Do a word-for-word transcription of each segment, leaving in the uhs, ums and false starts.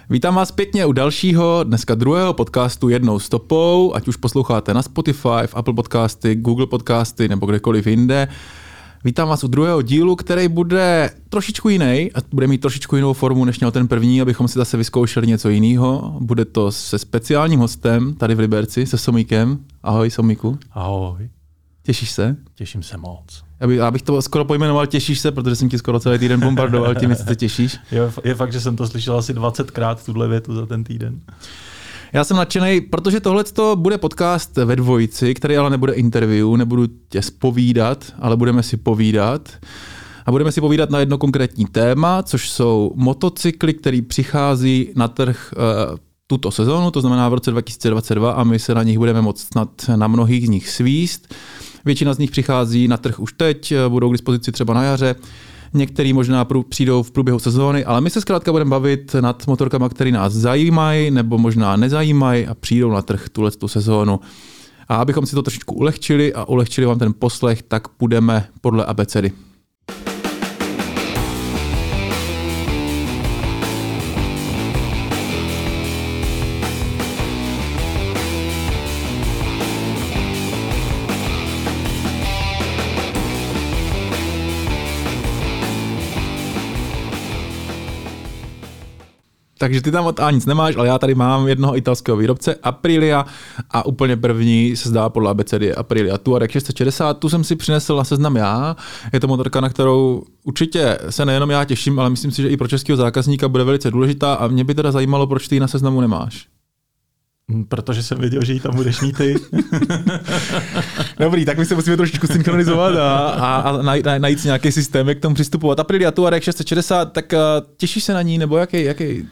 Vítám vás pěkně u dalšího, dneska druhého podcastu Jednou stopou, ať už posloucháte na Spotify, v Apple Podcasty, Google Podcasty nebo kdekoliv jinde. Vítám vás u druhého dílu, který bude trošičku jiný a bude mít trošičku jinou formu, než měl ten první, abychom si zase vyzkoušeli něco jiného. Bude to se speciálním hostem tady v Liberci, se Somíkem. Ahoj Somíku. Ahoj. Těšíš se? Těším se moc. Já bych, já bych to skoro pojmenoval Těšíš se, protože jsem ti skoro celý týden bombardoval tím, jestli se těšíš. Je, je fakt, že jsem to slyšel asi dvacetkrát tuhle větu za ten týden. Já jsem nadšenej, protože tohle bude podcast ve dvojici, který ale nebude interview, nebudu tě zpovídat, ale budeme si povídat. A budeme si povídat na jedno konkrétní téma, což jsou motocykly, které přichází na trh uh, tuto sezónu, to znamená v roce dva tisíce dvacet dva, a my se na nich budeme moct snad na mnohých z nich svíst. Většina z nich přichází na trh už teď, budou k dispozici třeba na jaře. Některý možná přijdou v průběhu sezóny, ale my se zkrátka budeme bavit nad motorkama, které nás zajímají nebo možná nezajímají a přijdou na trh tuhle tu sezónu. A abychom si to trošičku ulehčili a ulehčili vám ten poslech, tak půjdeme podle abecedy. Takže ty tam od A nic nemáš, ale já tady mám jednoho italského výrobce, Aprilia, a úplně první se zdá podle abecedy Aprilia Touareg šest set šedesát. Tu jsem si přinesl na seznam já. Je to motorka, na kterou určitě se nejenom já těším, ale myslím si, že i pro českého zákazníka bude velice důležitá, a mě by teda zajímalo, proč ty ji na seznamu nemáš. Protože jsem věděl, že ji tam budeš mít ty. Dobrý, tak my se musíme trošičku synchronizovat a, a, a najít, najít nějaký systém, jak k tomu přistupovat. Aprilia Touareg šest set šedesát, tak uh, těšíš se na ní, nebo jaký? jaký?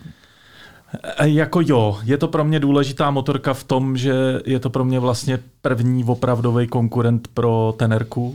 Jako jo, je to pro mě důležitá motorka v tom, že je to pro mě vlastně první opravdový konkurent pro Tenerku.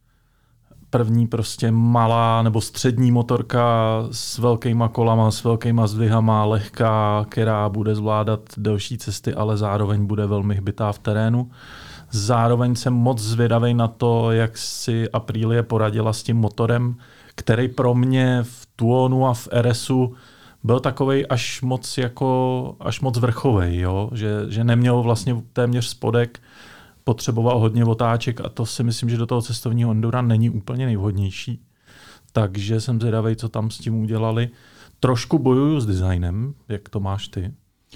První prostě malá nebo střední motorka s velkýma kolama, s velkýma zdvihama, lehká, která bude zvládat delší cesty, ale zároveň bude velmi hbitá v terénu. Zároveň jsem moc zvědavý na to, jak si Aprilia poradila s tím motorem, který pro mě v Tuonu a v R S u byl takovej až moc jako až moc vrchovej, jo? Že, že neměl vlastně téměř spodek, potřeboval hodně otáček, a to si myslím, že do toho cestovního endura není úplně nejvhodnější. Takže jsem zvědavej, co tam s tím udělali. Trošku bojuju s designem, jak to máš ty?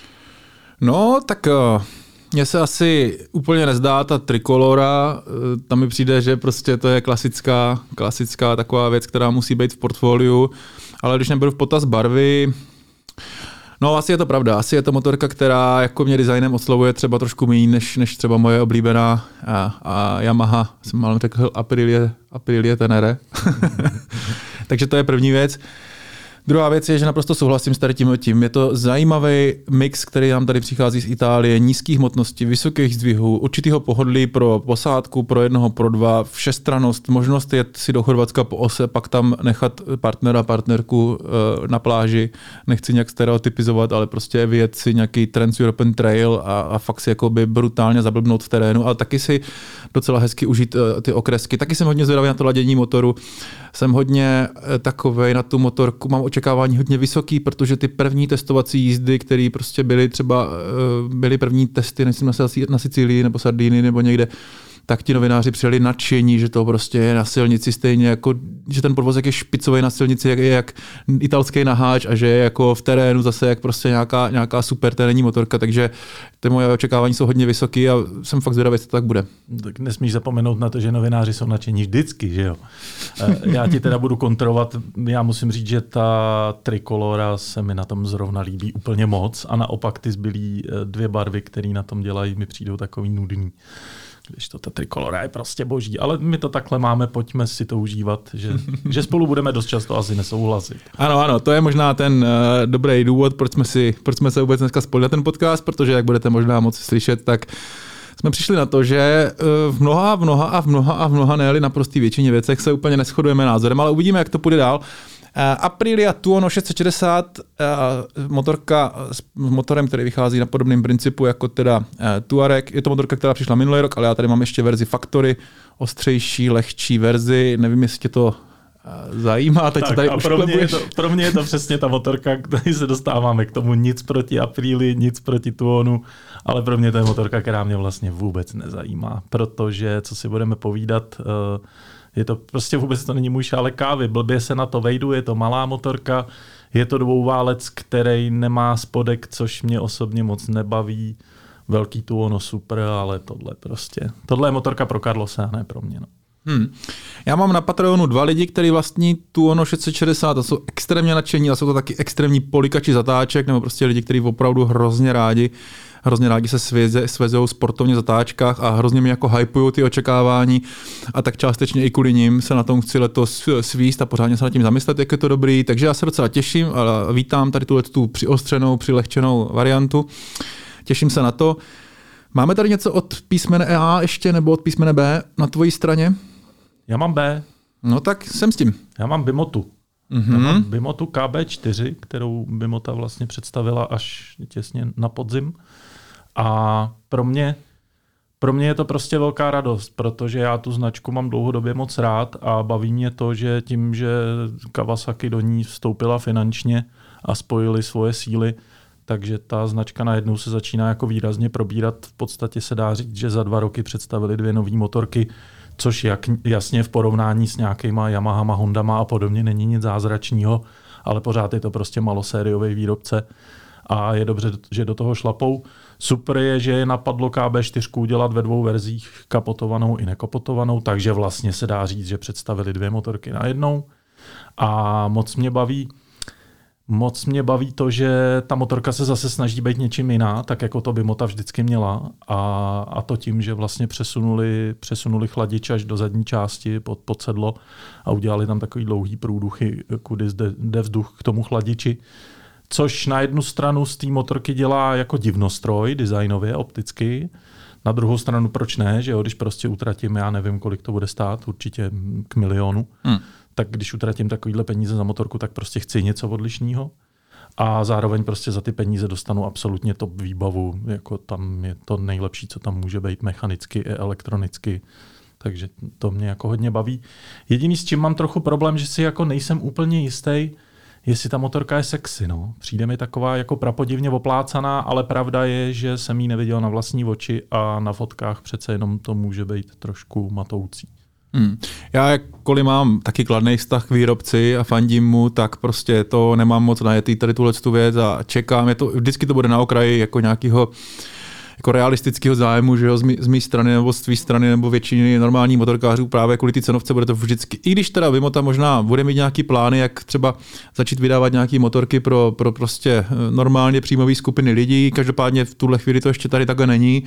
No, tak uh, mně se asi úplně nezdá ta trikolora. Uh, tam mi přijde, že prostě to je klasická, klasická taková věc, která musí být v portfoliu. Ale když neberu v potaz barvy, no asi je to pravda. Asi je to motorka, která jako mě designem oslovuje třeba trošku méně, než, než třeba moje oblíbená a, a Yamaha. Jsem malem řekl Aprilia, Aprilia Tenere. Takže to je první věc. Druhá věc je, že naprosto souhlasím s tady tím tím. Je to zajímavý mix, který nám tady přichází z Itálie, nízkých hmotností, vysokých zdvihů, určitého pohodlí pro posádku, pro jednoho, pro dva, všestrannost, možnost jet si do Chorvatska po ose, pak tam nechat partnera, partnerku na pláži. Nechci nějak stereotypizovat, ale prostě vyjet si nějaký Trans-European Trail a, a fakt si jakoby brutálně zablbnout v terénu, ale taky si docela hezky užít ty okresky. Taky jsem hodně zvědavý na to ladění motoru. Jsem hodně takovej na tu motorku, mám očekávání hodně vysoký, protože ty první testovací jízdy, které prostě byly třeba byly první testy, nejsem na Sicílii nebo Sardinii nebo někde, tak ti novináři přijeli nadšení, že to prostě je na silnici stejně jako, že ten podvozek je špicový na silnici, jak je jak italský naháč, a že je jako v terénu zase jak prostě nějaká, nějaká super terénní motorka, takže ty moje očekávání jsou hodně vysoký a jsem fakt zvědavý, jestli to tak bude. Tak nesmíš zapomenout na to, že novináři jsou nadšení vždycky, že jo. Já ti teda budu kontrolovat, já musím říct, že ta trikolora se mi na tom zrovna líbí úplně moc, a naopak ty zbylý dvě barvy, které na tom dělají, mi přijdou takový nudný. Když to ta trikolora je prostě boží, ale my to takhle máme, pojďme si to užívat, že, že spolu budeme dost často asi nesouhlasit. Ano, ano, to je možná ten uh, dobrý důvod, proč jsme, si, proč jsme se vůbec dneska spojili na ten podcast, protože jak budete možná moci slyšet, tak jsme přišli na to, že uh, v mnoha, v mnoha a v mnoha a v mnoha, ne-li naprostý většině věcech se úplně neshodujeme názorem, ale uvidíme, jak to půjde dál. Aprilia Tuono šest set šedesát, motorka s motorem, který vychází na podobném principu jako teda Touareg. Je to motorka, která přišla minulý rok, ale já tady mám ještě verzi Factory, ostřejší, lehčí verzi. Nevím, jestli tě to zajímá. Teď tak, se tady a pro mě, je to, pro mě je to přesně ta motorka, který se dostáváme k tomu, nic proti Apríli, nic proti Tuonu, ale pro mě to je motorka, která mě vlastně vůbec nezajímá, protože, co si budeme povídat, je to prostě vůbec to není můj šálek kávy, blbě se na to vejdu, je to malá motorka, je to dvouválec, který nemá spodek, což mě osobně moc nebaví, velký Tuono super, ale tohle prostě, tohle je motorka pro Carlose a ne pro mě. No. Hmm. Já mám na Patreonu dva lidi, kteří vlastní Tuono šest set šedesát a jsou extrémně nadšení, a jsou to taky extrémní polikači zatáček, nebo prostě lidi, kteří opravdu hrozně rádi, hrozně rádi se sveze, svezují sportovně v zatáčkách a hrozně mi jako hypují ty očekávání a tak částečně i kvůli nim se na tom chci letos svíst a pořádně se nad tím zamyslet, jak je to dobrý, takže já se docela těším a vítám tady tuhle tu přiostřenou, přilehčenou variantu. Těším se na to. Máme tady něco od písmene A ještě, nebo od písmene B na tvojí straně? Já mám B. No tak jsem s tím. Já mám Bimotu. Mm-hmm. Já mám Bimotu K B čtyři, kterou Bimota vlastně představila až těsně na podzim. A pro mě, pro mě je to prostě velká radost, protože já tu značku mám dlouhodobě moc rád a baví mě to, že tím, že Kawasaki do ní vstoupila finančně a spojili svoje síly, takže ta značka najednou se začíná jako výrazně probírat. V podstatě se dá říct, že za dva roky představili dvě nové motorky, což jak, jasně v porovnání s nějakýma Yamahama, Hondama a podobně není nic zázračného, ale pořád je to prostě malosériový výrobce a je dobře, že do toho šlapou. Super je, že je napadlo K B čtyři udělat ve dvou verzích, kapotovanou i nekapotovanou, takže vlastně se dá říct, že představili dvě motorky najednou a moc mě baví, Moc mě baví to, že ta motorka se zase snaží být něčím jiná, tak jako to Bimota vždycky měla. A, a to tím, že vlastně přesunuli, přesunuli chladič až do zadní části pod, pod sedlo a udělali tam takový dlouhý průduchy, kudy jde, jde vzduch k tomu chladiči. Což na jednu stranu z té motorky dělá jako divnostroj, designově, opticky. Na druhou stranu proč ne, že jo, když prostě utratím, já nevím, kolik to bude stát, určitě k milionu. Hmm. Tak když utratím takovýhle peníze za motorku, tak prostě chci něco odlišného. A zároveň prostě za ty peníze dostanu absolutně top výbavu. Jako tam je to nejlepší, co tam může být mechanicky i elektronicky. Takže to mě jako hodně baví. Jediný, s čím mám trochu problém, že si jako nejsem úplně jistý, jestli ta motorka je sexy. No. Přijde mi taková jako prapodivně oplácaná, ale pravda je, že jsem ji neviděl na vlastní oči a na fotkách přece jenom to může být trošku matoucí. Hmm. Já jakkoliv mám taky kladný vztah k výrobci a fandím mu, tak prostě to nemám moc najetý tady tuhle tu věc a čekám, je to, vždycky to bude na okraji jako nějakého jako realistického zájmu, že jo, z, mý, z mé strany nebo z tvý strany nebo většiny normálních motorkářů právě kvůli ty cenovce bude to vždycky. I když teda Bimota možná bude mít nějaký plány, jak třeba začít vydávat nějaké motorky pro, pro prostě normálně příjmové skupiny lidí, každopádně v tuhle chvíli to ještě tady takhle není.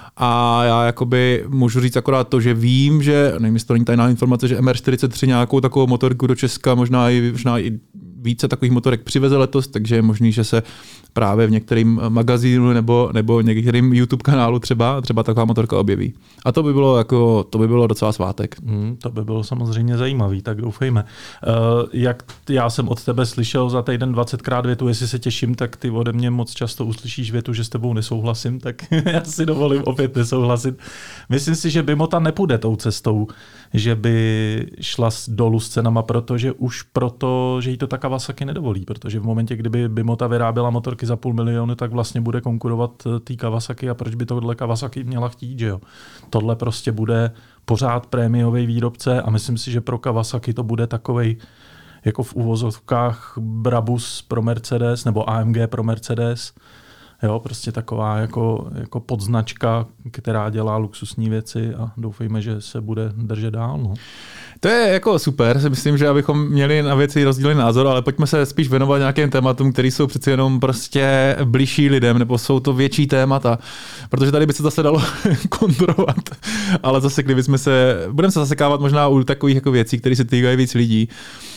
A já jakoby můžu říct akorát to, že vím, že, nevím, jestli to není tajná informace, že M R čtyřicet tři nějakou takovou motorku do Česka, možná i, možná i více takových motorek přiveze letos, takže je možný, že se právě v některém magazínu nebo, nebo některým YouTube kanálu třeba, třeba taková motorka objeví. A to by bylo, jako, to by bylo docela svátek. Hmm, to by bylo samozřejmě zajímavý, tak doufejme. Uh, jak já jsem od tebe slyšel za týden dvacetkrát větu, jestli se těším, tak ty ode mě moc často uslyšíš větu, že s tebou nesouhlasím, tak já si dovolím opět nesouhlasit. Myslím si, že Bimota nepůjde tou cestou, že by šla dolů s cenama, protože už proto, že jí to ta Kawasaki nedovolí, protože v momentě, kdyby Bimota vyráběla motorky za půl milionu, tak vlastně bude konkurovat té Kawasaki a proč by tohle Kawasaki měla chtít, že jo? Tohle prostě bude pořád prémiový výrobce a myslím si, že pro Kawasaki to bude takovej jako v uvozovkách Brabus pro Mercedes nebo A M G pro Mercedes. Jo, prostě taková jako, jako podznačka, která dělá luxusní věci a doufejme, že se bude držet dál. No. To je jako super, si myslím, že abychom měli na věci rozdílný názor, ale pojďme se spíš věnovat nějakým tématům, které jsou přeci jenom prostě blížší lidem, nebo jsou to větší témata, protože tady by se zase dalo kontrolovat, ale zase, kdybychom se, budeme se zasekávat možná u takových jako věcí, které se týkají víc lidí.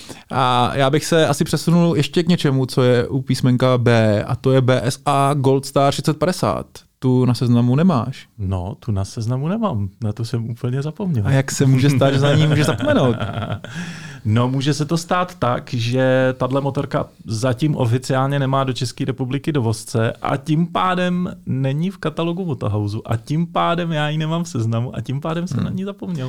A já bych se asi přesunul ještě k něčemu, co je u písmenka B, a to je B S A Goldstar šest set padesát. Tu na seznamu nemáš? No, tu na seznamu nemám. Na to jsem úplně zapomněl. A jak se může stát, že za ní může zapomenout? No, může se to stát tak, že tahle motorka zatím oficiálně nemá do České republiky dovozce a tím pádem není v katalogu Motohouseu a tím pádem já ji nemám v seznamu a tím pádem jsem hmm. na ní zapomněl.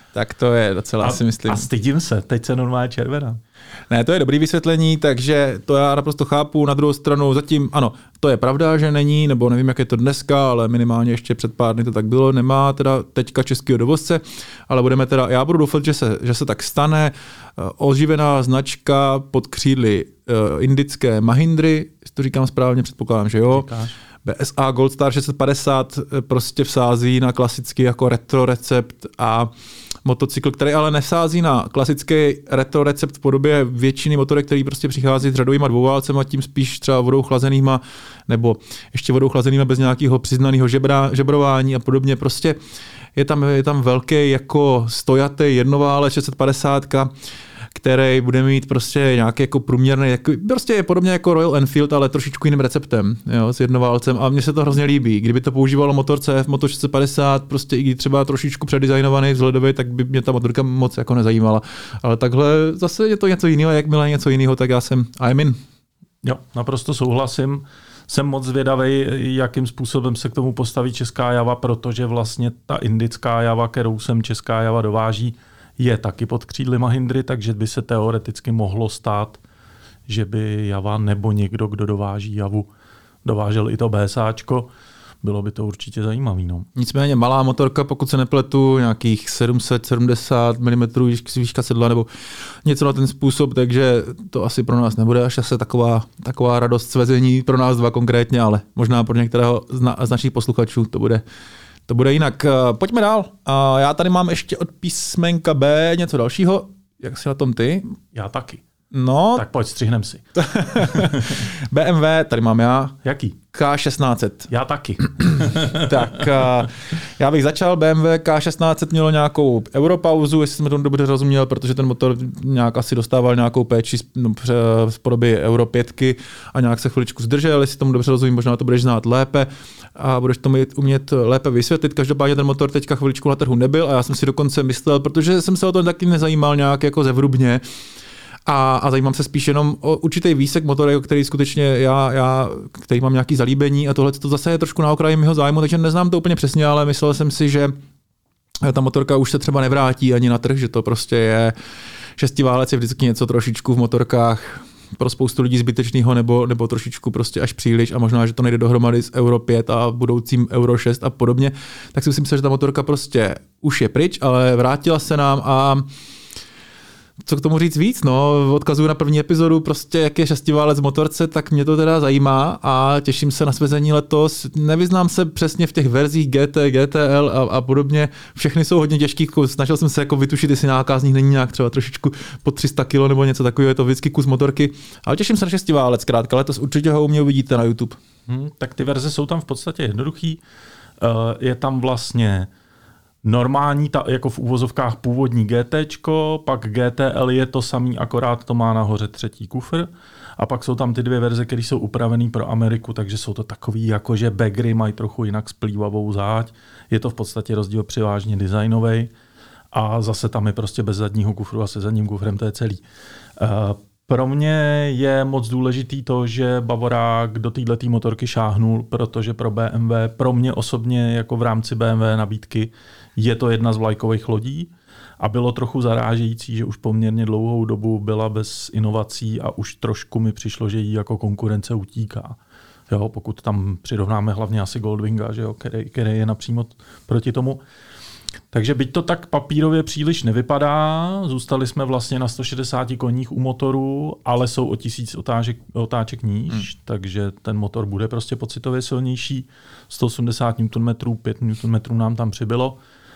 Tak to je docela, a, si myslím. A stydím se, teď se normálně červená. Ne, to je dobrý vysvětlení, takže to já naprosto chápu. Na druhou stranu zatím, ano, to je pravda, že není, nebo nevím, jak je to dneska, ale minimálně ještě před pár dny to tak bylo, nemá teda teďka českého dovozce, ale budeme teda, já budu doufat, že se, že se tak stane. Oživená značka pod křídly uh, indické Mahindry, to říkám správně, předpokládám, že jo. Říkáš. B S A Goldstar šest set padesát prostě vsází na klasický jako retro recept a motocykl, který ale nesází na klasický retro recept v podobě většiny motorek, který prostě přichází s řadovýma dvouválcema, tím spíš třeba vodou chlazenýma, nebo ještě vodou chlazenýma bez nějakého přiznaného žebra, žebrování a podobně. Prostě je tam, je tam velký jako stojatý jednoválec šest set padesát, který bude mít prostě nějaký jako průměrný, jako, prostě je podobně jako Royal Enfield, ale trošičku jiným receptem, jo, s jednoválcem a mně se to hrozně líbí. Kdyby to používalo motor C F Moto šest set padesát, prostě i třeba trošičku předizajnovaný vzhledový, tak by mě ta motorka moc jako nezajímala. Ale takhle zase je to něco jiného, jakmile něco jiného, tak já jsem I'm in. Jo, naprosto souhlasím. Jsem moc zvědavý, jakým způsobem se k tomu postaví česká Java, protože vlastně ta indická Java, kterou sem česká Java dováží, je taky pod křídly Mahindry, takže by se teoreticky mohlo stát, že by Java nebo někdo, kdo dováží Javu, dovážel i to BSAčko. Bylo by to určitě zajímavý. No. Nicméně malá motorka, pokud se nepletu, nějakých sedm set sedmdesát milimetrů výška sedla nebo něco na ten způsob, takže to asi pro nás nebude až asi taková, taková radost svezení pro nás dva konkrétně, ale možná pro některého z našich posluchačů to bude To bude jinak. Pojďme dál. Já tady mám ještě od písmenka B něco dalšího. Jak jsi na tom ty? Já taky. No. Tak pojď, střihnem si. B M W, tady mám já. Jaký? K šestnáct set. Já taky. Tak já bych začal. B M W K šestnáct set mělo nějakou europauzu, jestli jsme to dobře rozuměl, protože ten motor nějak asi dostával nějakou péči no, z podoby Euro pět a nějak se chviličku zdržel, jestli tomu dobře rozumím, možná to budeš znát lépe a budeš to umět lépe vysvětlit. Každopádně ten motor teďka chviličku na trhu nebyl a já jsem si dokonce myslel, protože jsem se o to taky nezajímal nějak jako zevrubně, A, a zajímám se spíš jenom o určitý výsek motorek, který skutečně já, já, který mám nějaký zalíbení a tohle to zase je trošku na okraji mého zájmu, takže neznám to úplně přesně, ale myslel jsem si, že ta motorka už se třeba nevrátí ani na trh, že to prostě je šestiválec je vždycky něco trošičku v motorkách pro spoustu lidí zbytečného nebo, nebo trošičku prostě až příliš a možná, že to nejde dohromady s Euro pět a budoucím Euro šest a podobně, tak si myslím, že ta motorka prostě už je pryč, ale vrátila se nám a co k tomu říct víc, no, odkazuju na první epizodu, prostě jak je šestiválec v motorce, tak mě to teda zajímá a těším se na svezení letos. Nevyznám se přesně v těch verzích G T, G T L a, a podobně, všechny jsou hodně těžký, snažil jsem se jako vytušit, jestli nějaká z nich není nějak třeba trošičku pod tři sta kilo nebo něco takového, je to vždycky kus motorky, ale těším se na šestiválec, zkrátka letos určitě ho u mě uvidíte na YouTube. Hmm, tak ty verze jsou tam v podstatě jednoduchý, uh, je tam vlastně normální, ta, jako v úvozovkách původní GTčko, pak G T L je to samý, akorát to má nahoře třetí kufr a pak jsou tam ty dvě verze, které jsou upravené pro Ameriku, takže jsou to takový, jako že bagry mají trochu jinak splývavou záď. Je to v podstatě rozdíl převážně designový a zase tam je prostě bez zadního kufru a se zadním kufrem, to je celý. Uh, Pro mě je moc důležitý to, že Bavorák do této motorky šáhnul, protože pro B M W, pro mě osobně jako v rámci B M W nabídky, je to jedna z vlajkových lodí a bylo trochu zarážející, že už poměrně dlouhou dobu byla bez inovací a už trošku mi přišlo, že jí jako konkurence utíká. Jo, pokud tam přirovnáme hlavně asi Goldwinga, že jo, který, který je napřímo proti tomu. Takže byť to tak papírově příliš nevypadá, zůstali jsme vlastně na sto šedesáti koních u motoru, ale jsou o tisíc otáček, otáček níž, hmm. takže ten motor bude prostě pocitově silnější. sto osmdesát newtonmetrů, pět newtonmetrů nám tam přibylo,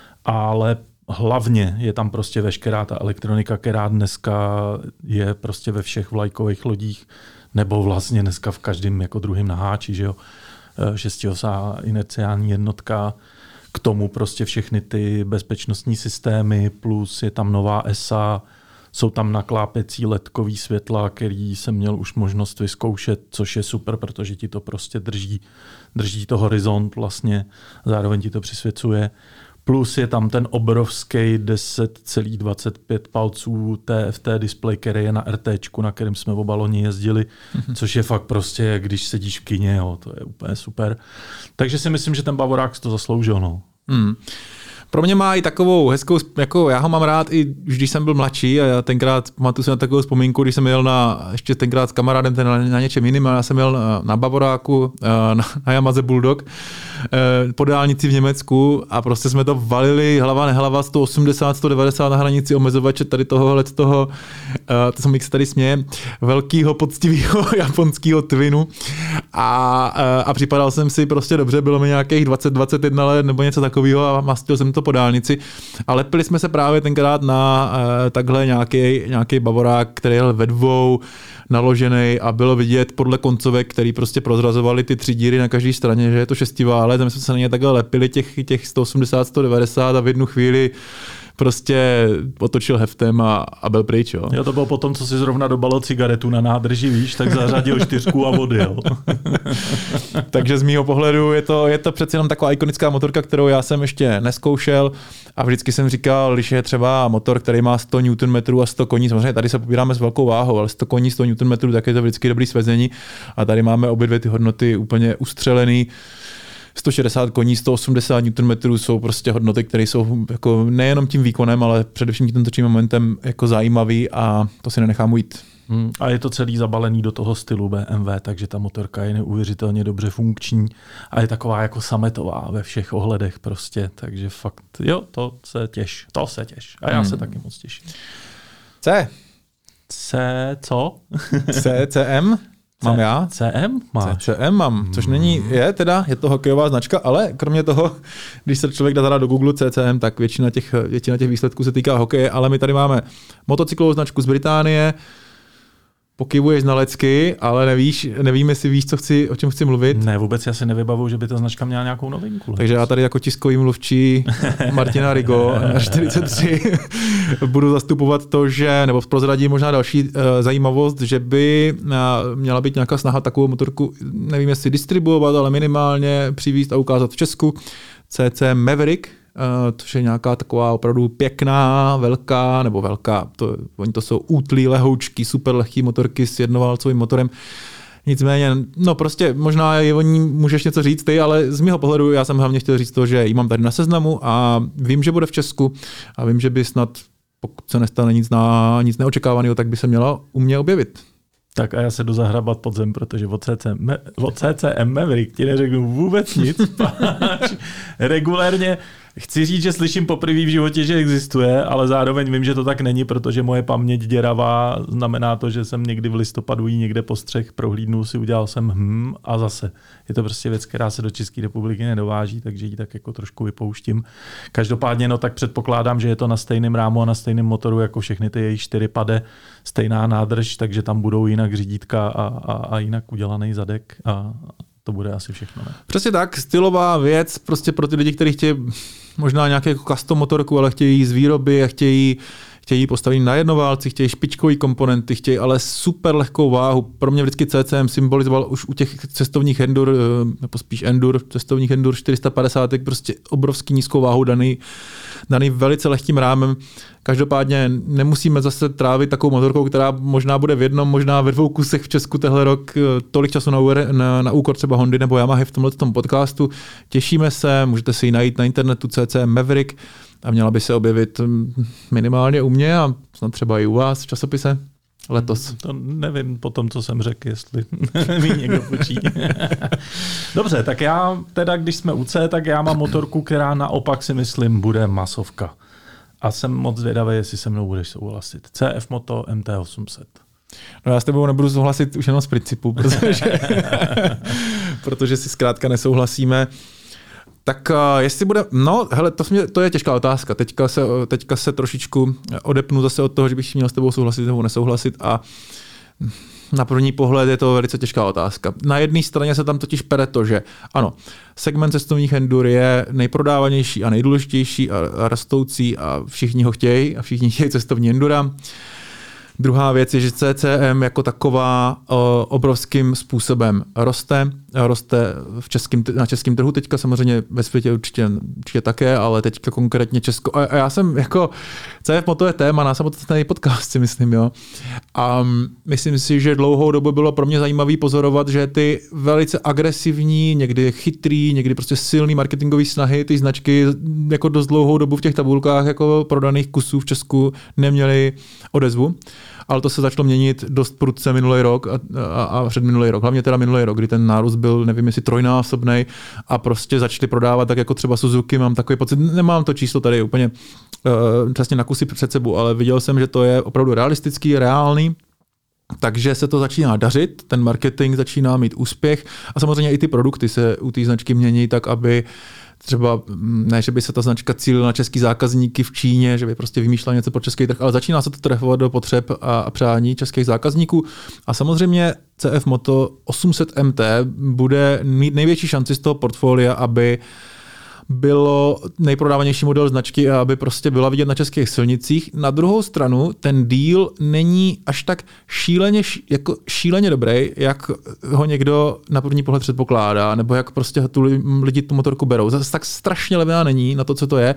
ale hlavně je tam prostě veškerá ta elektronika, která dneska je prostě ve všech vlajkových lodích, nebo vlastně dneska v každém jako druhém naháči, že jo, šestiosá inerciální jednotka, k tomu prostě všechny ty bezpečnostní systémy, plus je tam nová E S A, jsou tam naklápěcí ledkový světla, který jsem měl už možnost vyzkoušet, což je super, protože ti to prostě drží, drží to horizont vlastně, zároveň ti to přisvěcuje. Plus je tam ten obrovský deset celá dvacet pět palců T F T display, který je na RTčku, na kterém jsme oba loni jezdili, mm-hmm. což je fakt prostě, když sedíš v kině, jo, to je úplně super. Takže si myslím, že ten Bavorák to zasloužil. No. Mm. pro mě má i takovou hezkou, jako já ho mám rád i už když jsem byl mladší a já tenkrát pamatuju si na takovou vzpomínku, když jsem jel na, ještě tenkrát s kamarádem ten na, na něčem jiným, a já jsem jel na, na Bavoráku, na, na Yamaze Bulldog po dálnici v Německu a prostě jsme to valili hlava nehlava sto osmdesát, sto devadesát na hranici omezovače tady tohohle z toho, to jsem se tady směje, velkýho poctivého japonského twinu a, a připadal jsem si prostě dobře, bylo mi nějakých dvacet dvacet jedna let nebo něco takového a mastil jsem to po dálnici a lepili jsme se právě tenkrát na takhle nějaký, nějaký Bavorák, který jel ve dvou, naložený a bylo vidět podle koncovek, který prostě prozrazovali ty tři díry na každé straně, že je to šestiválec, a my jsme se na ně takhle lepili těch, těch sto osmdesát, sto devadesát a v jednu chvíli prostě otočil heftem a, a byl pryč. Jo. jo, to bylo potom, co si zrovna dobalo cigaretu na nádrži, víš, tak zařadil čtyřku a odjel. Takže z mýho pohledu je to, je to přeci jenom taková ikonická motorka, kterou já jsem ještě neskoušel a vždycky jsem říkal, když je třeba motor, který má sto newtonmetrů a sto koní, samozřejmě tady se pobíráme s velkou váhou, ale sto koní, sto newtonmetrů, tak je to vždycky dobrý svezení a tady máme obě dvě ty hodnoty úplně ustřelený. sto šedesát koní, sto osmdesát newtonmetrů jsou prostě hodnoty, které jsou jako nejenom tím výkonem, ale především tím točím momentem jako zajímavý a to si nenechám ujít. Hmm. A je to celý zabalený do toho stylu B M W, takže ta motorka je neuvěřitelně dobře funkční a je taková jako sametová ve všech ohledech prostě, takže fakt, jo, to se těš, to se těš. A já hmm. se taky moc těším. C. C, co? C, C M? Mám já? C M máš? C M mám, což není, je teda, je to hokejová značka, ale kromě toho, když se člověk dá zadat do Google C C M, tak většina těch, většina těch výsledků se týká hokeje, ale my tady máme motocyklovou značku z Británie, pokyvuješ znalecky, ale nevíš, nevím, jestli víš, co chci, o čem chci mluvit. Ne, vůbec já si nevybavuju, že by ta značka měla nějakou novinku. Takže já tady jako tiskový mluvčí Martina Rigo na čtyřicet tři budu zastupovat to, že, nebo prozradím možná další uh, zajímavost, že by uh, měla být nějaká snaha takovou motorku, nevím, jestli distribuovat, ale minimálně přivést a ukázat v Česku. C C Maverick, Uh, to je nějaká taková opravdu pěkná, velká, nebo velká, to, oni to jsou útlý, lehoučky, super lehký motorky s jednoválcovým motorem. Nicméně, no prostě možná je o ní můžeš něco říct ty, ale z mého pohledu já jsem hlavně chtěl říct to, že ji mám tady na seznamu a vím, že bude v Česku a vím, že by snad, pokud se nestane nic, na, nic neočekávaného, tak by se měla u mě objevit. Tak a já se jdu zahrabat pod zem, protože o C C M, o C C M Maverick ti neřeknu vůbec nic. Regulérně chci říct, že slyším poprvé v životě, že existuje, ale zároveň vím, že to tak není, protože moje paměť děravá znamená to, že jsem někdy v listopadu jí někde po střech prohlídnul si, udělal jsem hm a zase. Je to prostě věc, která se do České republiky nedováží, takže ji tak jako trošku vypouštím. Každopádně no tak předpokládám, že je to na stejném rámu a na stejném motoru jako všechny ty její čtyři pade, stejná nádrž, takže tam budou jinak řídítka a, a, a jinak udělaný zadek a to bude asi všechno. Ne? Přesně tak, stylová věc prostě pro ty lidi, kteří chtějí možná nějaké jako custom motorku, ale chtějí z výroby a chtějí, chtějí postavit na jednoválci, chtějí špičkový komponenty, chtějí ale super lehkou váhu. Pro mě vždycky C C M symbolizoval už u těch cestovních endur, nebo spíš endur, cestovních endur čtyři sta padesát, prostě obrovský nízkou váhu daný, daný velice lehkým rámem. Každopádně nemusíme zase trávit takovou motorkou, která možná bude v jednom, možná ve dvou kusech v Česku tehle rok tolik času na, na, na úkor třeba Hondy nebo Yamahy v tomto podcastu. Těšíme se, můžete si ji najít na internetu C C Maverick a měla by se objevit minimálně u mě a snad třeba i u vás v časopise letos. To nevím po tom, co jsem řekl, jestli mi někdo počí. Dobře, tak já teda, když jsme u C, tak já mám motorku, která naopak si myslím bude masovka. A jsem moc zvědavý, jestli se mnou budeš souhlasit. C F Moto M T osm set. No já s tebou nebudu souhlasit už jenom z principu, protože, protože si zkrátka nesouhlasíme. Tak uh, jestli bude, no hele, to, mě, to je těžká otázka. Teďka se, teďka se trošičku odepnu zase od toho, že bych měl s tebou souhlasit nebo nesouhlasit a na první pohled je to velice těžká otázka. Na jedné straně se tam totiž pere to, že ano, segment cestovních endur je nejprodávanější a nejdůležitější a, a rastoucí a všichni ho chtějí a všichni chtějí cestovní endura. Druhá věc je, že C C M jako taková o, obrovským způsobem roste. Roste v českým, na českém trhu teďka, samozřejmě ve světě určitě, určitě také, ale teďka konkrétně Česko. A, a já jsem jako, C F Moto je téma na samotný podcast, si myslím, jo. A myslím si, že dlouhou dobu bylo pro mě zajímavý pozorovat, že ty velice agresivní, někdy chytrý, někdy prostě silný marketingový snahy, ty značky jako dost dlouhou dobu v těch tabulkách jako prodaných kusů v Česku neměly odezvu. Ale to se začalo měnit dost prudce minulý rok a, a, a před minulý rok. Hlavně teda minulý rok, kdy ten nárůst byl, nevím, jestli trojnásobnej a prostě začali prodávat tak jako třeba Suzuki. Mám takový pocit, nemám to číslo tady úplně uh, přesně na kusy před sebou, ale viděl jsem, že to je opravdu realistický, reálný. Takže se to začíná dařit, ten marketing začíná mít úspěch a samozřejmě i ty produkty se u té značky mění tak, aby třeba ne, že by se ta značka cílila na český zákazníky v Číně, že by prostě vymýšlela něco pro český trh, ale začíná se to trefovat do potřeb a přání českých zákazníků. A samozřejmě C F Moto osm set M T bude mít největší šanci z toho portfolia, aby bylo nejprodávanější model značky a aby prostě byla vidět na českých silnicích. Na druhou stranu ten deal není až tak šíleně, jako šíleně dobrý, jak ho někdo na první pohled předpokládá, nebo jak prostě tu lidi tu motorku berou. Zase tak strašně levná není na to, co to je.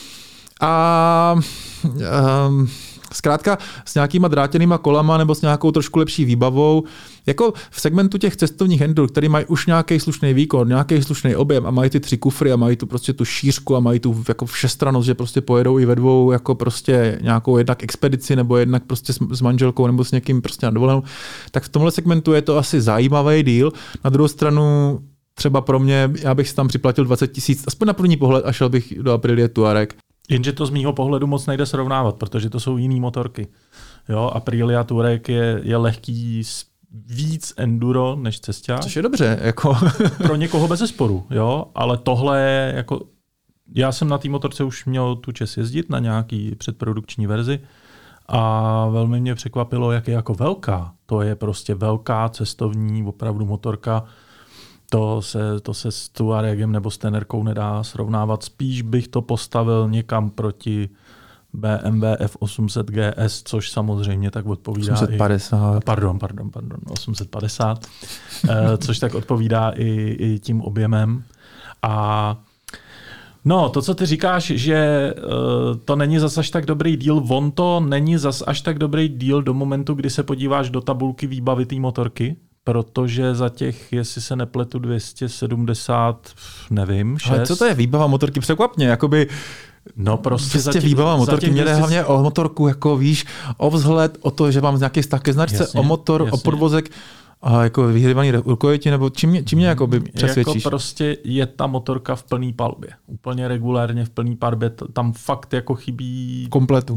A um, zkrátka s nějakýma drátěnýma kolama nebo s nějakou trošku lepší výbavou, jako v segmentu těch cestovních enduro, který mají už nějaký slušný výkon, nějaký slušný objem a mají ty tři kufry a mají tu prostě tu šířku a mají tu jako všestrannost, že prostě pojedou i ve dvou jako prostě nějakou jednak expedici nebo jednak prostě s, s manželkou nebo s někým prostě na dovolenou, tak v tomhle segmentu je to asi zajímavý deal. Na druhou stranu třeba pro mě, já bych si tam připlatil dvacet tisíc, aspoň na první pohled a šel bych do Aprilie Touareg. Jenže to z mýho pohledu moc nejde srovnávat, protože to jsou jiný motorky. Jo, Aprilia Touareg je, je lehký víc enduro než cesťák. Což je dobře. Jako. Pro někoho bezesporu, jo, ale tohle je jako... Já jsem na té motorce už měl tu čest jezdit na nějaký předprodukční verzi a velmi mě překvapilo, jak je jako velká. To je prostě velká cestovní opravdu motorka. To se, to se s Touaregem nebo s Tenerkou nedá srovnávat. Spíš bych to postavil někam proti B M W F osm set G S, což samozřejmě tak odpovídá osm set padesát. I, pardon, pardon, pardon, osm set padesát, což tak odpovídá i, i tím objemem. A no, to, co ty říkáš, že uh, to není zas až tak dobrý díl, on to není zas až tak dobrý díl do momentu, kdy se podíváš do tabulky výbavy té motorky, protože za těch, jestli se nepletu, dvě stě sedmdesát, nevím, šest. Ale co to je výbava motorky? Překvap mě, jakoby... No prostě za těch, výbava motorky, mě jde hlavně o motorku, jako víš, o vzhled, o to, že mám nějaký vztah ke značce, jasně, o motor, jasně. O podvozek a jako vyhřívaný rukojeti, nebo čím mě, čím mě jako by přesvědčíš? Jako prostě je ta motorka v plný palbě. Úplně regulárně v plný palbě, tam fakt jako chybí... Kompletu.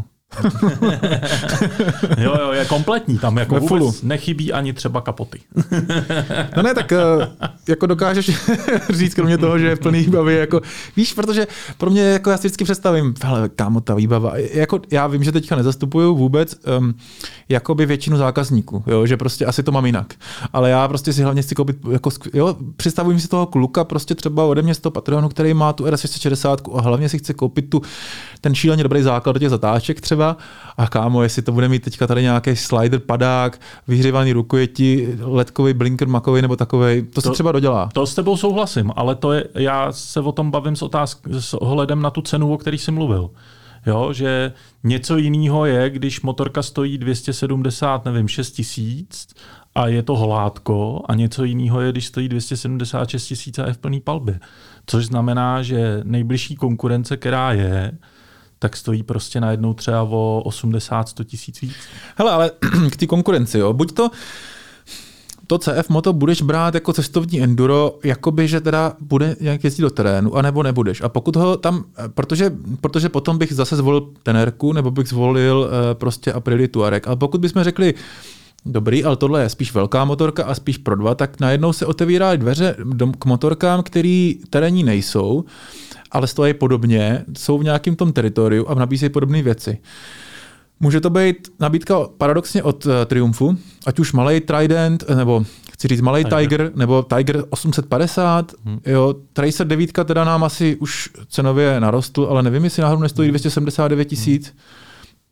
jo, jo, je kompletní, tam jako vůbec nechybí ani třeba kapoty. No ne, tak jako dokážeš říct, kromě toho, že je v plný výbavě, jako, víš, protože pro mě, jako já si vždycky představím, hele, kámo, ta výbava, jako já vím, že teďka nezastupuju vůbec um, jakoby většinu zákazníků, jo, že prostě asi to mám jinak, ale já prostě si hlavně chci koupit, jako, jo, představuji si toho kluka prostě třeba ode mě z toho Patreonu, který má tu R S šest set šedesát a hlavně si chce koupit tu, ten šíleně dobrý základ do těch zatáček třeba. A kámo, jestli to bude mít teďka tady nějaký slider, padák, vyhřívaný rukojeti, ledkový blinker makový nebo takovej, to, to se třeba dodělá. To s tebou souhlasím, ale to je, já se o tom bavím s otázk, s ohledem na tu cenu, o který jsi mluvil. Jo, že něco jiného je, když motorka stojí dvě stě sedmdesát, nevím, šest tisíc a je to holátko, a něco jiného je, když stojí dvě stě sedmdesát šest tisíc a je v plný palbě. Což znamená, že nejbližší konkurence, která je, tak stojí prostě najednou třeba o osmdesát sto tisíc víc. Hele, ale k té konkurenci, jo, buď to to C F Moto budeš brát jako cestovní enduro, jakoby, že teda bude nějak jezdit do terénu, anebo nebudeš. A pokud ho tam, protože, protože potom bych zase zvolil Tenerku, nebo bych zvolil uh, prostě Aprilia Touareg. Ale pokud bychom řekli, dobrý, ale tohle je spíš velká motorka a spíš pro dva, tak najednou se otevírají dveře k motorkám, které terénní nejsou, ale stojí podobně, jsou v nějakém tom teritoriu a nabízejí podobné věci. Může to být nabídka paradoxně od uh, Triumphu, ať už malej Trident, nebo chci říct malej Tiger, Tiger nebo Tiger osm set padesát. Hmm. Jo, Tracer devět teda nám asi už cenově narostl, ale nevím, jestli náhodou nestojí dvě stě sedmdesát devět tisíc. Hmm.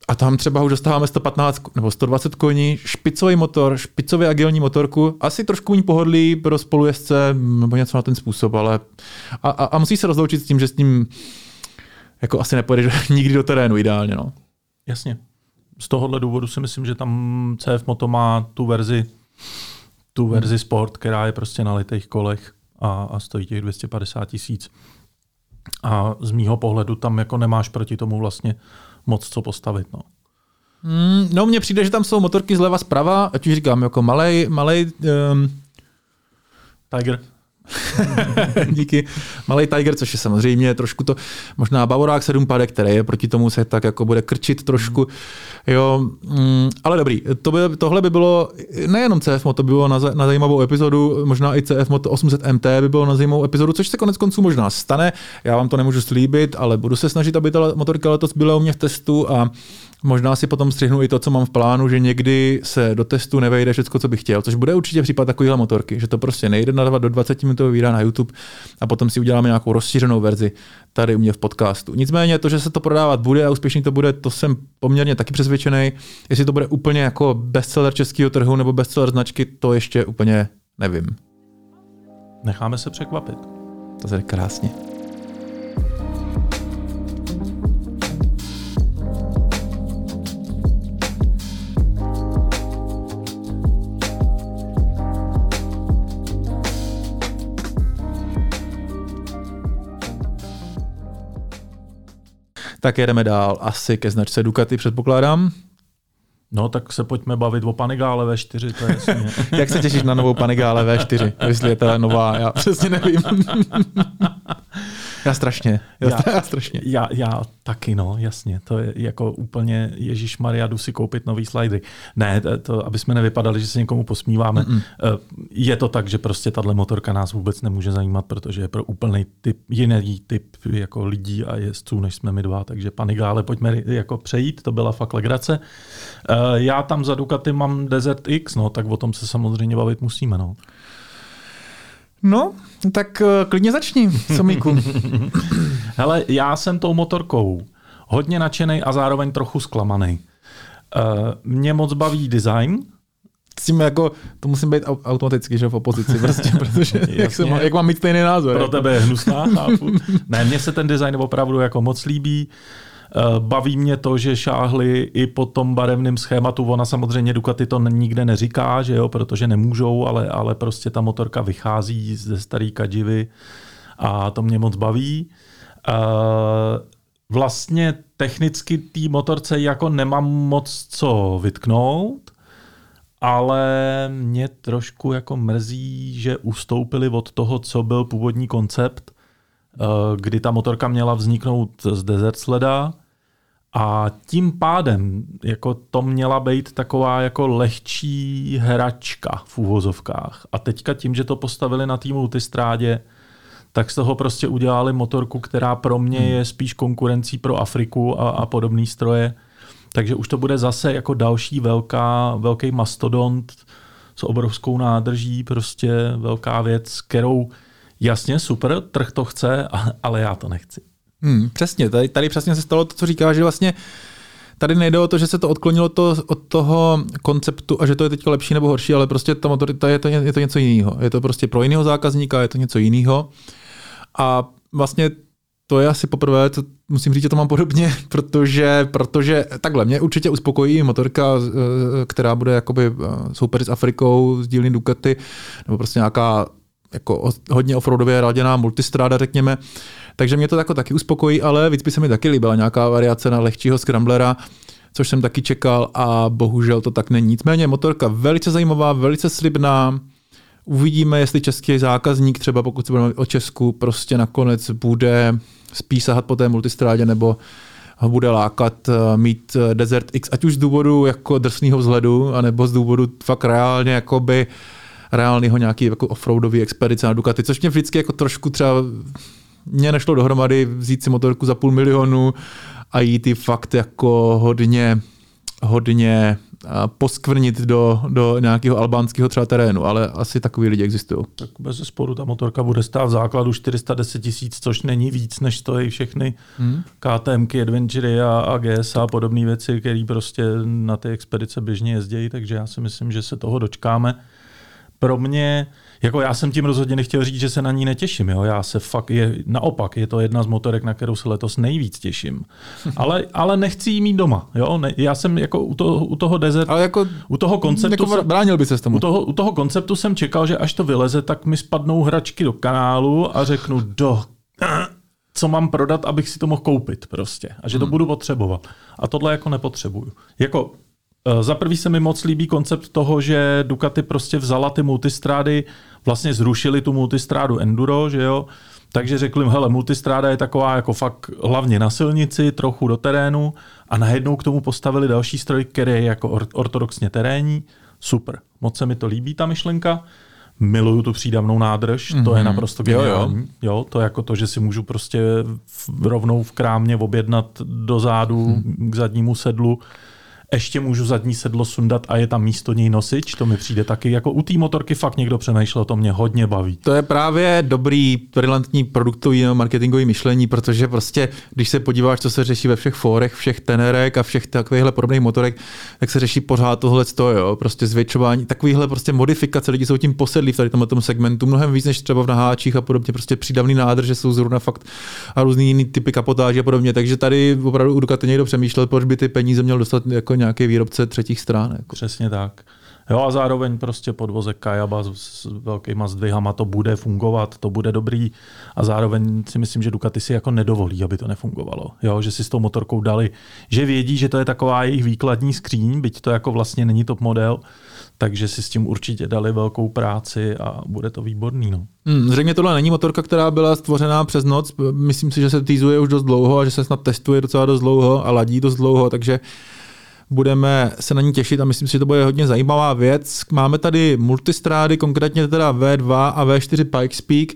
A tam třeba už dostáváme sto patnáct nebo sto dvacet koní, špicový motor, špicově agilní motorku, asi trošku ní pohodlí pro spolujezdce nebo něco na ten způsob, ale a, a, a musí se rozloučit s tím, že s tím jako asi nepojedeš nikdy do terénu ideálně. No. Jasně. Z tohohle důvodu si myslím, že tam C F Moto má tu verzi, tu verzi Sport, která je prostě na litých kolech a, a stojí těch dvě stě padesát tisíc. A z mýho pohledu tam jako nemáš proti tomu vlastně moc co postavit. No, mm, no mně přijde, že tam jsou motorky zleva zprava, ať už říkám jako malej, malej um... Tiger. Díky. Malej Tiger, což je samozřejmě trošku to, možná Bavorák sedm padek, který je proti tomu se tak jako bude krčit trošku. Mm. Jo, mm, ale dobrý. To by, tohle by bylo nejenom C F Moto, by bylo na, na zajímavou epizodu, možná i C F Moto osm set M T by bylo na zajímavou epizodu, což se konec konců možná stane. Já vám to nemůžu slíbit, ale budu se snažit, aby ta motorka letos byla u mě v testu a možná si potom střihnu i to, co mám v plánu, že někdy se do testu nevejde všechno, co bych chtěl, což bude určitě případ takovýhle motorky, že to prostě nejde nadávat do dvacetiminutového videa na YouTube a potom si uděláme nějakou rozšířenou verzi tady u mě v podcastu. Nicméně to, že se to prodávat bude a úspěšný to bude, to jsem poměrně taky přesvědčený. Jestli to bude úplně jako bestseller českého trhu nebo bestseller značky, to ještě úplně nevím. Necháme se překvapit. To se krásně. Tak jedeme dál asi ke značce Ducati, předpokládám. No, tak se pojďme bavit o Panigale V čtyři, to je jasně. Jak se těšíš na novou Panigale V čtyři? Jestli je ta nová, já přesně nevím. Já strašně. Já, já, já strašně. Já, já taky, no, jasně. To je jako úplně Ježišmarja, jdu si koupit nový slidery. Ne, to, aby jsme nevypadali, že se někomu posmíváme. Mm-mm. Je to tak, že prostě tahle motorka nás vůbec nemůže zajímat, protože je pro úplný typ, jiný typ jako lidí a jezdců, než jsme my dva. Takže Panigale, pojďme jako přejít, to byla fakt legrace. Já tam za Ducati mám Desert X, no, tak o tom se samozřejmě bavit musíme, no. No, tak uh, klidně začni, Somíku. Hele, já jsem tou motorkou hodně nadšenej a zároveň trochu zklamaný. Uh, mě moc baví design. S tím jako, to musím být automaticky, že v opozici, prostě, protože jak, se má, jak mám mít stejný názor. Pro tebe je hnusná, chápu. Ne, mně se ten design opravdu jako moc líbí. Baví mě to, že šáhli i po tom barevném schématu. Ona samozřejmě Ducati to nikde neříká, že jo, protože nemůžou, ale, ale prostě ta motorka vychází ze starý kadživy a to mě moc baví. Vlastně technicky té motorce jako nemám moc co vytknout, ale mě trošku jako mrzí, že ustoupili od toho, co byl původní koncept, kdy ta motorka měla vzniknout z Desert Sleda a tím pádem jako to měla být taková jako lehčí hračka v uvozovkách. A teďka tím, že to postavili na té multistrádě, tak z toho prostě udělali motorku, která pro mě je spíš konkurencí pro Afriku a, a podobné stroje. Takže už to bude zase jako další velká, velký mastodont s obrovskou nádrží, prostě velká věc, kterou jasně, super, trh to chce, ale já to nechci. Hmm, přesně, tady, tady přesně se stalo to, co říkáš, že vlastně tady nejde o to, že se to odklonilo to, od toho konceptu a že to je teď lepší nebo horší, ale prostě ta motorita je to, je to něco jiného. Je to prostě pro jiného zákazníka, je to něco jiného. A vlastně to je asi poprvé, co musím říct, že to mám podobně, protože, protože takhle, mě určitě uspokojí motorka, která bude jakoby soupeřit s Afrikou, s dílny Ducati, nebo prostě nějaká jako hodně offroadově laděná multistráda, řekněme. Takže mě to jako taky uspokojí, ale víc by se mi taky líbila nějaká variace na lehčího scramblera, což jsem taky čekal a bohužel to tak není. Nicméně motorka velice zajímavá, velice slibná. Uvidíme, jestli český zákazník, třeba pokud se budeme o Česku, prostě nakonec bude spíš sahat po té multistrádě nebo ho bude lákat mít Desert X, ať už z důvodu jako drsného vzhledu, anebo z důvodu fakt reálně jakoby reálného nějaký jako offroadový expedice na Ducati, což mě vždycky jako trošku třeba mně nešlo dohromady vzít si motorku za půl milionu a jít i fakt jako hodně, hodně poskvrnit do, do nějakého albánského třeba terénu, ale asi takový lidi existují. Tak bez sporu ta motorka bude stát v základu čtyři sta deset tisíc, což není víc, než stojí všechny hmm. KTMky, Adventury a, a G S a podobné věci, které prostě na ty expedice běžně jezdí, takže já si myslím, že se toho dočkáme. Pro mě, jako já jsem tím rozhodně nechtěl říct, že se na ní netěším. Jo? Já se fakt, je, naopak, je to jedna z motorek, na kterou se letos nejvíc těším. Ale, ale nechci jí mít doma. Jo? Ne, já jsem jako u toho, u toho desert, ale jako, u toho konceptu, jako bránil by se s tomu. U toho, u toho konceptu jsem čekal, že až to vyleze, tak mi spadnou hračky do kanálu a řeknu, do, co mám prodat, abych si to mohl koupit prostě. A že to hmm. budu potřebovat. A tohle jako nepotřebuju. Jako za prvý se mi moc líbí koncept toho, že Ducati prostě vzala ty multistrády, vlastně zrušili tu multistrádu Enduro, že jo? Takže řekli jim, hele, multistráda je taková jako fakt hlavně na silnici, trochu do terénu a najednou k tomu postavili další stroj, který je jako ortodoxně terénní. Super, moc se mi to líbí, ta myšlenka. Miluju tu přídavnou nádrž, mm-hmm. to je naprosto geniální. Jo, jo. jo, to je jako to, že si můžu prostě rovnou v krámě objednat do zádu mm. k zadnímu sedlu. Ještě můžu zadní sedlo sundat a je tam místo něj nosič, to mi přijde taky. Jako u té motorky fakt někdo přemýšlel, to mě hodně baví. To je právě dobrý, brilantní produktový marketingový myšlení, protože prostě, když se podíváš, co se řeší ve všech fórech, všech tenerek a všech takovýchhle podobných motorek, tak se řeší pořád tohle jo, prostě zvětšování, takovýhle prostě modifikace, lidi jsou tím posedlí v tady tomhle segmentu, mnohem víc než třeba v naháčích a podobně, prostě přídavný nádrže jsou zrovna fakt a různý jiný typy kapotáže a podobně, takže tady opravdu u Ducati někdo přemýšlel, proč by ty peníze měl dostat jako nějaký výrobce třetích stran. Jako. Přesně tak. Jo a zároveň prostě podvozek Kayaba s, s velkýma zdvihama to bude fungovat, to bude dobrý a zároveň si myslím, že Ducati si jako nedovolí, aby to nefungovalo. Jo, že si s tou motorkou dali, že vědí, že to je taková jejich výkladní skříň, byť to jako vlastně není top model, takže si s tím určitě dali velkou práci a bude to výborný. No. Hmm, zřejmě tohle není motorka, která byla stvořená přes noc. Myslím si, že se týzuje už dost dlouho a že se snad testuje docela dost dlouho a ladí dost dlouho, takže budeme se na ní těšit a myslím si, že to bude hodně zajímavá věc. Máme tady multistrády, konkrétně teda V dva a V čtyři Pikes Peak.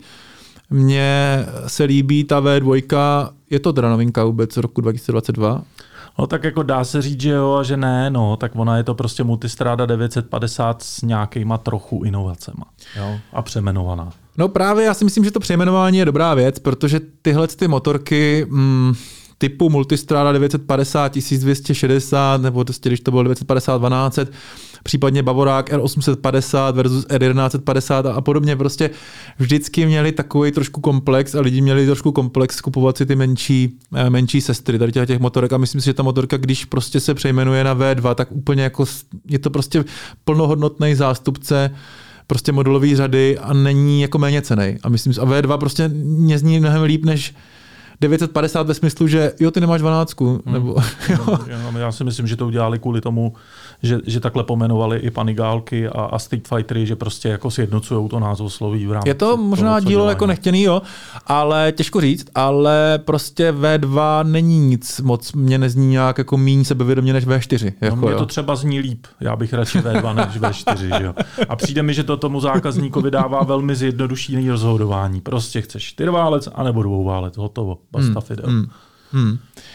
Mně se líbí ta V dva, je to teda novinka vůbec roku dva tisíce dvacet dva? No tak jako dá se říct, že jo a že ne, no, tak ona je to prostě multistráda devět set padesát s nějakýma trochu inovacema, jo, a přejmenovaná. No právě já si myslím, že to přejmenování je dobrá věc, protože tyhle ty motorky mm, typu multistráda devět set padesát, tisíc dvě stě šedesát, nebo když to bylo devět set padesát, dvanáct set, případně Bavorák R osm set padesát versus R jedenáct set padesát a podobně, prostě vždycky měli takový trošku komplex a lidi měli trošku komplex kupovat si ty menší, menší sestry tady těch, těch motorek a myslím si, že ta motorka, když prostě se přejmenuje na V dva, tak úplně jako je to prostě plnohodnotný zástupce prostě modelový řady a není jako méně cenej. A myslím si, a V dva prostě mě zní mnohem líp než devět set padesát ve smyslu, že jo, ty nemáš dvanáctku. Hmm. Nebo, jo. Já si myslím, že to udělali kvůli tomu, že, že takhle pomenovali i Panigálky a, a Street Fightery, že prostě jako sjednocujou to názvosloví v rámci. Je to možná toho, dílo jako nechtěný, jo, ale těžko říct, ale prostě V dva není nic moc, mě nezní nějak jako míň sebevědomě než V čtyři. Jako, no, mě jo. to třeba zní líp, já bych radši V dva než V čtyři. Že jo. A přijde mi, že to tomu zákazníkovi dává velmi zjednodušený rozhodování. Prostě chceš čtyřválec anebo dvouválec, hotovo. Basta fidel. Hmm. Hmm.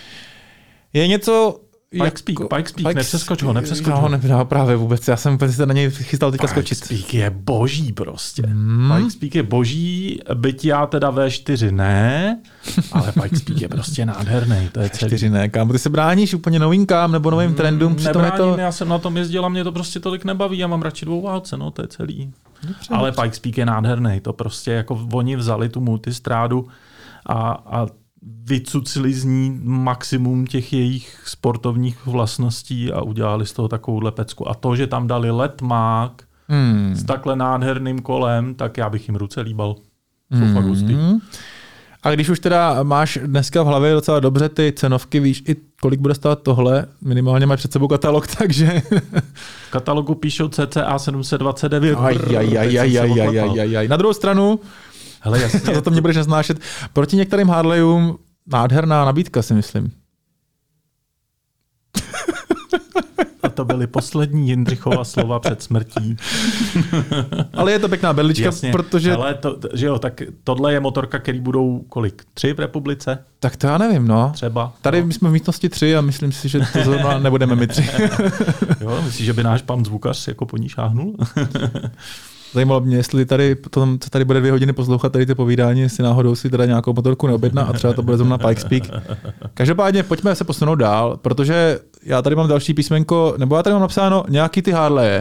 Je něco... Pikes Peak, jako, Pikes Peak, nepřeskoč ho, nepřeskoč ho. No, no, právě vůbec, já jsem se na něj chystal teďka skočit. Pikes Peak je boží prostě. Hmm. Pikes Peak je boží, byť já teda V čtyři ne, ale Pikes Peak je prostě nádherný, to je celý. V čtyři ne, kámo, ty se bráníš úplně novinkám nebo novým hmm, trendům, přitom nebráním, je to... já jsem na tom jezdil a mě to prostě tolik nebaví, já mám radši dvouválce, no to je celý. Dobře, ale Pikes Peak je nádherný, to prostě jako oni vzali tu multistrádu a, a vycucili z ní maximum těch jejich sportovních vlastností a udělali z toho takovouhle pecku. A to, že tam dali letmák hmm. s takhle nádherným kolem, tak já bych jim ruce líbal. Jsou hmm. fakt hustý. A když už teda máš dneska v hlavě docela dobře ty cenovky, víš i kolik bude stát tohle? Minimálně máš před sebou katalog, takže... V katalogu píšou C C A sedm set dvacet devět. Aj, aj, aj, aj, aj, aj, aj, aj, aj. Na druhou stranu, hele, jasně, za to mě budeš nesnášet, proti některým Harleyům nádherná nabídka, si myslím. to byly poslední Jindřichova slova před smrtí. Ale je to pěkná berlička, Jasně, protože... ale to, že jo, tak tohle je motorka, který budou kolik? Tři v republice? Tak to já nevím, no. Třeba. Tady no. my jsme v místnosti tři a myslím si, že to zrovna nebudeme my tři. Jo, myslíš, že by náš pan zvukař jako po ní šáhnul? Zajímalo mě, jestli tady, potom, co tady bude dvě hodiny poslouchat tady ty povídání, jestli náhodou si teda nějakou motorku neobjedná a třeba to bude zrovna Pikes Peak. Každopádně pojďme se posunout dál, protože já tady mám další písmenko, nebo já tady mám napsáno nějaký ty Harleje.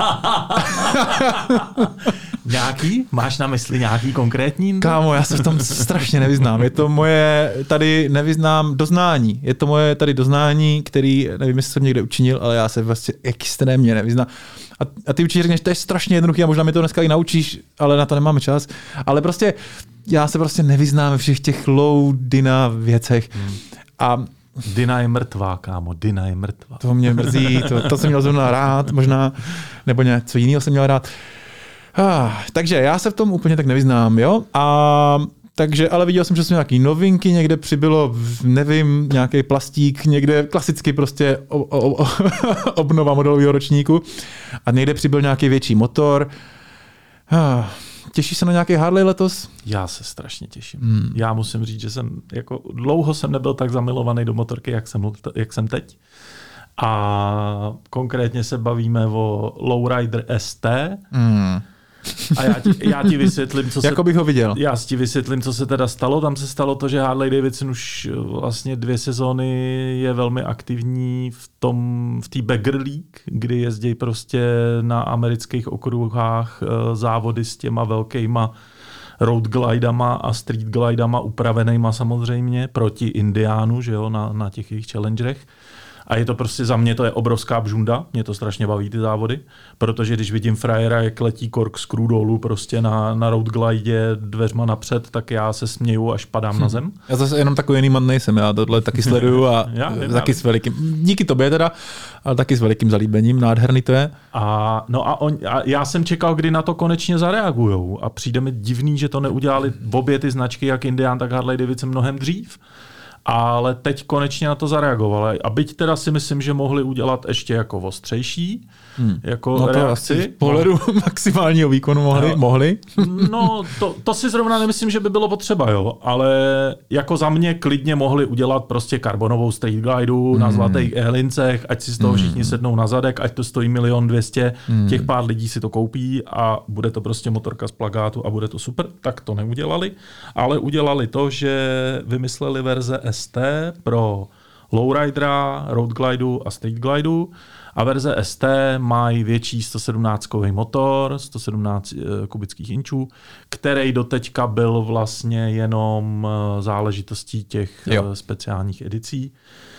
Nějaký? Máš na mysli nějaký konkrétní? Kámo, já se v tom strašně nevyznám. Je to moje tady nevyznám doznání. Je to moje tady doznání, který, nevím, jestli jsem někde učinil, ale já se vlastně extrémně nevyznám. A, a ty určitě řekneš, to je strašně jednoduchý a možná mi to dneska i naučíš, ale na to nemáme čas. Ale prostě já se prostě nevyznám ve všech těch low dyna věcech. Hmm. A Dyna je mrtvá, kámo, Dyna je mrtvá. To mě mrzí, to, to jsem měl zrovna rád možná, nebo něco jiného jsem měl rád. Ah, takže já se v tom úplně tak nevyznám, jo? A takže, ale viděl jsem, že jsou nějaké novinky, někde přibylo, nevím, nějaký plastík, někde klasicky prostě o, o, o, obnova modelového ročníku a někde přibyl nějaký větší motor. Ah, těšíš se na nějaký Harley letos? Já se strašně těším. Hmm. Já musím říct, že jsem jako dlouho jsem nebyl tak zamilovaný do motorky, jak jsem, jak jsem teď. A konkrétně se bavíme o Lowrider S T. Hmm. A já ti, já ti vysvětlím, co se... Jako bych ho viděl. Já ti vysvětlím, co se teda stalo. Tam se stalo to, že Harley Davidson už vlastně dvě sezóny je velmi aktivní v tom, v té Bagger League, kdy jezdí prostě na amerických okruhách závody s těma velkýma road glidama a street glidama upravenýma samozřejmě proti Indiánu, že jo, na, na těch jejich challengerech. A je to prostě za mě, to je obrovská bžunda, mě to strašně baví ty závody, protože když vidím frajera, jak letí corkscrew dolů prostě na, na road glide dveřma napřed, tak já se směju, až padám hm. na zem. Já zase jenom takový jiný man nejsem, já tohle taky sleduju a já, taky s velikým, díky tobě teda, ale taky s velikým zalíbením, nádherný to je. A, no a, on, a já jsem čekal, kdy na to konečně zareagujou a přijde mi divný, že to neudělali obě ty značky, jak Indian, tak Harley Davidson mnohem dřív. Ale teď konečně na to zareagovali. A byť teda si myslím, že mohli udělat ještě jako ostřejší, hmm. jako no to reakci. Asi v pohledu no. maximálního výkonu mohli. No, mohli. no to, to si zrovna nemyslím, že by bylo potřeba, jo. Ale jako za mě klidně mohli udělat prostě karbonovou street glidu hmm. na zlatých ehlincech, ať si z toho všichni sednou na zadek, ať to stojí milion dvěstě, hmm. těch pár lidí si to koupí a bude to prostě motorka z plakátu a bude to super. Tak to neudělali, ale udělali to, že vymysleli verze S T pro lowridera, road glidu a street glidu a verze S T mají větší sto sedmnáctkový motor, sto sedmnáct kubických inčů, který doteďka byl vlastně jenom záležitostí těch jo. speciálních edicí.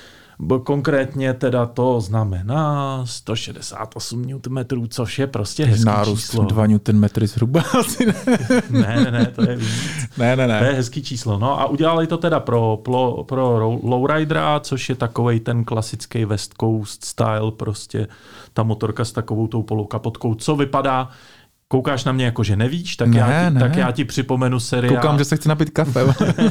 Konkrétně teda to znamená sto šedesát osm newtonmetrů, což je prostě hezký nárůst číslo. dva newtonmetry zhruba asi ne. ne, ne, ne, to je víc. ne, ne, ne. To je hezký číslo. No a udělali to teda pro, pro, pro lowridera, což je takovej ten klasický West Coast style, prostě ta motorka s takovou tou polokapotkou, co vypadá. Koukáš na mě jako, že nevíš, tak, ne, já, ti, ne. tak já ti připomenu seriál. Koukám, že se chci napít kafe.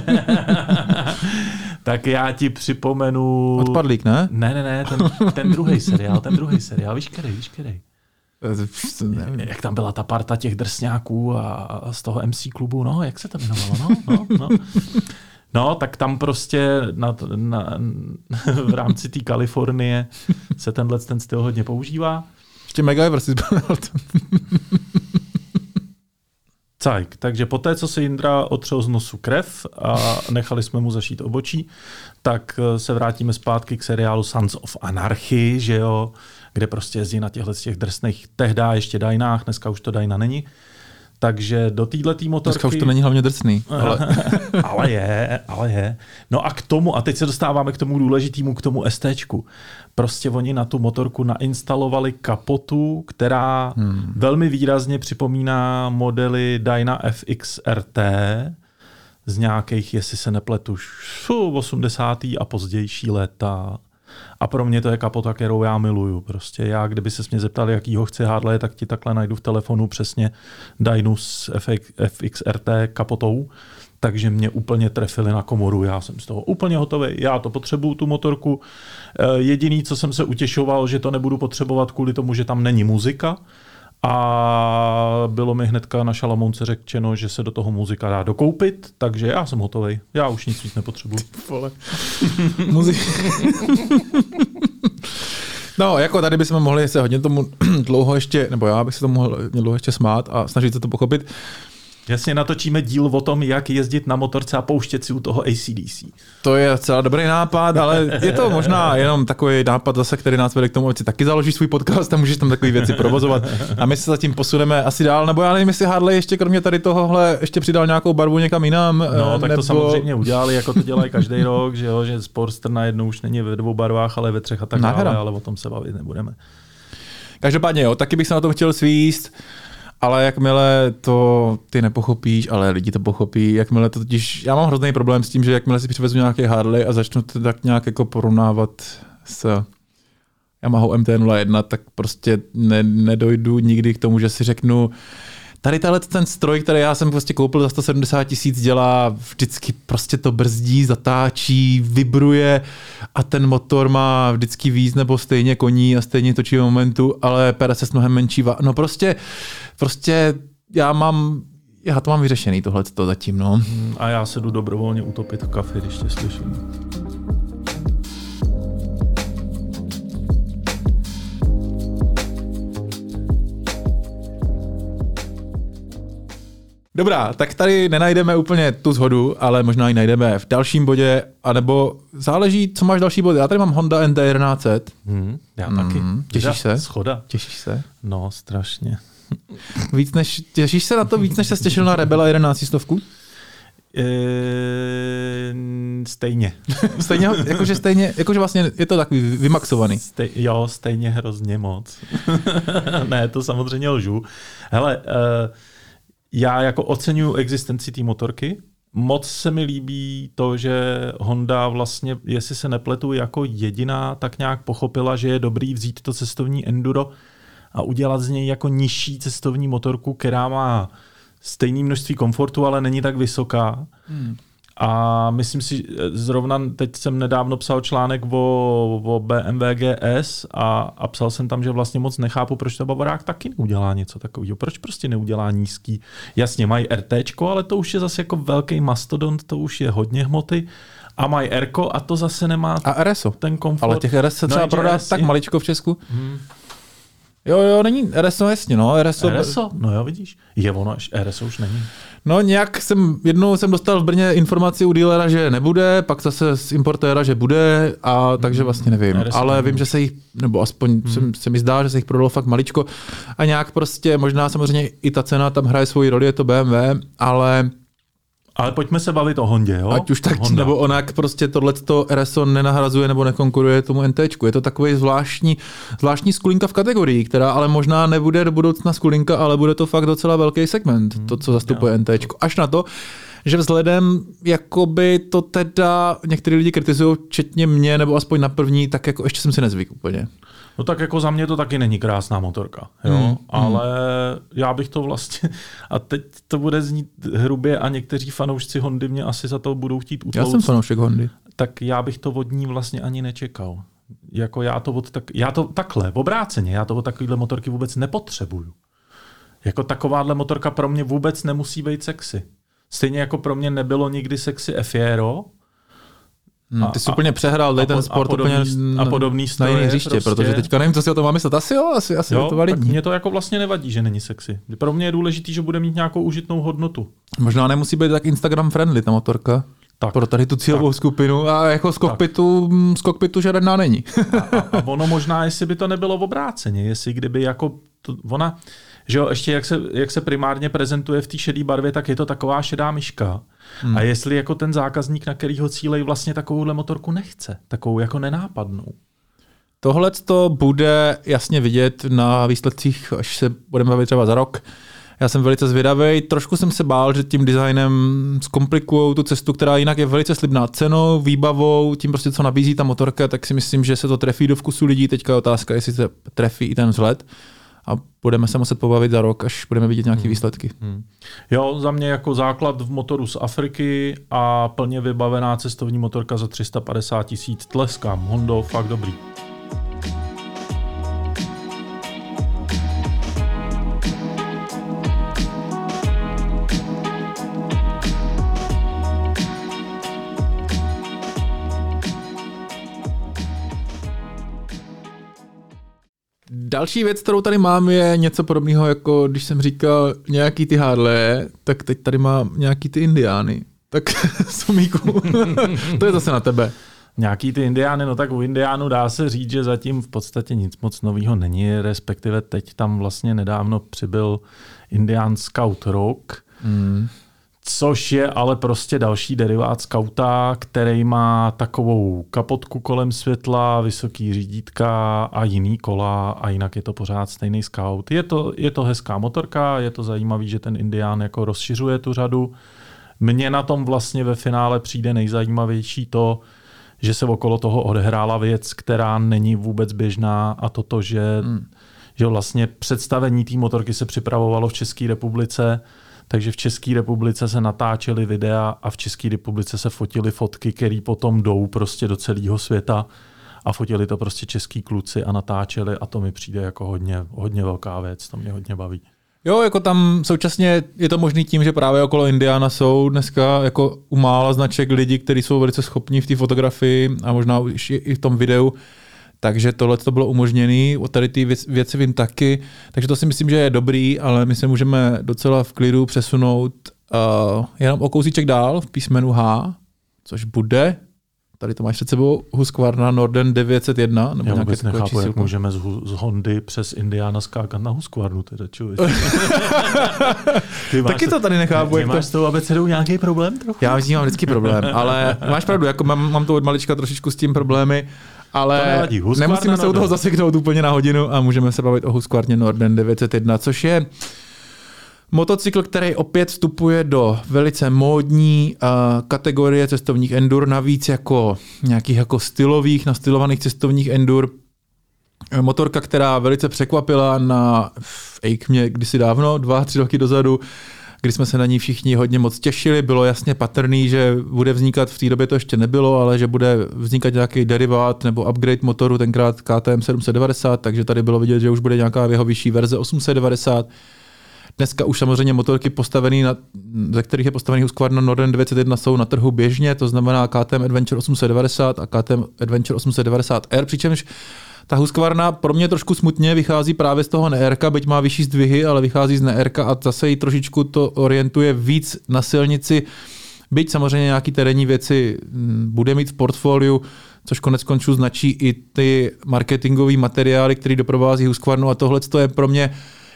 Tak já ti připomenu... Odpadlík, ne? Ne, ne, ne, ten, ten druhý seriál, ten druhý seriál, víš který, víš který? Jak tam byla ta parta těch drsňáků a, a z toho M C klubu, no, jak se to jmenovalo, no, no, no. No, tak tam prostě na, na, v rámci té Kalifornie se tenhle ten styl hodně používá. Ještě MacGyver si zbavil. Cajk. Takže poté, co se Jindra otřel z nosu krev a nechali jsme mu zašít obočí, tak se vrátíme zpátky k seriálu Sons of Anarchy, že jo, kde prostě jezdí na těchto těch drsných tehdá ještě Dynách, dneska už to Dyna není. Takže do této motorky... Dneska už to není hlavně drsný. Ale... ale je, ale je. No a k tomu, a teď se dostáváme k tomu důležitému, k tomu STčku. Prostě oni na tu motorku nainstalovali kapotu, která hmm. velmi výrazně připomíná modely Dyna F X R T z nějakých, jestli se nepletu, osmdesátých a pozdější léta. A pro mě to je kapota, kterou já miluju. Prostě já, kdyby se mě zeptal, jakýho chci Harley, tak ti takhle najdu v telefonu přesně Dynu s F X R T kapotou. Takže mě úplně trefili na komoru, já jsem z toho úplně hotový, já to potřebuju, tu motorku. Jediný, co jsem se utěšoval, že to nebudu potřebovat kvůli tomu, že tam není muzika. A bylo mi hnedka na Šalamounce řečeno, že se do toho muzika dá dokoupit, takže já jsem hotovej. Já už nic víc nepotřebuji. No, jako tady bychom mohli se hodně tomu dlouho ještě, nebo já bych se tomu mohl dlouho ještě smát a snažit se to pochopit. Jasně, natočíme díl o tom, jak jezdit na motorce a pouštět si u toho A C D C. To je celá dobrý nápad, ale je to možná jenom takový nápad zase, který nás vede k tomu, ať si taky založíš svůj podcast a můžeš tam takové věci provozovat. A my se zatím posuneme asi dál, nebo já nevím, jestli Harley ještě kromě tady tohohle ještě přidal nějakou barvu někam jinam. No, tak nebo... to samozřejmě udělali, jako to dělají každý rok, že jo, že Sportster najednou už není ve dvou barvách, ale ve třech a tak dále, ale o tom se bavit nebudeme. Každopádně jo, taky bych se na tom chtěl svíst. Ale jakmile to ty nepochopíš, ale lidi to pochopí, jakmile to totiž, já mám hrozný problém s tím, že jakmile si přivezu nějaký Harley a začnu to tak nějak jako porovnávat s Yamaha M T nula jedna, tak prostě ne, nedojdu nikdy k tomu, že si řeknu, tady tahle ten stroj, který já jsem prostě koupil za sto sedmdesát tisíc, dělá vždycky prostě to brzdí, zatáčí, vibruje a ten motor má vždycky víc nebo stejně koní a stejně točí momentu, ale pere se s mnohem menší. Va- no prostě, prostě já mám, já to mám vyřešený tohleto zatím, no. A já se jdu dobrovolně utopit v kafi, když tě slyším. Dobrá, tak tady nenajdeme úplně tu shodu, ale možná ji najdeme v dalším bodě, anebo záleží, co máš další body. Já tady mám Honda N T jedenáct set. Hmm, já taky. Hmm, těšíš se? Schoda. Těšíš se? No, strašně. Víc než, těšíš se na to víc, než se těšil na Rebela jedenáct stovku? E, stejně. Stejně, jakože stejně, jakože vlastně je to takový vymaxovaný. Stej, jo, stejně hrozně moc. Ne, to samozřejmě lžu. Hele, uh, já jako oceňuji existenci té motorky. Moc se mi líbí to, že Honda vlastně, jestli se nepletu, jako jediná tak nějak pochopila, že je dobrý vzít to cestovní enduro a udělat z něj jako nižší cestovní motorku, která má stejné množství komfortu, ale není tak vysoká. Hmm. A myslím si, zrovna teď jsem nedávno psal článek o, o B M W G S a, a psal jsem tam, že vlastně moc nechápu, proč to Bavorák taky neudělá něco takového. Proč prostě neudělá nízký? Jasně, mají RTčko, ale to už je zase jako velký mastodont, to už je hodně hmoty. A mají Rko a to zase nemá a R S O. ten komfort. Ale těch R S se třeba no, prodá R S tak je... maličko v Česku. Hmm. Jo, jo, není R S O, jasně, no. R S O, R S O? No jo, vidíš. Je ono, R S O už není. No nějak jsem, jednou jsem dostal v Brně informaci u dealera, že nebude, pak zase z importéra, že bude, a takže vlastně nevím. R S O ale nevím. Vím, že se jich, nebo aspoň hmm. se, se mi zdá, že se jich prodalo fakt maličko a nějak prostě, možná samozřejmě i ta cena tam hraje svoji roli, je to B M W, ale... Ale pojďme se bavit o Hondě, jo? Ať už tak, Honda. Nebo onak prostě tohleto R S O nenahrazuje nebo nekonkuruje tomu NTčku. Je to takový zvláštní, zvláštní skulinka v kategorii, která ale možná nebude do budoucna skulinka, ale bude to fakt docela velký segment, hmm, to, co zastupuje jo. NTčko. Až na to, že vzhledem, jakoby to teda některý lidi kritizují, včetně mě, nebo aspoň na první, tak jako ještě jsem si nezvyk úplně. No tak jako za mě to taky není krásná motorka, jo, hmm, ale hmm. já bych to vlastně, a teď to bude znít hrubě a někteří fanoušci Hondy mě asi za to budou chtít utlouct. Já jsem fanoušek Hondy. Tak já bych to od ní vlastně ani nečekal. Jako já to od tak, já to takhle, obráceně, já to od takovýhle motorky vůbec nepotřebuju. Jako takováhle motorka pro mě vůbec nemusí být sexy. Stejně jako pro mě nebylo nikdy sexy Fiero. Hmm, ty jsi a, úplně přehrál, dej ten sport podobný, úplně a podobný na jiný hřiště, prostě. Protože teďka nevím, co si o tom mám myslet. Asi jo, asi, asi jo, je to validní. Mně to jako vlastně nevadí, že není sexy. Pro mě je důležitý, že bude mít nějakou užitnou hodnotu. Možná nemusí být tak Instagram friendly ta motorka. Tak. Pro tady tu cílovou tak. skupinu a jako z kokpitu, z kokpitu žádná není. a, a, a ono možná, jestli by to nebylo v obráceně, jestli kdyby jako to, ona, že jo, ještě jak se, jak se primárně prezentuje v té šedé barvě, tak je to taková šedá myška. Hmm. A jestli jako ten zákazník, na kterýho cílej, vlastně takovouhle motorku nechce, takovou jako nenápadnou. Tohle to bude jasně vidět na výsledcích, až se budeme bavit třeba za rok, Já jsem velice zvědavý. Trošku jsem se bál, že tím designem zkomplikujou tu cestu, která jinak je velice slibná cenou, výbavou, tím prostě, co nabízí ta motorka, tak si myslím, že se to trefí do vkusu lidí. Teďka je otázka, jestli se trefí i ten vzhled. A budeme se muset pobavit za rok, až budeme vidět nějaké hmm. výsledky. Hmm. Jo, za mě jako základ v motoru z Afriky a plně vybavená cestovní motorka za tři sta padesát tisíc. Tleskám, Hondo, fakt dobrý. Další věc, kterou tady mám, je něco podobného, jako když jsem říkal nějaký ty Harley, tak teď tady mám nějaký ty Indiány. Tak Somíku, to je zase na tebe. Nějaký ty Indiány, no tak u Indiánů dá se říct, že zatím v podstatě nic moc nového není, respektive teď tam vlastně nedávno přibyl Indian Scout Rock, mm. což je ale prostě další derivát Scouta, který má takovou kapotku kolem světla, vysoký řídítka a jiný kola a jinak je to pořád stejný Scout. Je to, je to hezká motorka, je to zajímavý, že ten Indián jako rozšiřuje tu řadu. Mně na tom vlastně ve finále přijde nejzajímavější to, že se okolo toho odehrála věc, která není vůbec běžná a toto, že, hmm. že vlastně představení té motorky se připravovalo v České republice. Takže v České republice se natáčely videa a v České republice se fotily fotky, které potom jdou prostě do celého světa a fotili to prostě český kluci a natáčeli a to mi přijde jako hodně, hodně velká věc, to mě hodně baví. Jo, jako tam současně je to možný tím, že právě okolo Indiana jsou dneska jako u mála značek lidi, kteří jsou velice schopní v té fotografii a možná už i v tom videu. Takže tohle to bylo umožněné, o tady ty věc, věci vím taky, takže to si myslím, že je dobrý, ale my se můžeme docela v klidu přesunout uh, jenom o kousíček dál v písmenu H, což bude, tady to máš před sebou, Husqvarna Norden devět set jedna. Nebo já vůbec nechápu, jak můžeme z, z Hondy přes Indiana skákat na Husqvarnu, teda člověk. Taky to tady nechápu. Ty máš s tou abecedou nějaký problém trochu? Já s tím mám vždycky problém, ale máš pravdu, jako mám, mám to od malička trošičku s tím problémy, ale nemusíme se u toho zaseknout úplně na hodinu a můžeme se bavit o Husqvarně Norden devět set jedna, což je motocykl, který opět vstupuje do velice módní uh, kategorie cestovních endur, navíc jako nějakých jako stylových, nastylovaných cestovních endur. Motorka, která velice překvapila na EICMě kdysi dávno, dva, tři roky dozadu, kdy jsme se na ní všichni hodně moc těšili. Bylo jasně patrný, že bude vznikat, v té době to ještě nebylo, ale že bude vznikat nějaký derivát nebo upgrade motoru, tenkrát K T M sedm set devadesát, takže tady bylo vidět, že už bude nějaká jeho vyšší verze osm set devadesát. Dneska už samozřejmě motorky postavený, na, ze kterých je postavený Husqvarna Norden devět set jedna, jsou na trhu běžně, to znamená K T M Adventure osm set devadesát a K T M Adventure osm set devadesát R, přičemž ta Husqvarna pro mě trošku smutně vychází právě z toho N R K, byť má vyšší zdvihy, ale vychází z N R K a zase ji trošičku to orientuje víc na silnici, byť samozřejmě nějaký terénní věci bude mít v portfoliu, což konec konců značí i ty marketingové materiály, které doprovází Husqvarnu a tohle je pro mě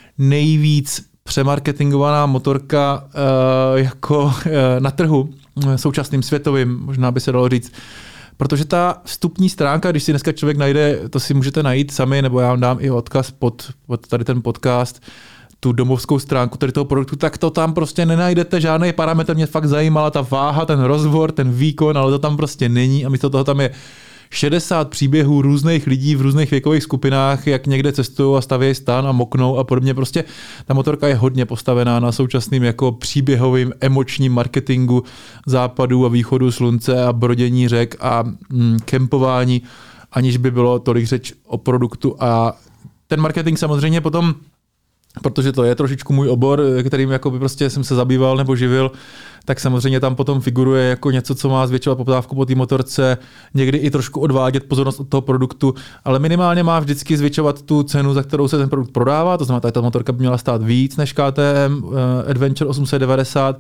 nejvíc přemarketingovaná motorka uh, jako uh, na trhu současným světovým, možná by se dalo říct. Protože ta vstupní stránka, když si dneska člověk najde, to si můžete najít sami, nebo já vám dám i odkaz pod, pod tady ten podcast, tu domovskou stránku tady toho produktu, tak to tam prostě nenajdete žádný parametr. Mě fakt zajímala ta váha, ten rozbor, ten výkon, ale to tam prostě není a místo toho tam je šedesát příběhů různých lidí v různých věkových skupinách, jak někde cestují a stavějí stan a moknou a podobně. Prostě ta motorka je hodně postavená na současným jako příběhovým emočním marketingu západu a východu slunce a brodění řek a mm, kempování, aniž by bylo tolik řeč o produktu. A ten marketing samozřejmě potom, protože to je trošičku můj obor, kterým jako by prostě jsem se zabýval nebo živil, tak samozřejmě tam potom figuruje jako něco, co má zvětšovat poptávku po té motorce, někdy i trošku odvádět pozornost od toho produktu, ale minimálně má vždycky zvětšovat tu cenu, za kterou se ten produkt prodává, to znamená, že ta motorka by měla stát víc než K T M Adventure osm set devadesát.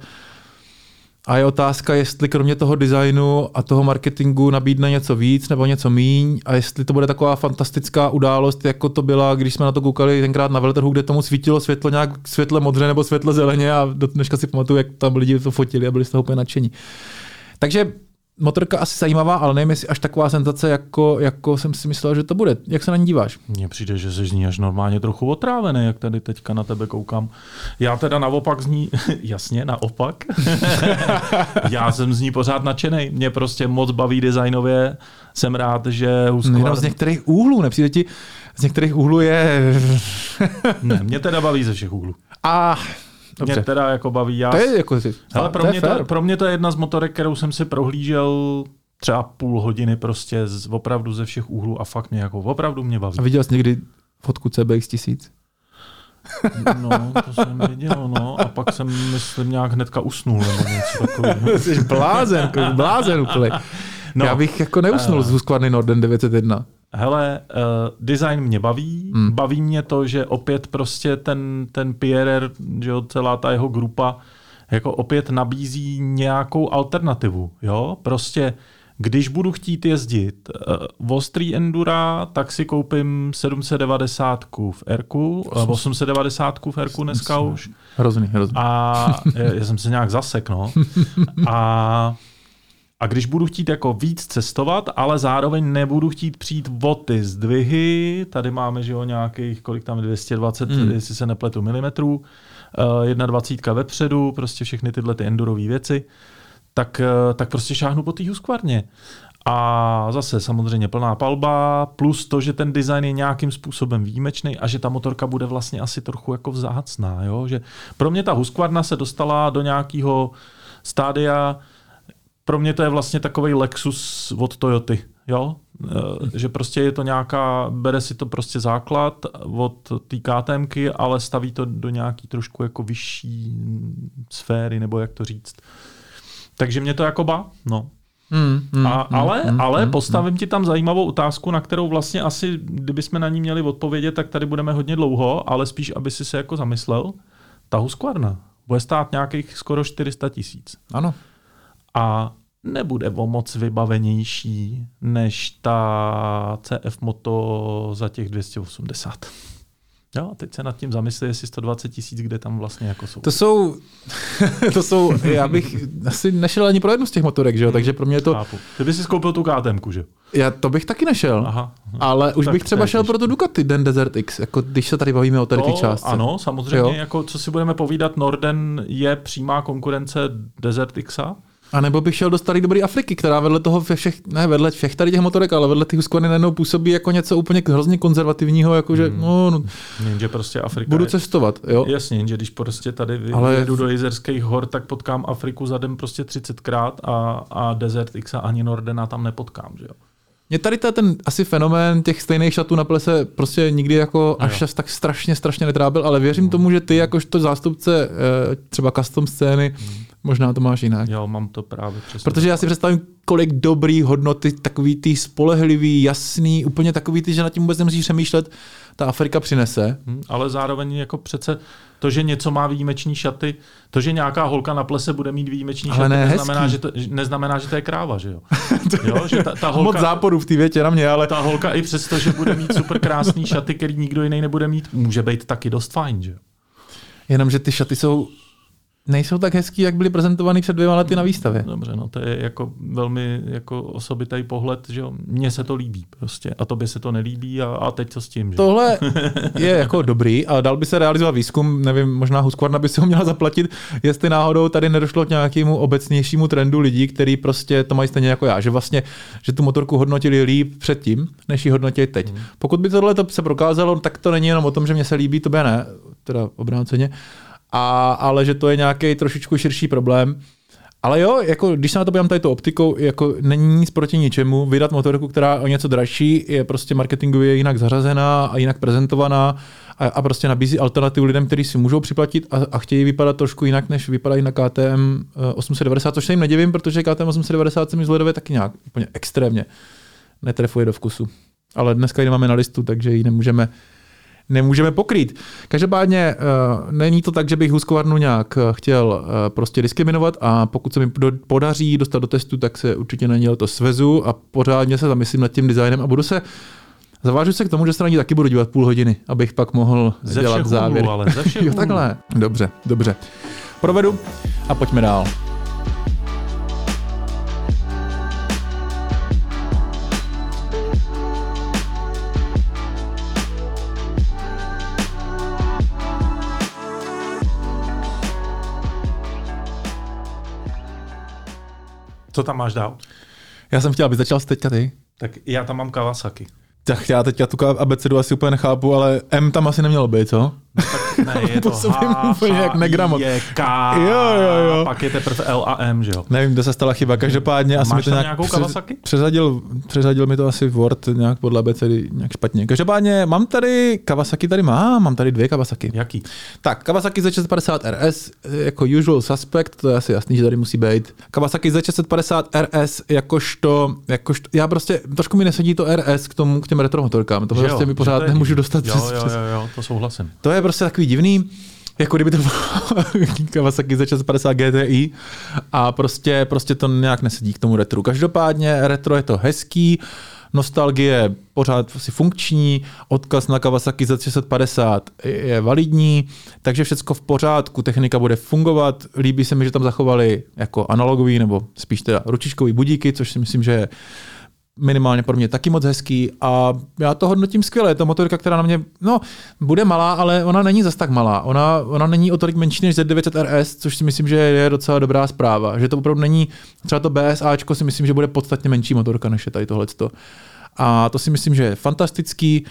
A je otázka, jestli kromě toho designu a toho marketingu nabídne něco víc nebo něco míň a jestli to bude taková fantastická událost, jako to byla, když jsme na to koukali tenkrát na veletrhu, kde tomu svítilo světlo nějak světle modře nebo světle zeleně a do dneška si pamatuju, jak tam lidi to fotili a byli z toho úplně nadšení. Takže motorka asi zajímavá, ale nevím, jestli až taková senzace, jako, jako jsem si myslel, že to bude. Jak se na ní díváš? Mně přijde, že jsi z ní až normálně trochu otrávený, jak tady teďka na tebe koukám. Já teda naopak z ní, jasně, naopak. Já jsem z ní pořád nadšenej. Mě prostě moc baví designově. Jsem rád, že Husqvarna... Jenom z některých úhlů, nepřijde ti, z některých úhlů je... Ne, mě teda baví ze všech úhlů. A... Dobře. Mě teda jako baví. Já... To je jako... Hele, pro, to mě je to, pro mě to je jedna z motorek, kterou jsem si prohlížel třeba půl hodiny prostě z, opravdu ze všech úhlů a fakt mě jako opravdu mě baví. A viděl jsi někdy fotku C B X tisíc? No, to jsem viděl, no. A pak jsem, myslím, nějak hnedka usnul nebo něco takového. Jsi blázen, blázen úplně. No, já bych jako neusnul uh, z Husqvarny Norden devět set jedna. Hele, uh, design mě baví. Hmm. Baví mě to, že opět prostě ten, ten P R R, že jo, celá ta jeho grupa, jako opět nabízí nějakou alternativu. Jo? Prostě, když budu chtít jezdit uh, ostrý endura, tak si koupím sedm set devadesát v R-ku, uh, osm set devadesát v R-ku dneska už. Hrozný, hrozný. A já jsem se nějak zasek, no. A... A když budu chtít jako víc cestovat, ale zároveň nebudu chtít přijít o ty zdvihy, tady máme, že jo, nějakých, kolik tam dvě stě dvacet, mm. jestli se nepletu, milimetrů, uh, dvacet jedna vepředu, prostě všechny tyhle ty endurové věci, tak, uh, tak prostě šáhnu po té Husqvarně. A zase samozřejmě plná palba, plus to, že ten design je nějakým způsobem výjimečný a že ta motorka bude vlastně asi trochu jako vzácná. Jo? Že pro mě ta Husqvarna se dostala do nějakého stádia. Pro mě to je vlastně takovej Lexus od Toyoty, jo? E, že prostě je to nějaká, bere si to prostě základ od té KTMky, ale staví to do nějaký trošku jako vyšší sféry, nebo jak to říct. Takže mě to jako ba, no. Mm, mm, A, ale, mm, ale mm, postavím mm. ti tam zajímavou otázku, na kterou vlastně asi, kdybychom na ní měli odpovědět, tak tady budeme hodně dlouho, ale spíš, aby si se jako zamyslel. Ta Husqvarna bude stát nějakých skoro čtyři sta tisíc. Ano. A nebude o moc vybavenější než ta C F Moto za těch dvě stě osmdesát. Jo, a teď se nad tím zamyslí, jestli sto dvacet tisíc, kde tam vlastně jako jsou. To jsou, to jsou, já bych asi nešel ani pro jednu z těch motorek, že jo, takže pro mě je to... Chápu. Ty bys si skoupil tu KTMku, že? Já to bych taky nešel, Aha. ale už tak bych třeba šel pro tu Ducati Den Desert X, jako když se tady bavíme o tady ty částce. Ano, samozřejmě, jako co si budeme povídat, Norden je přímá konkurence Desert Xa. A nebo bych šel do staré dobré Afriky, která vedle toho všech, ne vedle všech tady těch motorek, ale vedle těch Husqvarny najednou působí jako něco úplně hrozně konzervativního, jakože hmm. no, no jenže prostě Afrika budu je, cestovat, jo. Jasně, jenže když prostě tady vyjedu do Jizerských hor, tak potkám Afriku za den prostě třicetkrát a, a Desert X a ani Nordena tam nepotkám, že jo. Mě tady to je ten asi fenomén těch stejných šatů na plese prostě nikdy jako až čas tak strašně, strašně netrábil, ale věřím hmm. tomu, že ty jakožto zástupce třeba custom scény, hmm. možná to máš jinak. Jo, mám to právě přesně. Protože já si představím, kolik dobrý hodnoty, takový ty spolehlivý, jasný, úplně takový ty, že nad tím vůbec nemusíš přemýšlet, ta Afrika přinese. Hmm, ale zároveň jako přece to, že něco má výjimeční šaty, to, že nějaká holka na plese bude mít výjimeční ale šaty, ne neznamená, že to, neznamená, že to je kráva, že jo? jo že ta, ta holka, moc záporů v té větě na mě, ale... Ta holka i přesto, že bude mít super krásný šaty, který nikdo jiný nebude mít, může být taky dost fajn, že jo? Jenomže ty šaty jsou nejsou tak hezký, jak byly prezentovaný před dvěma lety na výstavě. Dobře, no to je jako velmi jako osobitý pohled, že mně se to líbí prostě a tobě se to nelíbí a, a teď co s tím, že? Tohle je jako dobrý a dal by se realizovat výzkum, nevím, možná Husqvarna by si ho měla zaplatit, jestli náhodou tady nedošlo k nějakému obecnějšímu trendu lidí, kteří prostě to mají stejně jako já, že vlastně, že tu motorku hodnotili líp předtím, než ji hodnotí teď. Hmm. Pokud by tohle to se prokázalo, tak to není jenom o tom, že mě se líbí, tobě ne, teda obráceně. A, ale že to je nějaký trošičku širší problém. Ale jo, jako, když se na to podívám tady tou optikou, jako není nic proti ničemu. Vydat motorku, která je o něco dražší, je prostě marketingově jinak zařazená a jinak prezentovaná a, a prostě nabízí alternativu lidem, kteří si můžou připlatit a, a chtějí vypadat trošku jinak, než vypadají na K T M osm set devadesát, což se jim nedivím, protože K T M osm set devadesát se mi vzhledově taky nějak úplně extrémně netrefuje do vkusu. Ale dneska ji nemáme na listu, takže ji nemůžeme nemůžeme pokrýt. Každopádně uh, není to tak, že bych Husqvarnu nějak chtěl uh, prostě diskriminovat a pokud se mi do, podaří dostat do testu, tak se určitě na něj to svezu a pořádně se zamyslím nad tím designem a budu se zavážu se k tomu, že se na ní taky budu dívat půl hodiny, abych pak mohl ze dělat závěr. Ale ze všech jo, takhle. Dobře, dobře. Provedu a pojďme dál. Co tam máš dál? Já jsem chtěl, aby začal teďka ty. Tak já tam mám Kawasaki. Tak já teďka tu abecedu asi úplně nechápu, ale M tam asi nemělo být, co? Tak ne, je to H, úplně jak negramot. je K, jo, jo, jo. pak je teprve L a M, že jo? Nevím, kde se stala chyba, každopádně asi mi to nějak nějakou Kawasaki? přeřadil, přeřadil mi to asi Word nějak podle abecedy nějak špatně. Každopádně mám tady, Kawasaki tady mám, mám tady dvě Kawasaki. Jaký? Tak, Kawasaki Z šest set padesát R S jako usual suspect, to je asi jasný, že tady musí být. Kawasaki Z šest set padesát R S jakožto, jakožto, já prostě, trošku mi nesedí to R S k tomu, k těm retromotorkám, to prostě mi pořád nemůžu dostat jo, přes, jo, přes. Jo, jo, to souhlasím. To je prostě takový divný, jako kdyby to bylo Kawasaki Z šest set padesát G T I a prostě, prostě to nějak nesedí k tomu retru. Každopádně retro je to hezký, nostalgie pořád asi funkční, odkaz na Kawasaki Z šest set padesát je validní, takže všecko v pořádku, technika bude fungovat, líbí se mi, že tam zachovali jako analogový nebo spíš teda ručičkový budíky, což si myslím, že je minimálně pro mě taky moc hezký a já to hodnotím skvěle. Je to motorka, která na mě, no, bude malá, ale ona není zas tak malá. Ona, ona není o tolik menší než Z devět set R S, což si myslím, že je docela dobrá zpráva. Že to opravdu není, třeba to BSAčko si myslím, že bude podstatně menší motorka, než je tady tohleto. A to si myslím, že je fantastický.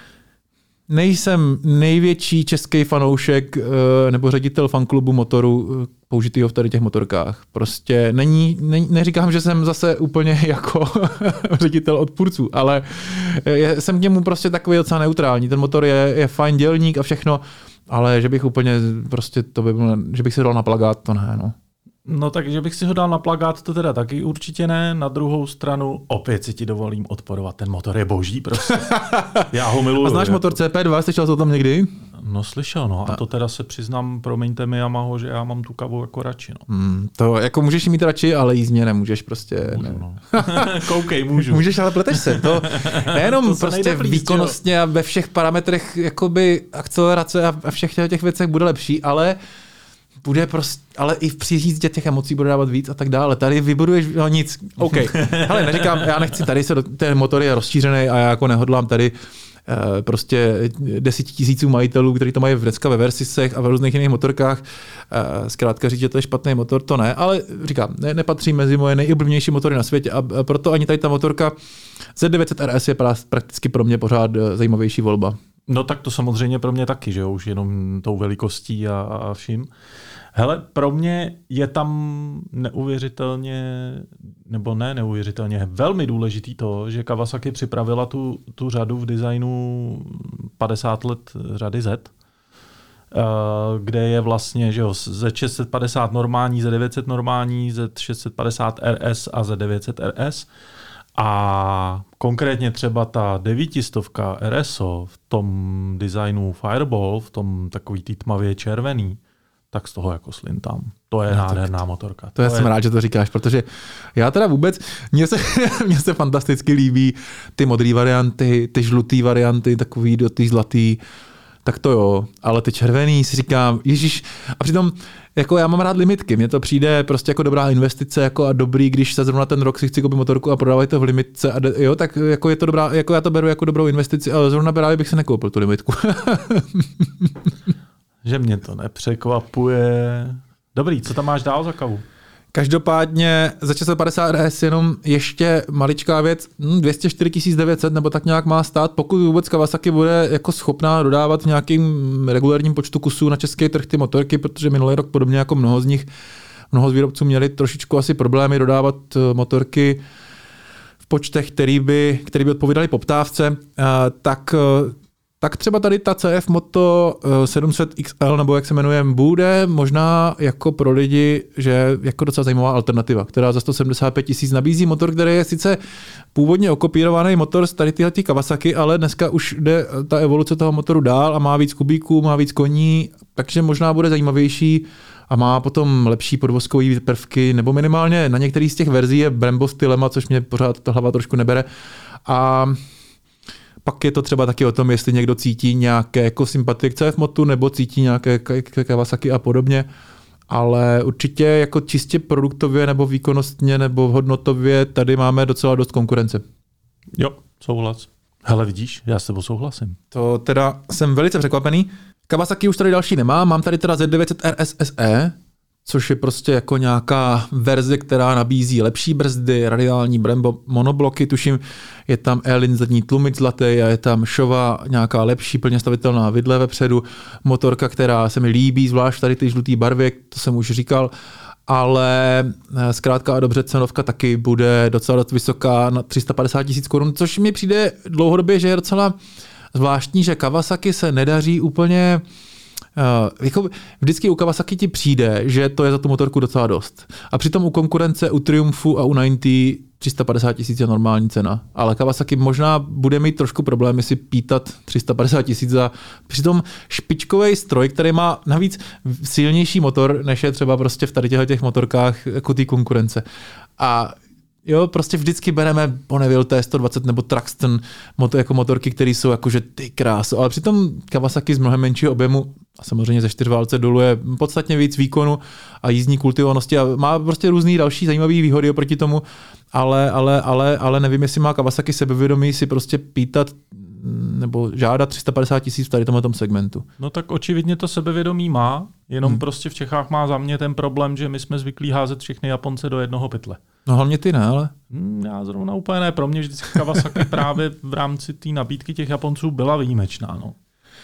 Nejsem největší český fanoušek nebo ředitel fanklubu motoru použitýho v tady těch motorkách. Prostě není, ne, neříkám, že jsem zase úplně jako ředitel odpůrců, ale je, jsem k němu prostě takový docela neutrální. Ten motor je, je fajn dělník a všechno, ale že bych úplně prostě to by bylo, že bych si dal na plagát, to ne, no. No takže bych si ho dal na plagát, to teda taky určitě ne. Na druhou stranu opět si ti dovolím odporovat. Ten motor je boží prostě. Já ho miluju. A znáš jako motor C P dva, slyšel jsi o tom někdy? No slyšel, no. A to teda se přiznám, promiňte mi Yamaho, že já mám tu kavu jako radši, no. Hmm, to jako můžeš mít radši, ale jízdně nemůžeš prostě. Můžu, ne. no. Koukej, můžu. Můžeš, ale pleteš se. To nejenom to prostě plíst, výkonnostně jo. A ve všech parametrech jakoby akcelerace a, a všech těch věcech bude lepší, ale bude prostě, ale i v příjízdě těch emocí bude dávat víc a tak dále. Tady vybuduješ, no nic, OK. Hele, neříkám, já nechci, tady se, do, ten motor je rozšířený a já jako nehodlám tady uh, prostě deset tisíců majitelů, kteří to mají dneska ve Versysech a v různých jiných motorkách. Uh, zkrátka říct, že to je špatný motor, to ne, ale říkám, ne, nepatří mezi moje nejoblíbenější motory na světě a proto ani tady ta motorka Z devět set R S je prakticky pro mě pořád zajímavější volba. No tak to samozřejmě pro mě taky, že jo, už jenom tou velikostí a, a vším. Hele, pro mě je tam neuvěřitelně, nebo ne neuvěřitelně, velmi důležitý to, že Kawasaki připravila tu, tu řadu v designu padesát let řady Z, kde je vlastně, že jo, Z šest set padesát normální, Z devět set normální, Z šest set padesát R S a Z devět set R S. A konkrétně třeba ta devítistovka R S O v tom designu Fireball, v tom takový tý tmavě červený, tak z toho jako slintám. To je no, nádherná motorka. To, to já je... jsem rád, že to říkáš, protože já teda vůbec, mně se, mně se fantasticky líbí ty modré varianty, ty žlutý varianty, takový do ty zlatý, tak to jo, ale ty červený si říkám, ježiš, a přitom jako já mám rád limitky, mně to přijde prostě jako dobrá investice jako a dobrý, když se zrovna ten rok si chci koupit motorku a prodávají to v limitce a de, jo, tak jako je to dobrá, jako já to beru jako dobrou investici, ale zrovna právě bych se nekoupil tu limitku. Že mě to nepřekvapuje. Dobrý, co tam máš dál za kavu? Každopádně za šest set padesát R S jenom ještě maličká věc, dvě stě čtyři tisíce devět set nebo tak nějak má stát, pokud vůbec Kawasaki bude jako schopná dodávat v nějakým regulárním počtu kusů na český trh ty motorky, protože minulý rok podobně jako mnoho z nich, mnoho z výrobců měli trošičku asi problémy dodávat motorky v počtech, který by, který by odpovídali poptávce, tak tak třeba tady ta C F Moto sedm set X L, nebo jak se jmenuje, bude možná jako pro lidi, že jako docela zajímavá alternativa, která za sto sedmdesát pět tisíc nabízí motor, který je sice původně okopírovaný motor z tady tyhle Kawasaki, ale dneska už jde ta evoluce toho motoru dál a má víc kubíků, má víc koní, takže možná bude zajímavější a má potom lepší podvozkový prvky, nebo minimálně na některých z těch verzí je Brembo stylema, což mě pořád ta hlava trošku nebere. A pak je to třeba taky o tom, jestli někdo cítí nějaké jako sympatie k C F Motu nebo cítí nějaké Kawasaki a podobně, ale určitě jako čistě produktově nebo výkonnostně nebo hodnotově tady máme docela dost konkurence. Jo, souhlas. Hele, vidíš, já s tebou souhlasím. To teda jsem velice překvapený. Kawasaki už tady další nemá, mám tady teda Z devět set R S S E, což je prostě jako nějaká verze, která nabízí lepší brzdy, radiální Brembo monobloky, tuším, je tam Airlin zadní tlumič zlatý a je tam Showa nějaká lepší, plně stavitelná vidle vepředu, motorka, která se mi líbí, zvlášť tady ty žlutý barvy, to jsem už říkal, ale zkrátka a dobře cenovka taky bude docela dost vysoká na tři sta padesát tisíc korun, což mi přijde dlouhodobě, že je docela zvláštní, že Kawasaki se nedaří úplně. Uh, jako vždycky u Kawasaki ti přijde, že to je za tu motorku docela dost. A přitom u konkurence, u Triumphu a u devadesát tři sta padesát tisíc je normální cena. Ale Kawasaki možná bude mít trošku problémy si pítat tři sta padesát tisíc za přitom špičkový stroj, který má navíc silnější motor, než je třeba prostě v tady těch motorkách jako té konkurence. A jo, prostě vždycky bereme Bonneville T sto dvacet nebo Truxton moto, jako motorky, které jsou jakože ty krásu, ale přitom Kawasaki z mnohem menšího objemu a samozřejmě ze čtyřválce dolů je podstatně víc výkonu a jízdní kultivovanosti a má prostě různý další zajímavé výhody oproti tomu, ale, ale, ale, ale nevím, jestli má Kawasaki sebevědomí si prostě pítat nebo žádat tři sta padesát tisíc v tady tomhle segmentu. No tak očividně to sebevědomí má, jenom hmm. prostě v Čechách má za mě ten problém, že my jsme zvyklí házet všechny Japonce do jednoho pytle. No hlavně ty ne, ale... Hmm, já zrovna úplně ne, pro mě vždycky Kawasaki právě v rámci té nabídky těch Japonců byla výjimečná. No.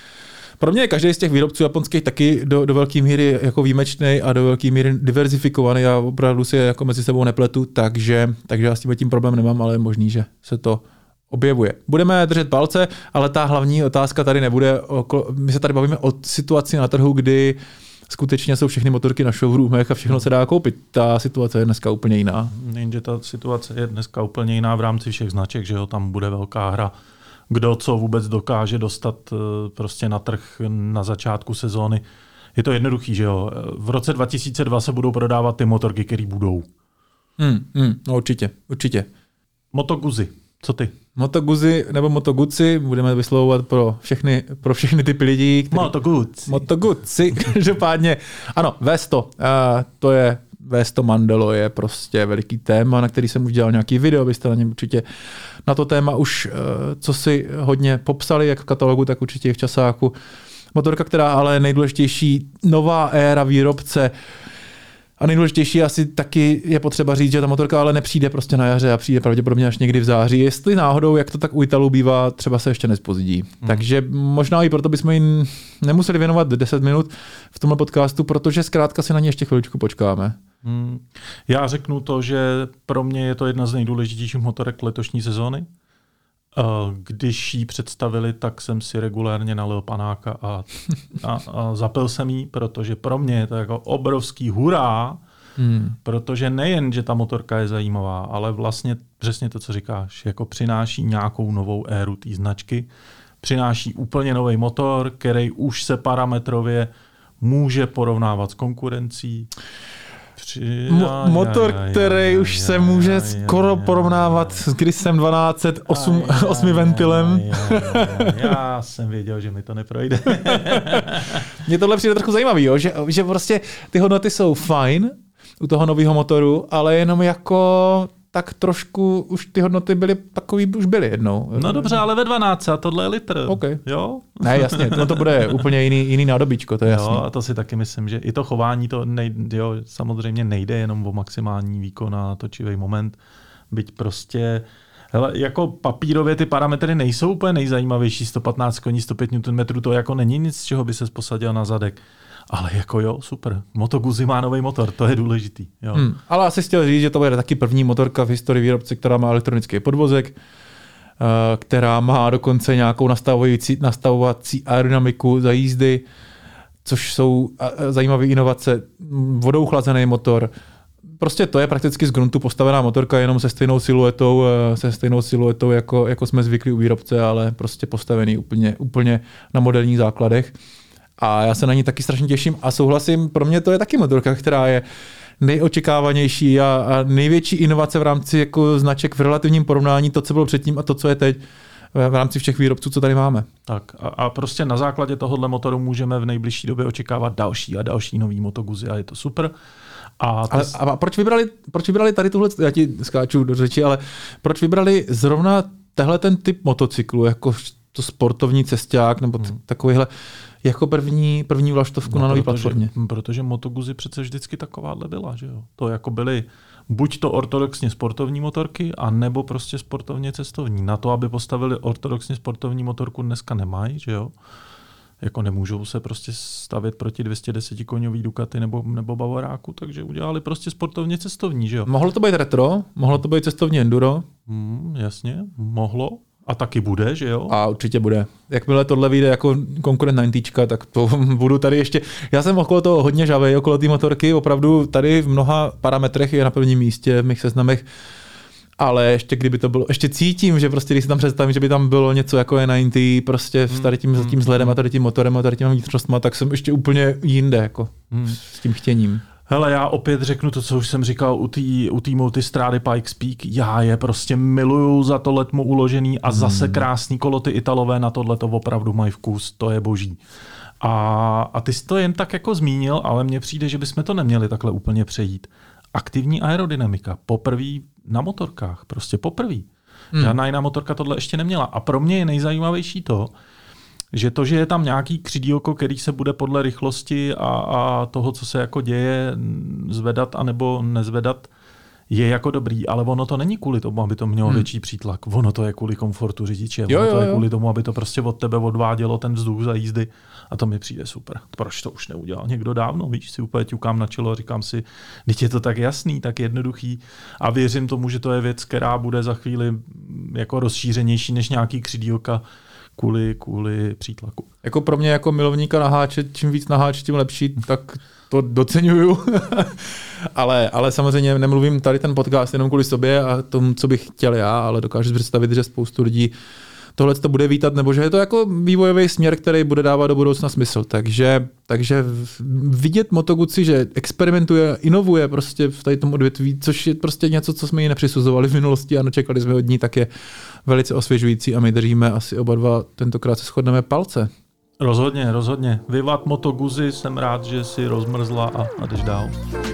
Pro mě je každý z těch výrobců japonských taky do, do velké míry jako výjimečný a do velké míry diverzifikovaný. Já opravdu si je jako mezi sebou nepletu, takže, takže já s tím, tím problém nemám, ale je možný, že se to objevuje. Budeme držet palce, ale ta hlavní otázka tady nebude. Okolo, my se tady bavíme o situaci na trhu, kdy skutečně jsou všechny motorky na showroomech a všechno se dá koupit. Ta situace je dneska úplně jiná. Jenže ta situace je dneska úplně jiná v rámci všech značek, že jo, tam bude velká hra. Kdo co vůbec dokáže dostat prostě na trh na začátku sezóny. Je to jednoduchý, že jo. V roce dva tisíce dva se budou prodávat ty motorky, které budou. Hmm, hmm, no určitě, určitě. Moto Guzzi, co ty? Moto Guzzi nebo Moto Guzzi budeme vyslovovat pro všechny, pro všechny typy lidí. Který... Moto Guzzi. Moto Guzzi, každopádně. Ano, V sto, uh, to je V sto Mandelo, je prostě veliký téma, na který jsem už dělal nějaký video, abyste na něm určitě na to téma už, uh, co si hodně popsali, jak v katalogu, tak určitě i v časáku. Motorka, která ale nejdůležitější nová éra výrobce. A nejdůležitější asi taky je potřeba říct, že ta motorka ale nepřijde prostě na jaře a přijde pravděpodobně až někdy v září. Jestli náhodou, jak to tak u Italů bývá, třeba se ještě nezpozdí. Hmm. Takže možná i proto bychom jim nemuseli věnovat deset minut v tomhle podcastu, protože zkrátka si na ně ještě chviličku počkáme. Hmm. Já řeknu to, že pro mě je to jedna z nejdůležitějších motorek letošní sezóny. Když ji představili, tak jsem si regulérně nalil panáka a, a, a zapil jsem jí, protože pro mě je to jako obrovský hurá, hmm. protože nejen, že ta motorka je zajímavá, ale vlastně přesně to, co říkáš, jako přináší nějakou novou éru té značky, přináší úplně nový motor, který už se parametrově může porovnávat s konkurencí. Při... Mo- motor, aj, který aj, už aj, se může aj, skoro aj, porovnávat aj, s Grisem dvanáct set osm, osmi ventilem. Aj, aj, aj, aj. Já jsem věděl, že mi to neprojde. Mně tohle přijde trochu zajímavý, jo? Že, že prostě ty hodnoty jsou fajn u toho nového motoru, ale jenom jako tak trošku už ty hodnoty byly takový, už byly jednou. No dobře, ale ve dvanáct a tohle je litr. Okay. Jo? Ne, jasně, no to bude úplně jiný, jiný nádobíčko, to je jasný. Jo, a to si taky myslím, že i to chování, to nejde, jo, samozřejmě nejde jenom o maximální výkon a točivý moment, byť prostě, hele, jako papírově ty parametry nejsou úplně nejzajímavější, sto patnáct koní, sto pět newtonmetrů, to jako není nic, z čeho by se posadil na zadek. Ale jako jo, super. Moto Guzzi má nový motor, to je důležitý. Jo. Hmm, ale asi chtěl říct, že to bude taky první motorka v historii výrobce, která má elektronický podvozek, která má dokonce nějakou nastavovací, nastavovací aerodynamiku za jízdy, což jsou zajímavé inovace, vodou chlazený motor. Prostě to je prakticky z gruntu postavená motorka jenom se stejnou siluetou, se stejnou siluetou jako, jako jsme zvyklí u výrobce, ale prostě postavený úplně, úplně na moderních základech. A já se na ní taky strašně těším a souhlasím, pro mě to je taky motorka, která je nejočekávanější a, a největší inovace v rámci jako značek v relativním porovnání, to, co bylo předtím a to, co je teď v rámci všech výrobců, co tady máme. Tak a, a prostě na základě tohohle motoru můžeme v nejbližší době očekávat další a další nový Moto Guzzi a je to super. A, ale, a proč vybrali, proč vybrali tady tuhle, já ti skáču do řeči, ale proč vybrali zrovna tehle ten typ motocyklu, jako to sportovní cesták nebo t- hmm. takovýhle. jako první, první vlaštovku no, na nové platformě. Protože Moto Guzzi přece vždycky takováhle byla, že jo. To jako byly buď to ortodoxně sportovní motorky, a nebo prostě sportovně cestovní. Na to, aby postavili ortodoxně sportovní motorku, dneska nemají, že jo. Jako nemůžou se prostě stavět proti dvě stě deset koňový Ducati nebo, nebo Bavoráku, takže udělali prostě sportovně cestovní, že jo. Mohlo to být retro, mohlo to být cestovní enduro. Hmm, jasně, mohlo. A taky bude, že jo? A určitě bude. Jakmile tohle vyjde jako konkurent devatenáct, tak to budu tady ještě... Já jsem okolo toho hodně žavej, okolo té motorky, opravdu tady v mnoha parametrech je na prvním místě v mých seznamech, ale ještě kdyby to bylo, ještě cítím, že prostě když si tam představím, že by tam bylo něco jako je devatenáct, prostě s tady tím, tím vzhledem a tady tím motorem a tady tím vnitřnostma, tak jsem ještě úplně jinde jako hmm. s tím chtěním. Hele, já opět řeknu to, co už jsem říkal u té u té multistrády Pikes Peak. Já je prostě miluju za to letmo uložený a hmm. zase krásný kolo, ty Italové na tohle to opravdu mají vkus, to je boží. A, a ty jsi to jen tak jako zmínil, ale mně přijde, že bychom to neměli takhle úplně přejít. Aktivní aerodynamika, poprvé na motorkách, prostě poprvé. Hmm. Žádná jiná motorka tohle ještě neměla. A pro mě je nejzajímavější to, že to, že je tam nějaký křidílko, který se bude podle rychlosti a, a toho, co se jako děje, zvedat anebo nezvedat, je jako dobrý, ale ono to není kvůli tomu, aby to mělo hmm. větší přítlak. Ono to je kvůli komfortu řidiče, ono jo, jo, to je kvůli tomu, aby to prostě od tebe odvádělo ten vzduch za jízdy a to mi přijde super. Proč to už neudělal někdo dávno? Víš, si úplně ťukám na čelo a říkám si, teď je to tak jasný, tak jednoduchý a věřím tomu, že to je věc, která bude za chvíli jako rozšířenější než nějaký křidílka kvůli, kvůli přítlaku. Jako pro mě jako milovníka naháčet, čím víc naháčet, tím lepší, tak to doceňuju. ale, ale samozřejmě nemluvím tady ten podcast jenom kvůli sobě a tomu, co bych chtěl já, ale dokážu si představit, že spoustu lidí tohle to bude vítat, nebo že je to jako vývojový směr, který bude dávat do budoucna smysl. Takže, takže vidět Moto Guzzi, že experimentuje, inovuje prostě v tady tom odvětví, což je prostě něco, co jsme jí nepřisuzovali v minulosti a nečekali jsme od ní, tak je velice osvěžující a my držíme asi oba dva, tentokrát se shodneme palce. Rozhodně, rozhodně. Vivat Moto Guzzi, jsem rád, že si rozmrzla a, a jdeš dál.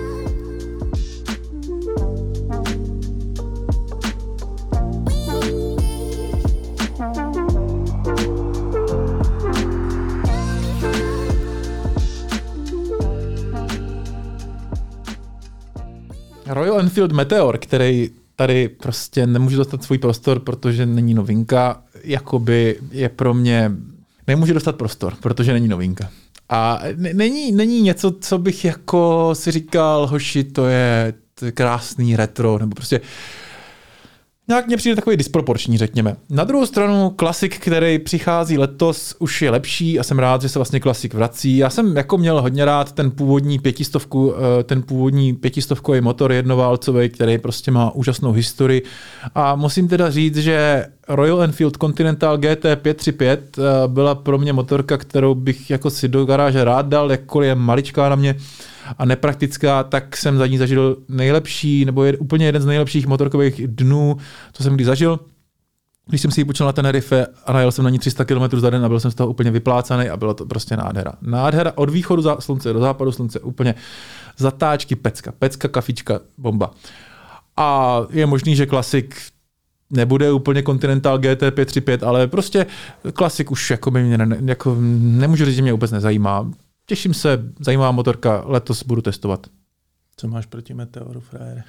Royal Enfield Meteor, který tady prostě nemůže dostat svůj prostor, protože není novinka, jakoby je pro mě, nemůže dostat prostor, protože není novinka. A není, není něco, co bych jako si říkal, hoši, to je, to je krásný retro, nebo prostě nějak mě přijde takový disproporční, řekněme. Na druhou stranu klasik, který přichází letos, už je lepší a jsem rád, že se vlastně klasik vrací. Já jsem jako měl hodně rád ten původní pětistovku, ten původní pětistovkový motor jednoválcový, který prostě má úžasnou historii. A musím teda říct, že Royal Enfield Continental G T pět tři pět byla pro mě motorka, kterou bych jako si do garáže rád dal, jakkoliv je maličká na mě a nepraktická, tak jsem za ní zažil nejlepší, nebo je úplně jeden z nejlepších motorkových dnů, co jsem kdy zažil. Když jsem si ji půjčil na Tenerife a najel jsem na ní tři sta kilometrů za den a byl jsem z toho úplně vyplácaný a bylo to prostě nádhera. Nádhera od východu za slunce do západu slunce, úplně zatáčky, pecka, pecka, kafička, bomba. A je možný, že klasik nebude úplně Continental G T pět tři pět, ale prostě klasik už jako by mě ne, jako nemůžu říct, že mě vůbec nezajímá. Těším se, zajímavá motorka, letos budu testovat. Co máš proti Meteoru, frajere?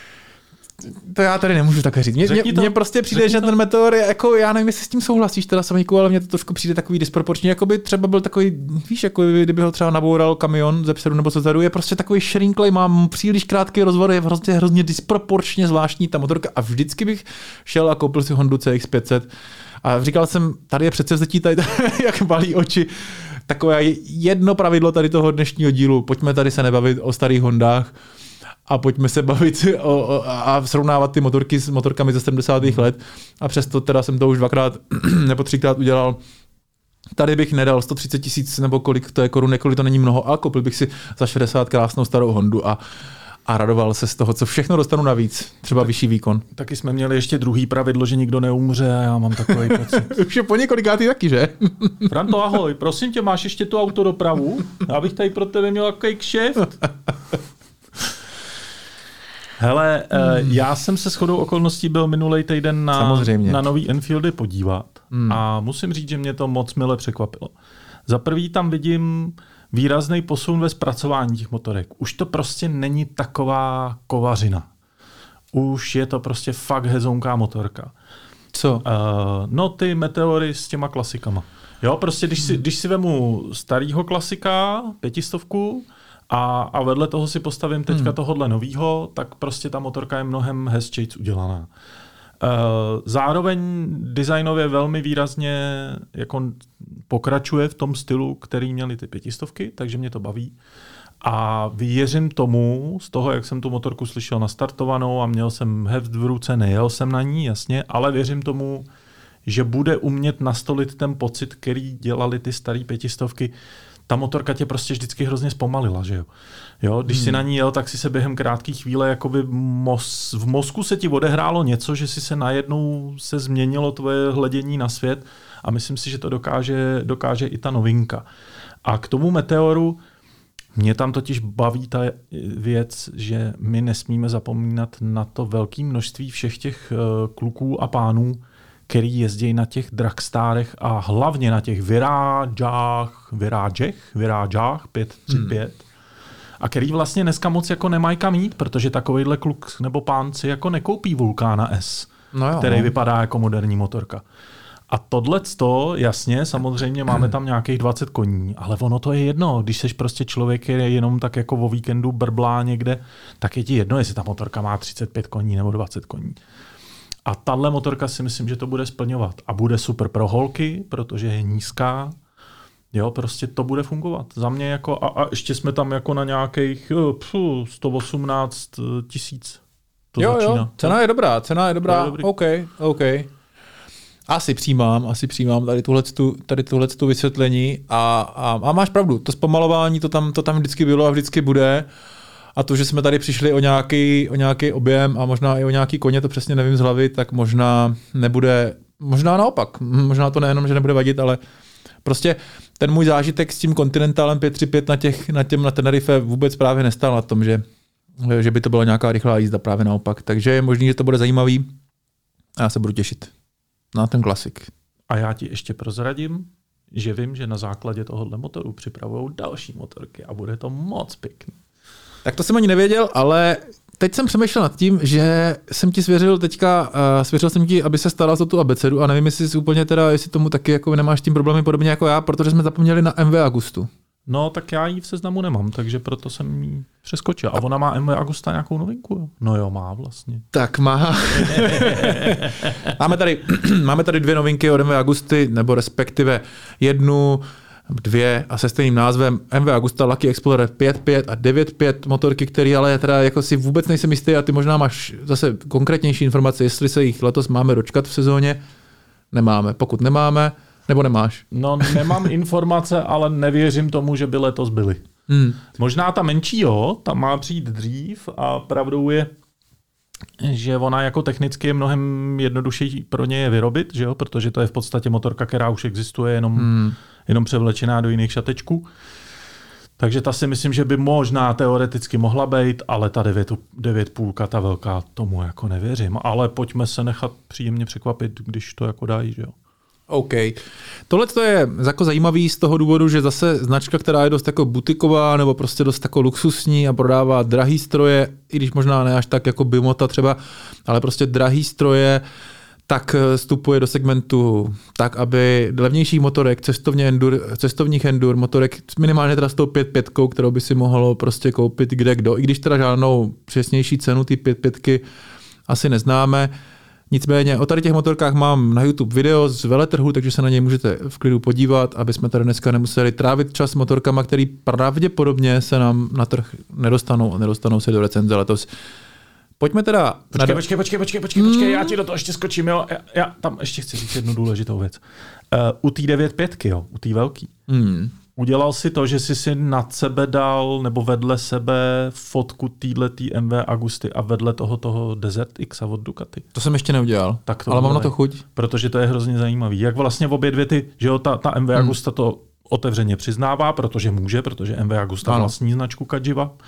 To já tady nemůžu také říct. Mně prostě přijde, že to. Ten Meteor je jako, já nevím, jestli s tím souhlasíš teda Samíku, ale mně to trošku přijde takový disproporční, jako by třeba byl takový, víš, jako kdyby ho třeba naboural kamion ze předu nebo ze zadu, je prostě takový šrinklej, má příliš krátký rozvor, je hrozně, hrozně disproporčně zvláštní ta motorka a vždycky bych šel a koupil si Hondu C X pět set a říkal jsem, tady je předsevzetí, tady jak balí oči. Takové jedno pravidlo tady toho dnešního dílu, pojďme tady se nebavit o starých Hondách a pojďme se bavit o, o, a srovnávat ty motorky s motorkami ze sedmdesátých let a přesto teda jsem to už dvakrát nebo třikrát udělal. Tady bych nedal sto třicet tisíc nebo kolik to je korun, kolik to není mnoho a koupil bych si za šedesát krásnou starou Hondu a a radoval se z toho, co všechno dostanu navíc, třeba tak, vyšší výkon. Taky jsme měli ještě druhý pravidlo, že nikdo neumře a já mám takový pocit. Už je po několikátý taky, že? Franto, ahoj, prosím tě, máš ještě tu autodopravu? Já bych tady pro tebe měl takový kšeft. Hele, hmm. já jsem se shodou okolností byl minulej týden na, na nový Enfieldy podívat hmm. a musím říct, že mě to moc mile překvapilo. Za prvý tam vidím výrazný posun ve zpracování těch motorek. Už to prostě není taková kovařina. Už je to prostě fakt hezonká motorka. Co? Uh, no ty Meteory s těma klasikama. Jo, prostě když si, když si vemu starýho klasika, pětistovku, a, a vedle toho si postavím teďka hmm. tohodle novýho, tak prostě ta motorka je mnohem hezčejc udělaná. Uh, zároveň designově velmi výrazně jako pokračuje v tom stylu, který měly ty pětistovky, takže mě to baví. A věřím tomu, z toho, jak jsem tu motorku slyšel nastartovanou a měl jsem heft v ruce, nejel jsem na ní, jasně, ale věřím tomu, že bude umět nastolit ten pocit, který dělali ty staré pětistovky. Ta motorka tě prostě vždycky hrozně zpomalila, že jo. jo když hmm. si na ní jel, tak si se během krátké chvíle jakoby mos, v mozku se ti odehrálo něco, že si se najednou se změnilo tvoje hledění na svět a myslím si, že to dokáže, dokáže i ta novinka. A k tomu Meteoru mě tam totiž baví ta věc, že my nesmíme zapomínat na to velké množství všech těch uh, kluků a pánů, který jezdí na těch dragstárech a hlavně na těch Virážách, Virážech, Virážách pět tři pět hmm. a který vlastně dneska moc jako nemají kam jít, protože takovejhle kluk nebo pán si jako nekoupí Vulkána S, no jo, který no. vypadá jako moderní motorka. A tohleto, jasně, samozřejmě máme tam nějakých dvacet koní, ale ono to je jedno. Když seš prostě člověk, je jenom tak jako o víkendu brblá někde, tak je ti jedno, jestli ta motorka má třicet pět koní nebo dvacet koní. A tahle motorka si myslím, že to bude splňovat. A bude super pro holky, protože je nízká. Jo, prostě to bude fungovat. Za mě jako, a, a ještě jsme tam jako na nějakých pfu, sto osmnáct tisíc. To jo, začíná. Jo, cena je dobrá, cena je dobrá. OK, OK. Asi přijímám, asi přijímám tady tuhletu, tady tuhletu vysvětlení a, a, a máš pravdu, to zpomalování, to tam, to tam vždycky bylo a vždycky bude. A to, že jsme tady přišli o nějaký, o nějaký objem a možná i o nějaký koně, to přesně nevím z hlavy, tak možná nebude, možná naopak, možná to nejenom, že nebude vadit, ale prostě ten můj zážitek s tím Continentalem pět tři pět na, těch, na, těm, na Tenerife vůbec právě nestál na tom, že, že by to byla nějaká rychlá jízda, právě naopak. Takže je možný, že to bude zajímavý a já se budu těšit na ten klasik. A já ti ještě prozradím, že vím, že na základě tohohle motoru připravují další motorky a bude to moc pěkný. Tak to jsem ani nevěděl, ale teď jsem přemýšlel nad tím, že jsem ti svěřil teďka, uh, svěřil jsem ti, aby se staral o tu abecedu a nevím, jestli jsi úplně teda, jestli tomu taky jako nemáš tím problémy podobně jako já, protože jsme zapomněli na M V Agustu. No tak já ji v seznamu nemám, takže proto jsem ji přeskočil. A ona má M V Agusta nějakou novinku? No jo, má vlastně. Tak má. máme, tady, máme tady dvě novinky od M V Agusty, nebo respektive jednu, dvě a se stejným názvem M V Agusta Lucky Explorer pět pět a devět pět motorky, které ale teda jako si vůbec nejsem jistý a ty možná máš zase konkrétnější informace, jestli se jich letos máme dočkat v sezóně. Nemáme. Pokud nemáme, nebo nemáš? No nemám informace, ale nevěřím tomu, že by letos byly. Hmm. Možná ta menší, jo, ta má přijít dřív a pravdou je, že ona jako technicky je mnohem jednodušší pro ně je vyrobit, že jo, protože to je v podstatě motorka, která už existuje, jenom, hmm. jenom převlečená do jiných šatečků. Takže ta si myslím, že by možná teoreticky mohla být, ale ta devět půlka, ta velká, tomu jako nevěřím. Ale pojďme se nechat příjemně překvapit, když to jako dají, že jo. OK. Tohle to je jako zajímavý z toho důvodu, že zase značka, která je dost jako butiková nebo prostě dost jako luxusní a prodává drahý stroje, i když možná ne až tak jako Bimota třeba, ale prostě drahý stroje, tak vstupuje do segmentu tak, aby levnějších motorek, cestovně endur, cestovních endur, motorek minimálně teda s tou pět pět, kterou by si mohlo prostě koupit kde kdo, i když teda žádnou přesnější cenu ty pět pět asi neznáme. Nicméně o tady těch motorkách mám na YouTube video z veletrhu, takže se na něj můžete v klidu podívat, aby jsme tady dneska nemuseli trávit čas motorkama, který pravděpodobně se nám na trh nedostanou a nedostanou se do recenze letos. Pojďme teda... Počkej, počkej, počkej, počkej, počkej, mm. počkej, já ti do toho ještě skočím, jo. Já, já tam ještě chci říct jednu důležitou věc. Uh, u té devět pět, jo, u té velký. Mm. Udělal si to, že jsi si nad sebe dal, nebo vedle sebe fotku týhletý M V Agusty a vedle toho toho Desert X od Ducati. To jsem ještě neudělal, tak to ale mám na to chuť. Protože to je hrozně zajímavý. Jak vlastně v obě dvě ty, že jo, ta, ta M V hmm. Agusta to otevřeně přiznává, protože může, protože M V Agusta ano. vlastní značku Kajiva.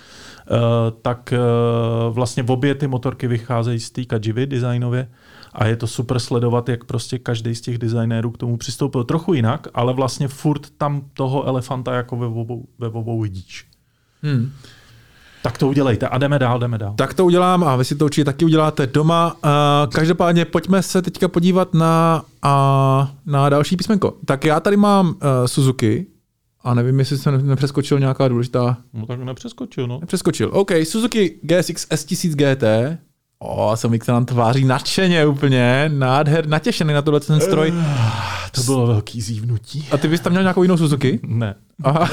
tak vlastně obě ty motorky vycházejí z té Kajivy designově a je to super sledovat, jak prostě každý z těch designérů k tomu přistoupil trochu jinak, ale vlastně furt tam toho elefanta jako ve obou, ve obou vidíš. Hmm. Tak to udělejte a jdeme dál, jdeme dál. Tak to udělám a vy si to určitě taky uděláte doma. Uh, každopádně pojďme se teďka podívat na, uh, na další písmenko. Tak já tady mám uh, Suzuki a nevím, jestli jsem nepřeskočil nějaká důležitá... No tak nepřeskočil, no. Nepřeskočil. OK, Suzuki G S X S tisíc G T. O, Semík se nám tváří nadšeně úplně, nádher, natěšený na tohle ten stroj. To bylo velký zívnutí. A ty bys tam měl nějakou jinou Suzuki? Ne. Aha.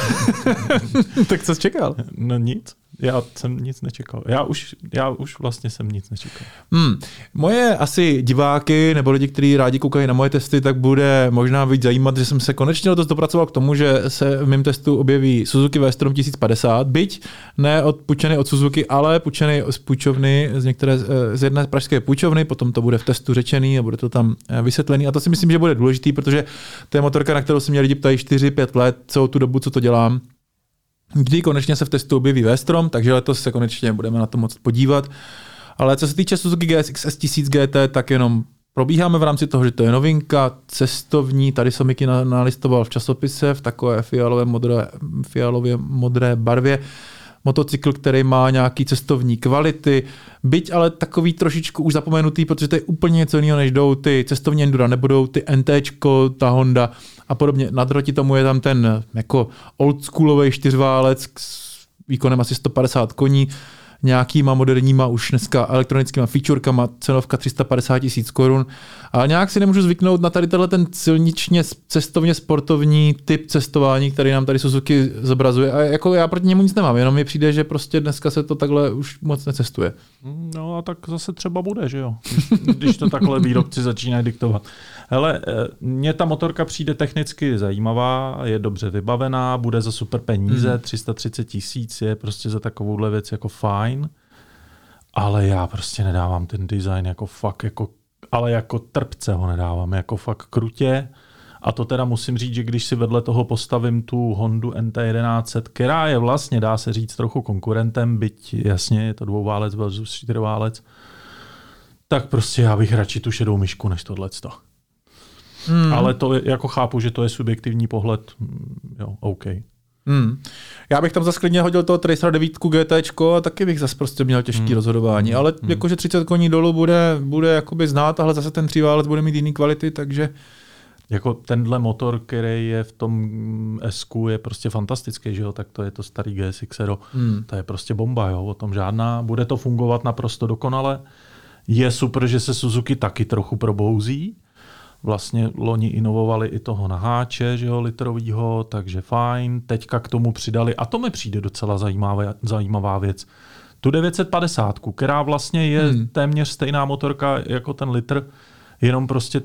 Tak co jsi čekal? No nic. Já jsem nic nečekal. Já už, já už vlastně jsem nic nečekal. Hmm. Moje asi diváky nebo lidi, kteří rádi koukají na moje testy, tak bude možná víc zajímat, že jsem se konečně letos dopracoval k tomu, že se v mém testu objeví Suzuki V Strom tisíc padesát, byť ne odpůjčený od Suzuki, ale půjčený z půjčovny, z, některé, z jedné pražské půjčovny, potom to bude v testu řečený a bude to tam vysvětlený. A to si myslím, že bude důležitý, protože to je motorka, na kterou se mě lidi ptají čtyři pět let, celou tu dobu, co to dělám. Kdy konečně se v testu objeví V-Strom, takže letos se konečně budeme na to moct podívat. Ale co se týče Suzuki G S X S tisíc G T, tak jenom probíháme v rámci toho, že to je novinka, cestovní, tady jsem Miky nalistoval v časopise v takové fialové modré, fialově modré barvě. Motocykl, který má nějaký cestovní kvality, byť ale takový trošičku už zapomenutý, protože to je úplně něco jiného, než jdou ty cestovní endura, nebudou ty NTčko, ta Honda a podobně. Naproti tomu je tam ten jako oldschoolový čtyřválec s výkonem asi sto padesát koní, nějakýma moderníma už dneska elektronickýma featurkama, cenovka tři sta padesát tisíc korun. Ale nějak si nemůžu zvyknout na tady tenhle ten silničně cestovně sportovní typ cestování, který nám tady Suzuki zobrazuje. A jako já proti němu nic nemám, jenom mi přijde, že prostě dneska se to takhle už moc necestuje. No a tak zase třeba bude, že jo? Když to takhle výrobci začínají diktovat. Hele, mně ta motorka přijde technicky zajímavá, je dobře vybavená, bude za super peníze, mm. tři sta třicet tisíc je prostě za takovouhle věc jako fajn, ale já prostě nedávám ten design jako fakt, jako, ale jako trpce ho nedávám, jako fakt krutě. A to teda musím říct, že když si vedle toho postavím tu Hondu N T jedenáct set, která je vlastně, dá se říct, trochu konkurentem, byť jasně je to dvouválec versus čtyřválec, tak prostě já bych radši tu šedou myšku než tohleto. Hmm. Ale to je, jako chápu, že to je subjektivní pohled, jo, OK. Hmm. Já bych tam zase klidně hodil toho Tracer devět GTčko a taky bych zase prostě měl těžký hmm. rozhodování, ale hmm. jakože třicet koní dolů bude, bude jakoby znát, ale zase ten tříválec bude mít jiný kvality, takže... Jako tenhle motor, který je v tom S-ku, je prostě fantastický, že jo, tak to je to starý G S X R. Hmm. To je prostě bomba, jo, o tom žádná. Bude to fungovat naprosto dokonale. Je super, že se Suzuki taky trochu probouzí. Vlastně loni inovovali i toho naháče, že jo, litrovýho, takže fajn. Teďka k tomu přidali, a to mi přijde docela zajímavá, zajímavá věc, tu devět set padesát, která vlastně je hmm. téměř stejná motorka jako ten litr, jenom prostě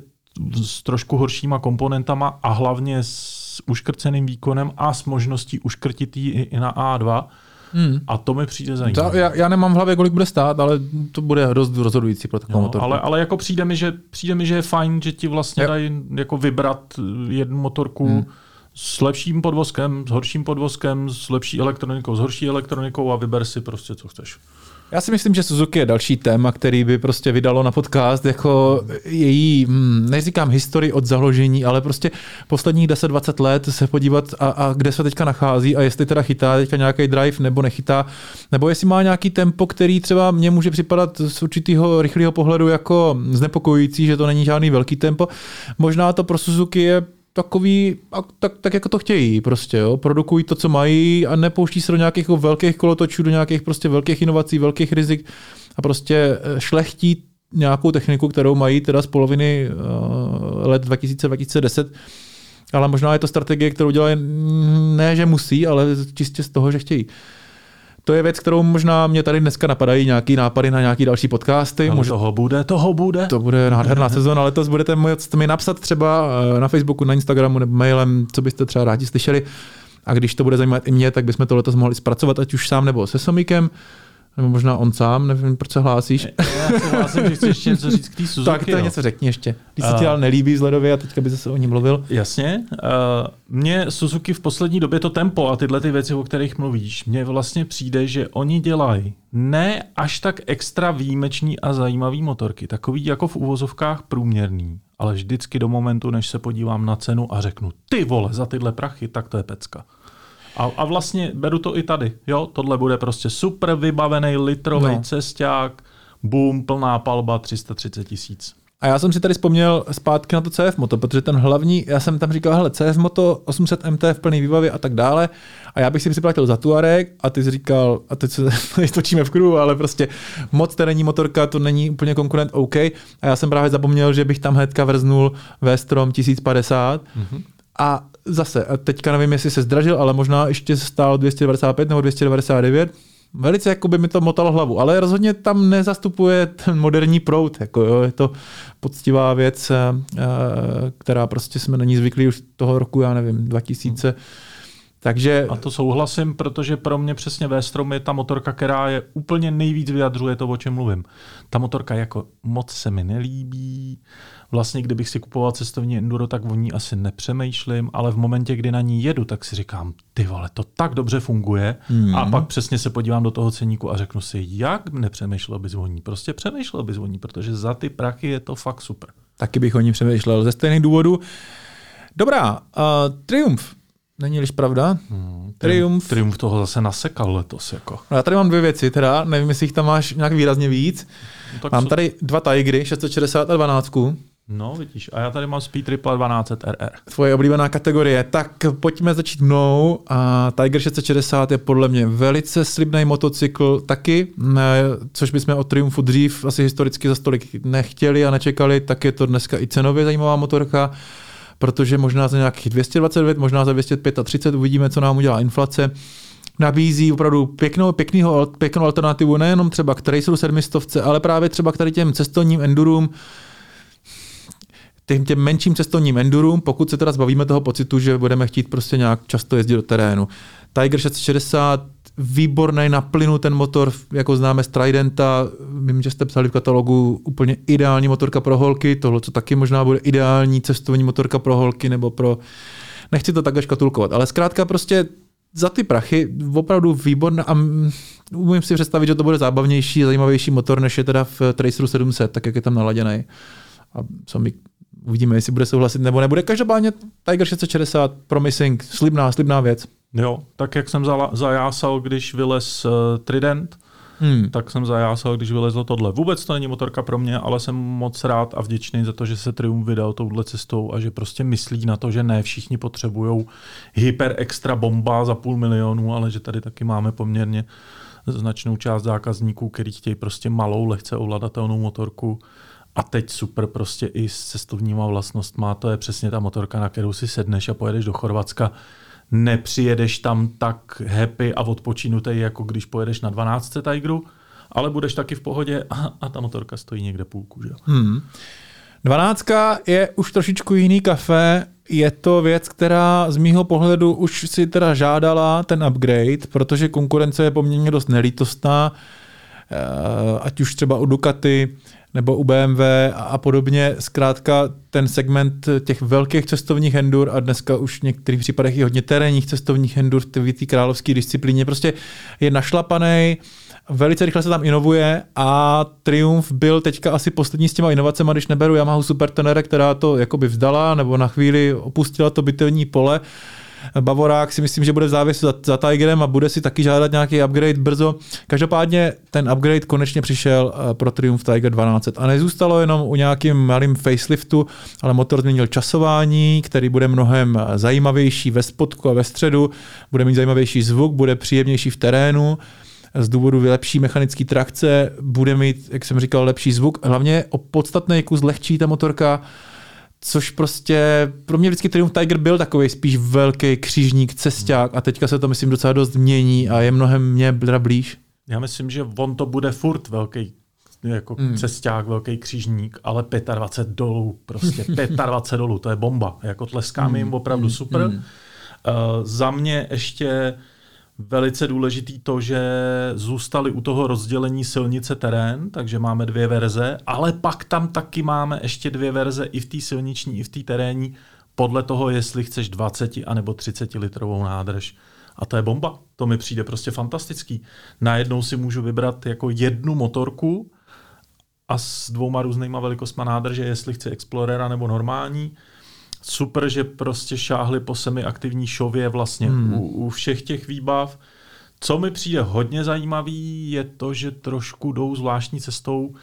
s trošku horšíma komponentama a hlavně s uškrceným výkonem a s možností uškrtit ji i na A dva. Hmm. A to mi přijde zajímavé. Já, já nemám v hlavě, kolik bude stát, ale to bude dost rozhodující pro takovou motorku. Ale, ale jako přijde mi, že, přijde mi, že je fajn, že ti vlastně dají jako vybrat jednu motorku hmm. s lepším podvozkem, s horším podvozkem, s lepší elektronikou, s horší elektronikou a vyber si prostě, co chceš. Já si myslím, že Suzuki je další téma, který by prostě vydalo na podcast jako její, hm, neříkám historii od založení, ale prostě posledních deset dvacet let se podívat a, a kde se teďka nachází a jestli teda chytá teďka nějaký drive nebo nechytá, nebo jestli má nějaký tempo, který třeba mně může připadat z určitého rychlého pohledu jako znepokojující, že to není žádný velký tempo. Možná to pro Suzuki je takový, tak, tak jako to chtějí prostě, jo. Produkují to, co mají a nepouští se do nějakých velkých kolotočů, do nějakých prostě velkých inovací, velkých rizik a prostě šlechtí nějakou techniku, kterou mají teda z poloviny uh, let dva tisíce dva tisíce deset, ale možná je to strategie, kterou dělají ne, že musí, ale čistě z toho, že chtějí. To je věc, kterou možná mě tady dneska napadají nějaký nápady na nějaký další podcasty. Ale možná, toho bude, toho bude. To bude nádherná sezóna. Letos budete moct mi napsat třeba na Facebooku, na Instagramu nebo mailem, co byste třeba rádi slyšeli. A když to bude zajímat i mě, tak bychom to letos mohli zpracovat, ať už sám nebo se Somíkem. Nebo možná on sám, nevím, proč se hlásíš. Já se hlásím, že chci ještě něco říct k té Suzuki. Tak to je něco řekni ještě. Když se ti ale nelíbí vzhledově a teďka by zase o ní mluvil. Jasně. Uh, mně Suzuki v poslední době to tempo a tyhle ty věci, o kterých mluvíš, mně vlastně přijde, že oni dělají ne až tak extra výjimečný a zajímavý motorky, takový jako v uvozovkách průměrný, ale vždycky do momentu, než se podívám na cenu a řeknu, ty vole, za tyhle prachy, tak to je pecka. A, a vlastně beru to i tady. Jo, tohle bude prostě super vybavený litrový no. cesták, boom, plná palba, tři sta třicet tisíc. A já jsem si tady vzpomněl zpátky na to C F Moto, protože ten hlavní, já jsem tam říkal, hele, C F Moto, osm set M T v plný výbavě a tak dále. A já bych si připlatil za Touareg a ty jsi říkal, a teď se točíme v kruhu, ale prostě moc terénní motorka, to není úplně konkurent OK. A já jsem právě zapomněl, že bych tam hnedka vrznul V-Strom tisíc padesát. Mm-hmm. A zase, teďka nevím, jestli se zdražil, ale možná ještě stál dvě stě devadesát pět nebo dvě stě devadesát devět. Velice jako by mi to motalo hlavu, ale rozhodně tam nezastupuje ten moderní proud. Jako jo, je to poctivá věc, která prostě jsme na ní zvyklí už toho roku, já nevím, dva tisíce. Hmm. Takže... A to souhlasím, protože pro mě přesně V-Strom je ta motorka, která je úplně nejvíc vyjadřuje to, o čem mluvím. Ta motorka jako moc se mi nelíbí. Vlastně, kdybych si kupoval cestovní enduro, tak o ní asi nepřemýšlím, ale v momentě, kdy na ní jedu, tak si říkám, ty vole, to tak dobře funguje. Hmm. A pak přesně se podívám do toho ceníku a řeknu si, jak nepřemýšlel bys o ní. Prostě přemýšlel bys o ní, protože za ty prachy je to fakt super. Taky bych o ní přemýšlel ze stejných důvodů. Dobrá, uh, Triumph. Není-liž pravda? Hmm, Triumph. Triumph toho zase nasekal letos. Jako. No já tady mám dvě věci, teda nevím, jestli jich tam máš nějak výrazně víc. No, mám co... tady dva Tigry, šest set šedesát a dvanáct. No, vidíš. A já tady mám Speed Triple dvanáct set R R. Tvoje oblíbená kategorie. Tak pojďme začít mnou. A Tiger šest set šedesát je podle mě velice slibný motocykl taky, což bychom od Triumphu dřív asi historicky za stolik nechtěli a nečekali, tak je to dneska i cenově zajímavá motorka, protože možná za nějakých dvě stě dvacet devět, možná za dvě stě třicet pět uvidíme, co nám udělá inflace. Nabízí opravdu pěknou, pěknýho, pěknou alternativu nejenom třeba k Traceru sedmistovce, ale právě třeba k tady těm cestovním endurům, těm, těm menším cestovním endurům, pokud se teda zbavíme toho pocitu, že budeme chtít prostě nějak často jezdit do terénu. Tiger šest set šedesát, výborný na plynu ten motor, jako známe z Tridenta, vím, že jste psali v katalogu, úplně ideální motorka pro holky, tohle, co taky možná bude ideální cestovní motorka pro holky, nebo pro, nechci to takhle škatulkovat, ale zkrátka prostě za ty prachy opravdu výborná a umím si představit, že to bude zábavnější, zajímavější motor, než je teda v Traceru sedm set, tak jak je tam naladěný. A co mi uvidíme, jestli bude souhlasit nebo nebude. Každopádně Tiger šest set šedesát, promising, slibná, slibná věc. Jo, tak jak jsem zajásal, když vylez uh, Trident, hmm. tak jsem zajásal, když vylezlo tohle. Vůbec to není motorka pro mě, ale jsem moc rád a vděčný za to, že se Triumph vydal touhle cestou a že prostě myslí na to, že ne všichni potřebujou hyper extra bomba za půl milionu, ale že tady taky máme poměrně značnou část zákazníků, který chtějí prostě malou, lehce ovladatelnou motorku. A teď super prostě i s cestovníma vlastnostma. To je přesně ta motorka, na kterou si sedneš a pojedeš do Chorvatska. Nepřijedeš tam tak happy a odpočinutý, jako když pojedeš na dvanáctce Tigeru, ale budeš taky v pohodě a, a ta motorka stojí někde půlku. Že? Hmm. dvanáctka je už trošičku jiný kafe. Je to věc, která z mýho pohledu už si teda žádala ten upgrade, protože konkurence je poměrně dost nelítostná, ať už třeba u Ducati nebo u B M W a podobně. Zkrátka ten segment těch velkých cestovních endur a dneska už v některých případech i hodně terénních cestovních endur v té královské disciplíně prostě je našlapaný, velice rychle se tam inovuje a Triumph byl teďka asi poslední s těma inovacemi, když neberu Yamaha Supertenere, která to jakoby vzdala nebo na chvíli opustila to bitevní pole. Bavorák si myslím, že bude v závěsu za, za Tigerem a bude si taky žádat nějaký upgrade brzo. Každopádně ten upgrade konečně přišel pro Triumph Tiger dvanáct set a nezůstalo jenom u nějakým malým faceliftu, ale motor změnil časování, který bude mnohem zajímavější ve spodku a ve středu, bude mít zajímavější zvuk, bude příjemnější v terénu, z důvodu lepší mechanické trakce, bude mít, jak jsem říkal, lepší zvuk, hlavně o podstatný kus lehčí ta motorka, což prostě pro mě vždycky Triumph Tiger byl takový spíš velký křižník, cesták a teďka se to myslím docela dost mění a je mnohem mě blíž. Já myslím, že on to bude furt velký jako hmm. cesták, velký křížník, ale dvacet pět dolů, prostě dvacet pět dolů, to je bomba. Jako tleskáme jim opravdu super. Hmm. Uh, za mě ještě Velice důležitý to, že zůstali u toho rozdělení silnice terén, takže máme dvě verze, ale pak tam taky máme ještě dvě verze i v té silniční, i v té terénní, podle toho, jestli chceš dvacet anebo třicet litrovou nádrž. A to je bomba. To mi přijde prostě fantastický. Najednou si můžu vybrat jako jednu motorku a s dvouma různýma velikostma nádrže, jestli chci Explorera nebo normální. Super, že prostě šáhli po semiaktivní šově vlastně hmm. u, u všech těch výbav. Co mi přijde hodně zajímavý, je to, že trošku jdou zvláštní cestou,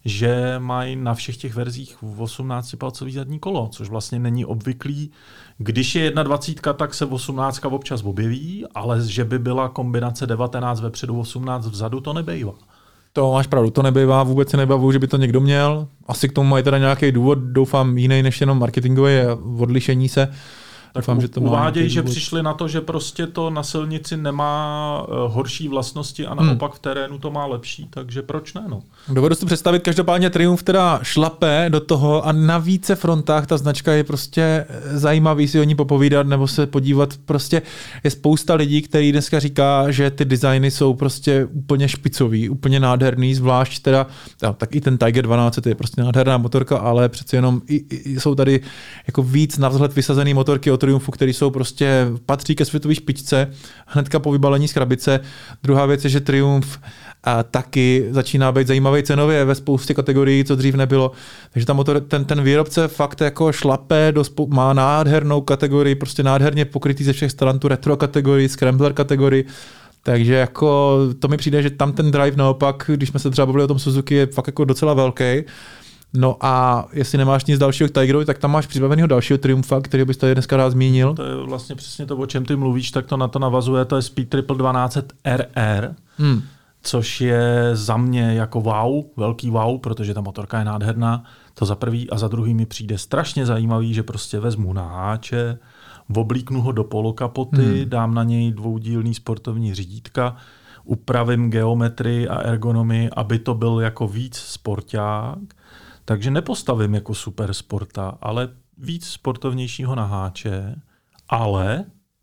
že mají na všech těch verzích osmnáctipalcový zadní kolo, což vlastně není obvyklý. Když je dvacet jedna, tak se osmnáct občas objeví, ale že by byla kombinace devatenáct vepředu, osmnáct vzadu, to nebejvá. To máš pravdu, to nebývá, vůbec se nebavu, že by to někdo měl. Asi k tomu mají teda nějaký důvod, doufám jiný než jenom marketingový odlišení se. Tak doufám, u, že to uvádějí, že přišli na to, že prostě to na silnici nemá uh, horší vlastnosti a naopak hmm. v terénu to má lepší, takže proč ne? No? Dovedu si představit, každopádně Triumph teda šlape do toho a na více frontách ta značka je prostě zajímavý si o ní popovídat nebo se podívat. Prostě je spousta lidí, kteří dneska říká, že ty designy jsou prostě úplně špicový, úplně nádherný, zvlášť teda, no, tak i ten Tiger dvanáct je prostě nádherná motorka, ale přece jenom i, i, jsou tady jako víc na vzhled vysazený motorky od Triumphu, který jsou prostě, patří ke světové špičce, hnedka po vybalení z krabice. Druhá věc je, že Triumph a taky začíná být zajímavý cenově ve spoustě kategorií, co dřív nebylo. Takže ta motor, ten, ten výrobce fakt jako šlape, do spou- má nádhernou kategorii, prostě nádherně pokrytý ze všech stran tu retro kategorii, scrambler kategorii. Takže jako to mi přijde, že tam ten drive naopak, když jsme se třeba bavili o tom Suzuki, je fakt jako docela velký. No a jestli nemáš nic dalšího k Tigerovi, tak tam máš připraveného dalšího Triumpha, který bys tady dneska rád zmínil. To je vlastně přesně to, o čem ty mluvíš, tak to na to navazuje, to je Speed Triple dvanáct set R R, hmm. což je za mě jako wow, velký wow, protože ta motorka je nádherná, to za prvý, a za druhý mi přijde strašně zajímavý, že prostě vezmu na háče, oblíknu ho do polokapoty, hmm. dám na něj dvoudílný sportovní řídítka, upravím geometrii a ergonomii, aby to byl jako víc sporták. Takže nepostavím jako super sporta, ale víc sportovnějšího na háče, ale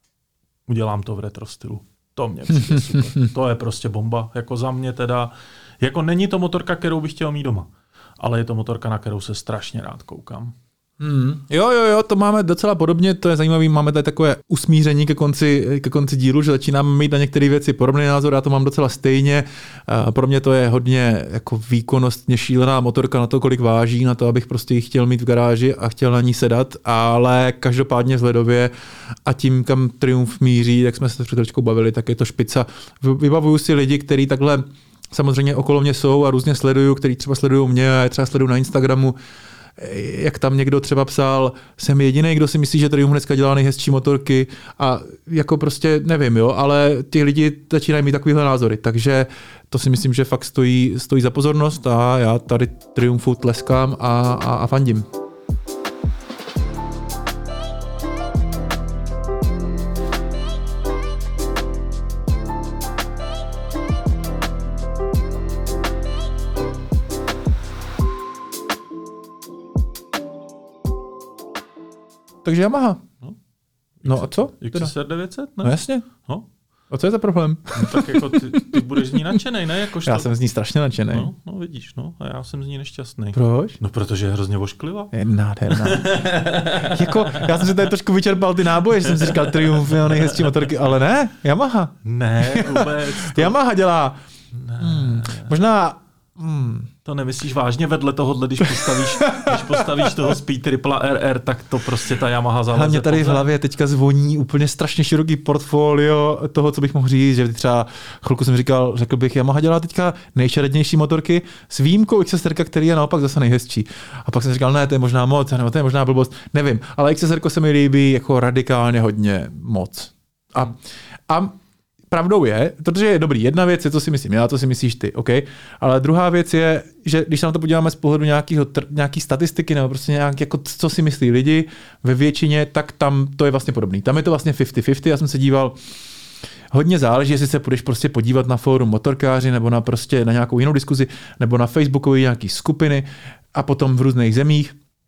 udělám to v retro stylu. To mě přijde super. To je prostě bomba. Jako za mě teda, jako není to motorka, kterou bych chtěl mít doma, ale je to motorka, na kterou se strašně rád koukám. Hmm. Jo, jo, jo, to máme docela podobně, to je zajímavé, máme tady takové usmíření ke konci, ke konci dílu, že začínáme mít na některé věci podobný názor, já to mám docela stejně. Pro mě to je hodně jako výkonnostně šílená motorka na to, kolik váží, na to, abych prostě ji chtěl mít v garáži a chtěl na ní sedat, ale každopádně vzhledově a tím, kam Triumph míří, jak jsme se před chvíličkou bavili, tak je to špica. Vybavuju si lidi, kteří takhle samozřejmě okolo mě jsou a různě sleduju, kteří třeba sledují mě a já třeba sleduju na Instagramu, jak tam někdo třeba psal, jsem jediný, kdo si myslí, že Triumph dneska dělá nejhezčí motorky a jako prostě nevím, jo, ale ti lidi začínají mít takovýhle názory, takže to si myslím, že fakt stojí, stojí za pozornost a já tady Triumphu tleskám a, a, a fandím. Takže Yamaha. No, no a co? X S R devět set, ne? No jasně. No. A co je za problém? No, tak jako ty, ty budeš z ní nadšenej, ne? Jakož já to... jsem z ní strašně nadšenej. No, no vidíš, no. A já jsem z ní nešťastný. Proč? No protože je hrozně ošklivá. Je nádherná. jako, já jsem si tady trošku vyčerpal ty náboje, že jsem si říkal Triumph je nejhezčí motorky, ale ne, Yamaha. Ne, vůbec. To... Yamaha dělá. Ne. Hmm, možná... Hmm. To nemyslíš vážně vedle tohohle, když postavíš, když postavíš toho Speed Triple R R, tak to prostě ta Yamaha zaleze. Hlavně tady v hlavě teďka zvoní úplně strašně široký portfolio toho, co bych mohl říct, že třeba chvilku jsem říkal, řekl bych, Yamaha dělá teďka nejšerednější motorky s výjimkou X S R, který je naopak zase nejhezčí. A pak jsem říkal, ne, to je možná moc, nebo to je možná blbost, nevím, ale X S R se mi líbí jako radikálně hodně moc. A, a pravdou je, protože je dobrý, jedna věc je, co si myslím já, to si myslíš ty, OK? Ale druhá věc je, že když se na to podíváme z pohledu nějakého, nějaký statistiky nebo prostě nějak, jako co si myslí lidi ve většině, tak tam to je vlastně podobný. Tam je to vlastně padesát padesát, já jsem se díval, hodně záleží, jestli se půjdeš prostě podívat na fórum motorkáři nebo na prostě na nějakou jinou diskuzi nebo na Facebookové nějaký skupiny a potom v různých zemích.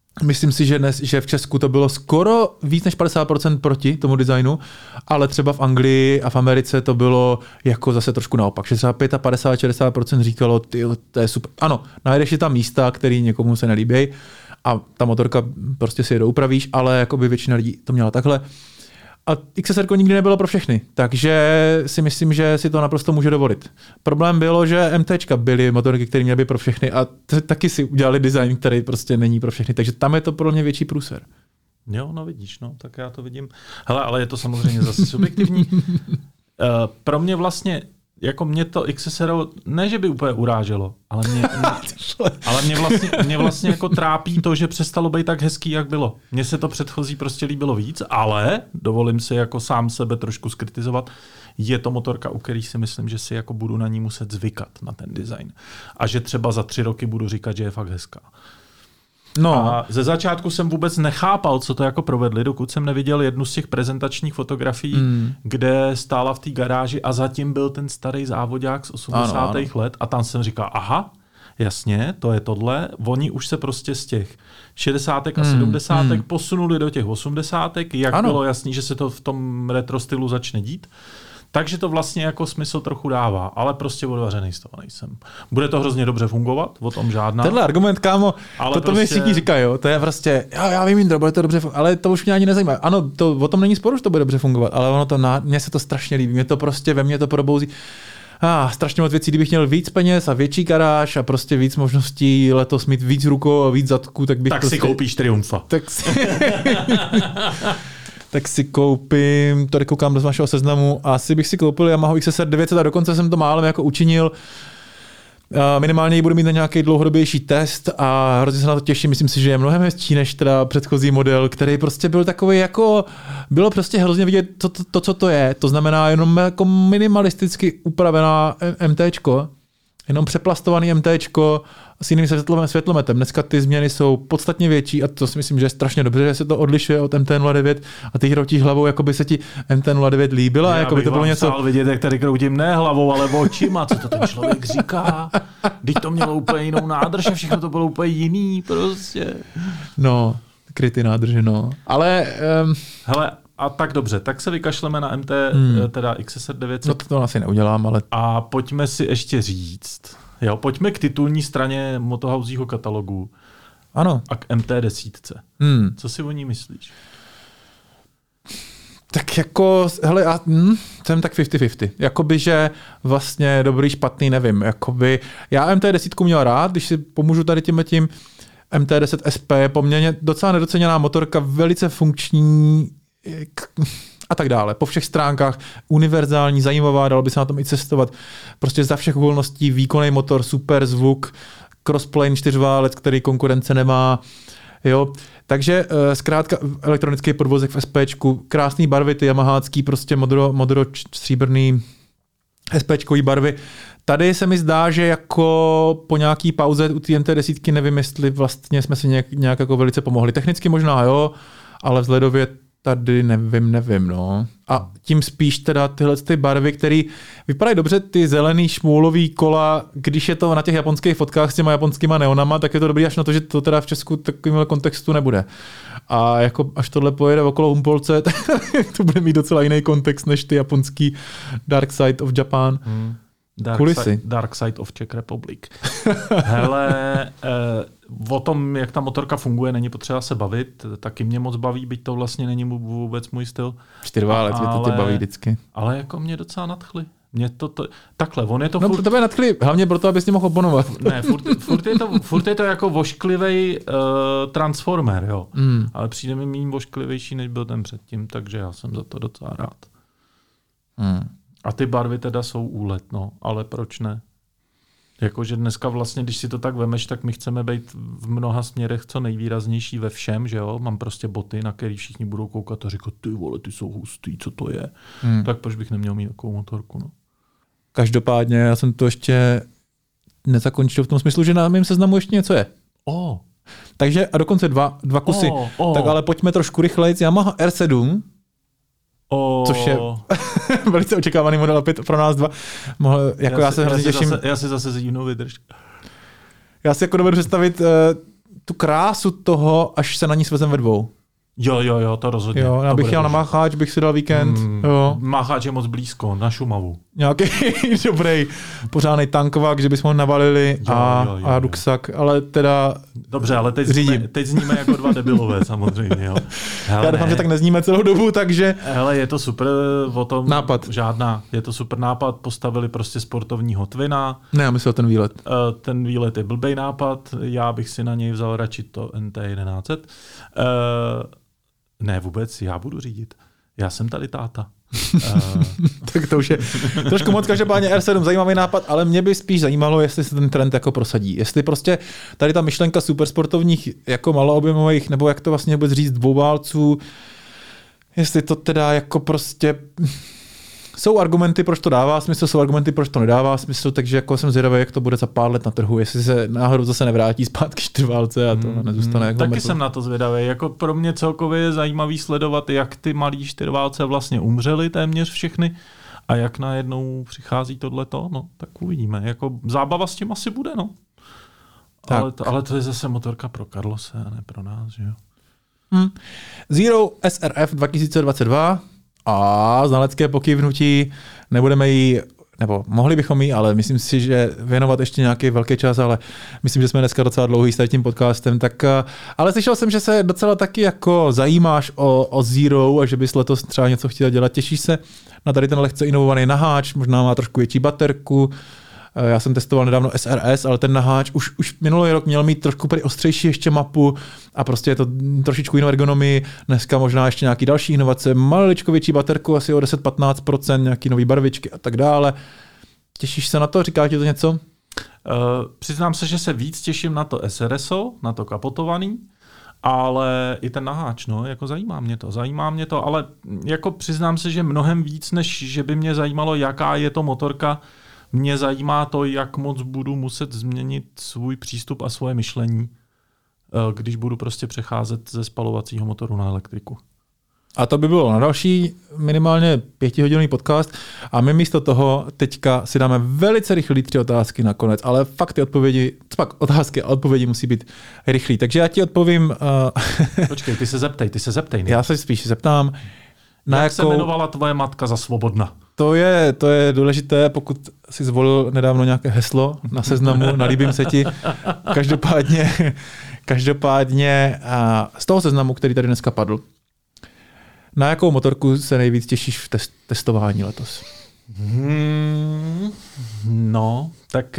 Myslím si, že, dnes, že v Česku to bylo skoro víc než padesát procent proti tomu designu, ale třeba v Anglii a v Americe to bylo jako zase trošku naopak, že třeba padesát až šedesát procent říkalo, ty, to je super. Ano, najdeš si tam místa, které někomu se nelíbí a ta motorka prostě si je doupravíš, ale jakoby většina lidí to měla takhle. A X S R nikdy nebylo pro všechny, takže si myslím, že si to naprosto může dovolit. Problém bylo, že MTčka byly motorky, které měly být pro všechny a t- taky si udělali design, který prostě není pro všechny, takže tam je to pro mě větší průser. Jo, no vidíš, no, tak já to vidím. Hele, ale je to samozřejmě zase subjektivní. uh, pro mě vlastně, jako mě to X S R, ne, že by úplně uráželo, ale mě, mě, ale mě, vlastně, mě vlastně jako trápí to, že přestalo být tak hezký, jak bylo. Mně se to předchozí prostě líbilo víc, ale dovolím si jako sám sebe trošku skritizovat. Je to motorka, u který si myslím, že si jako budu na ní muset zvykat, na ten design. A že třeba za tři roky budu říkat, že je fakt hezká. No. A ze začátku jsem vůbec nechápal, co to jako provedli, dokud jsem neviděl jednu z těch prezentačních fotografií, mm. kde stála v té garáži a zatím byl ten starý závodák z osmdesátých let a tam jsem říkal, aha, jasně, to je tohle. Oni už se prostě z těch šedesátek a sedmdesátek mm. posunuli do těch osmdesátek, jak ano. bylo jasný, že se to v tom retro stylu začne dít. Takže to vlastně jako smysl trochu dává, ale prostě odvařený z toho nejsem. Bude to hrozně dobře fungovat, o tom žádná. Tenhle argument, kámo, ale to, to prostě... mi všichni říkají, jo, to je prostě, já, já vím, Jindro, bude to dobře fungovat, ale to už mě ani nezajímá. Ano, to, o tom není sporu, že to bude dobře fungovat, ale ono to, na, mně se to strašně líbí, mě to prostě, ve mně to probouzí. Ah, strašně moc věcí, kdybych měl víc peněz a větší garáž a prostě víc možností letos mít víc rukou a víc zadků, tak bych tak prostě... si koupíš Triumfa. Tak si... tak si koupím, tady koukám do vašeho seznamu, asi bych si koupil Yamaha X S R devět set a dokonce jsem to málem jako učinil. Minimálně ji budu mít na nějaký dlouhodobější test a hrozně se na to těším. Myslím si, že je mnohem hezčí než teda předchozí model, který prostě byl takový jako, bylo prostě hrozně vidět to, to, to co to je. To znamená jenom jako minimalisticky upravená MTčko, jenom přeplastovaný MTčko s jiným světlometem. Dneska ty změny jsou podstatně větší a to si myslím, že je strašně dobře, že se to odlišuje od M T nula devět a ty hroutíš hlavou, jako by se ti M T nula devět líbila. Já jako by to bylo něco... Já vidět, jak tady kroutím ne hlavou, ale očima, co to ten člověk říká. Když to mělo úplně jinou nádrž a všechno to bylo úplně jiný prostě. No, kryty nádrže, no. Ale... Um... Hele, a tak dobře, tak se vykašleme na M T, hmm. teda X S R devět set. No to, to asi neudělám, ale... A pojďme si ještě říct, jo, pojďme k titulní straně Motohausího katalogu. Ano. A k M T deset. Hmm. Co si o ní myslíš? Tak jako, hele, já hm, jsem tak padesát padesát. Jakoby, že vlastně dobrý, špatný, nevím. Jakoby, já M T deset měl rád, když si pomůžu tady tím tím, M T deset S P je poměrně docela nedoceněná motorka, velice funkční a tak dále. Po všech stránkách univerzální, zajímavá, dalo by se na tom i cestovat. Prostě za všech okolností výkonný motor, super zvuk, crossplane čtyřválec, který konkurence nemá. Jo. Takže zkrátka elektronický podvozek v SPčku, krásný barvy, ty yamahácký, prostě modro, modro stříbrný SPčkový barvy. Tady se mi zdá, že jako po nějaký pauze u té M T deset nevím, jestli vlastně jsme si nějak, nějak jako velice pomohli. Technicky možná jo, ale vzhledově tady nevím, nevím, no. A tím spíš teda tyhle ty barvy, které vypadají dobře, ty zelený šmoulový kola, když je to na těch japonských fotkách s těma japonskýma neonama, tak je to dobrý až na to, že to teda v Česku takovýmhle kontextu nebude. A jako až tohle pojede okolo Humpolce, tak to bude mít docela jiný kontext než ty japonský Dark Side of Japan. Hmm. Dark side, Dark Side of Czech Republic. Hele, eh, o tom, jak ta motorka funguje, není potřeba se bavit. Taky mě moc baví, byť to vlastně není vůbec můj styl. Čtyřválec, mě to tě baví vždycky. Ale jako mě docela nadchly. Mě to, to, takhle, on je to no, furt... No, to bude nadchly, hlavně proto, abys mě mohl oponovat. Ne, furt, furt, je to, furt je to jako vošklivej uh, transformer, jo. Mm. Ale přijde mi méně vošklivější, než byl ten předtím, takže já jsem za to docela rád. Mm. A ty barvy teda jsou úlet, no, ale proč ne? Jakože dneska vlastně, když si to tak vemeš, tak my chceme být v mnoha směrech co nejvýraznější ve všem, že jo? Mám prostě boty, na který všichni budou koukat a říkat, ty vole, ty jsou hustý, co to je? Hmm. Tak proč bych neměl mít takovou motorku, no? Každopádně já jsem to ještě nezakončil v tom smyslu, že na mém seznamu ještě něco je. Oh. Takže a dokonce dva, dva kusy. Oh, oh. Tak ale pojďme trošku rychleji. Yamaha R sedm, Oh. což je velice očekávaný model opět pro nás dva. Mohl, jako já, já, se já, hrozně si těším. Zase, já si zase zjivnou vydrž. Já si jako dovedu představit uh, tu krásu toho, až se na ní svezem ve dvou. Jo, jo, jo, to rozhodně. Jo, já bych jel na Mácháč, bych si dal víkend. Mm, jo. Mácháč je moc blízko, na Šumavu. Nějaký dobrý, pořádnej tankovák, že bychom navalili jo, a, jo, jo, a ruksak, ale teda dobře, ale teď zníme, teď zníme jako dva debilové samozřejmě. Jo. Hele, já doufám, ne. že tak nezníme celou dobu, takže... Hele, je to super o tom... Nápad. Žádná. Je to super nápad, postavili prostě sportovního Twina. Ne, já myslel ten výlet. Ten výlet je blbej nápad, já bych si na něj vzal radši to N T jedenáct set. Ne, vůbec, já budu řídit. Já jsem tady táta. uh... tak to už je trošku moc, každopádně R sedm, zajímavý nápad, ale mě by spíš zajímalo, jestli se ten trend jako prosadí. Jestli prostě tady ta myšlenka supersportovních jako maloobjemových, nebo jak to vlastně vůbec říct, dvouválců, jestli to teda jako prostě... Jsou argumenty, proč to dává smysl, jsou argumenty, proč to nedává smysl, takže jako jsem zvědavý, jak to bude za pár let na trhu, jestli se náhodou zase nevrátí zpátky čtyřválce a to hmm, nezůstane. Hmm, jako taky metod. Jsem na to zvědavý. Jako pro mě celkově je zajímavý sledovat, jak ty malí čtyřválce vlastně umřely téměř všechny a jak najednou přichází tohleto, no tak uvidíme. Jako zábava s tím asi bude, no. Ale to, ale to je zase motorka pro Carlose a ne pro nás, že jo. Hmm. Zero S R F dva tisíce dvacet dva a znalecké pokyvnutí, nebudeme jí, nebo mohli bychom jí, ale myslím si, že věnovat ještě nějaký velký čas, ale myslím, že jsme dneska docela dlouhý s tím podcastem, tak, ale slyšel jsem, že se docela taky jako zajímáš o, o Zero a že bys letos třeba něco chtěl dělat. Těšíš se na tady ten lehce inovovaný naháč, možná má trošku větší baterku. Já jsem testoval nedávno S R S, ale ten naháč už, už minulý rok měl mít trošku ostřejší ještě mapu a prostě je to trošičku jinou ergonomii. Dneska možná ještě nějaký další inovace, maličko větší baterku, asi o deset až patnáct procent, nějaký nový barvičky a tak dále. Těšíš se na to? Říká ti to něco? Uh, přiznám se, že se víc těším na to S R S O, na to kapotovaný, ale i ten naháč, no, jako zajímá mě to, zajímá mě to, ale jako přiznám se, že mnohem víc, než že by mě zajímalo, jaká je to motorka. Mě zajímá to, jak moc budu muset změnit svůj přístup a svoje myšlení, když budu prostě přecházet ze spalovacího motoru na elektriku. A to by bylo na další minimálně pětihodinový podcast a my místo toho teďka si dáme velice rychlý tři otázky nakonec, ale fakt ty odpovědi, pak otázky a odpovědi musí být rychlý. Takže já ti odpovím... Uh... Počkej, ty se zeptej, ty se zeptej. Ne? Já se spíš zeptám. Na jak jakou... se jmenovala tvoje matka za Svobodna? To je, to je důležité, pokud si zvolil nedávno nějaké heslo na seznamu, nalíbím se ti. Každopádně, každopádně z toho seznamu, který tady dneska padl, na jakou motorku se nejvíc těšíš v test- testování letos? Hmm, no, tak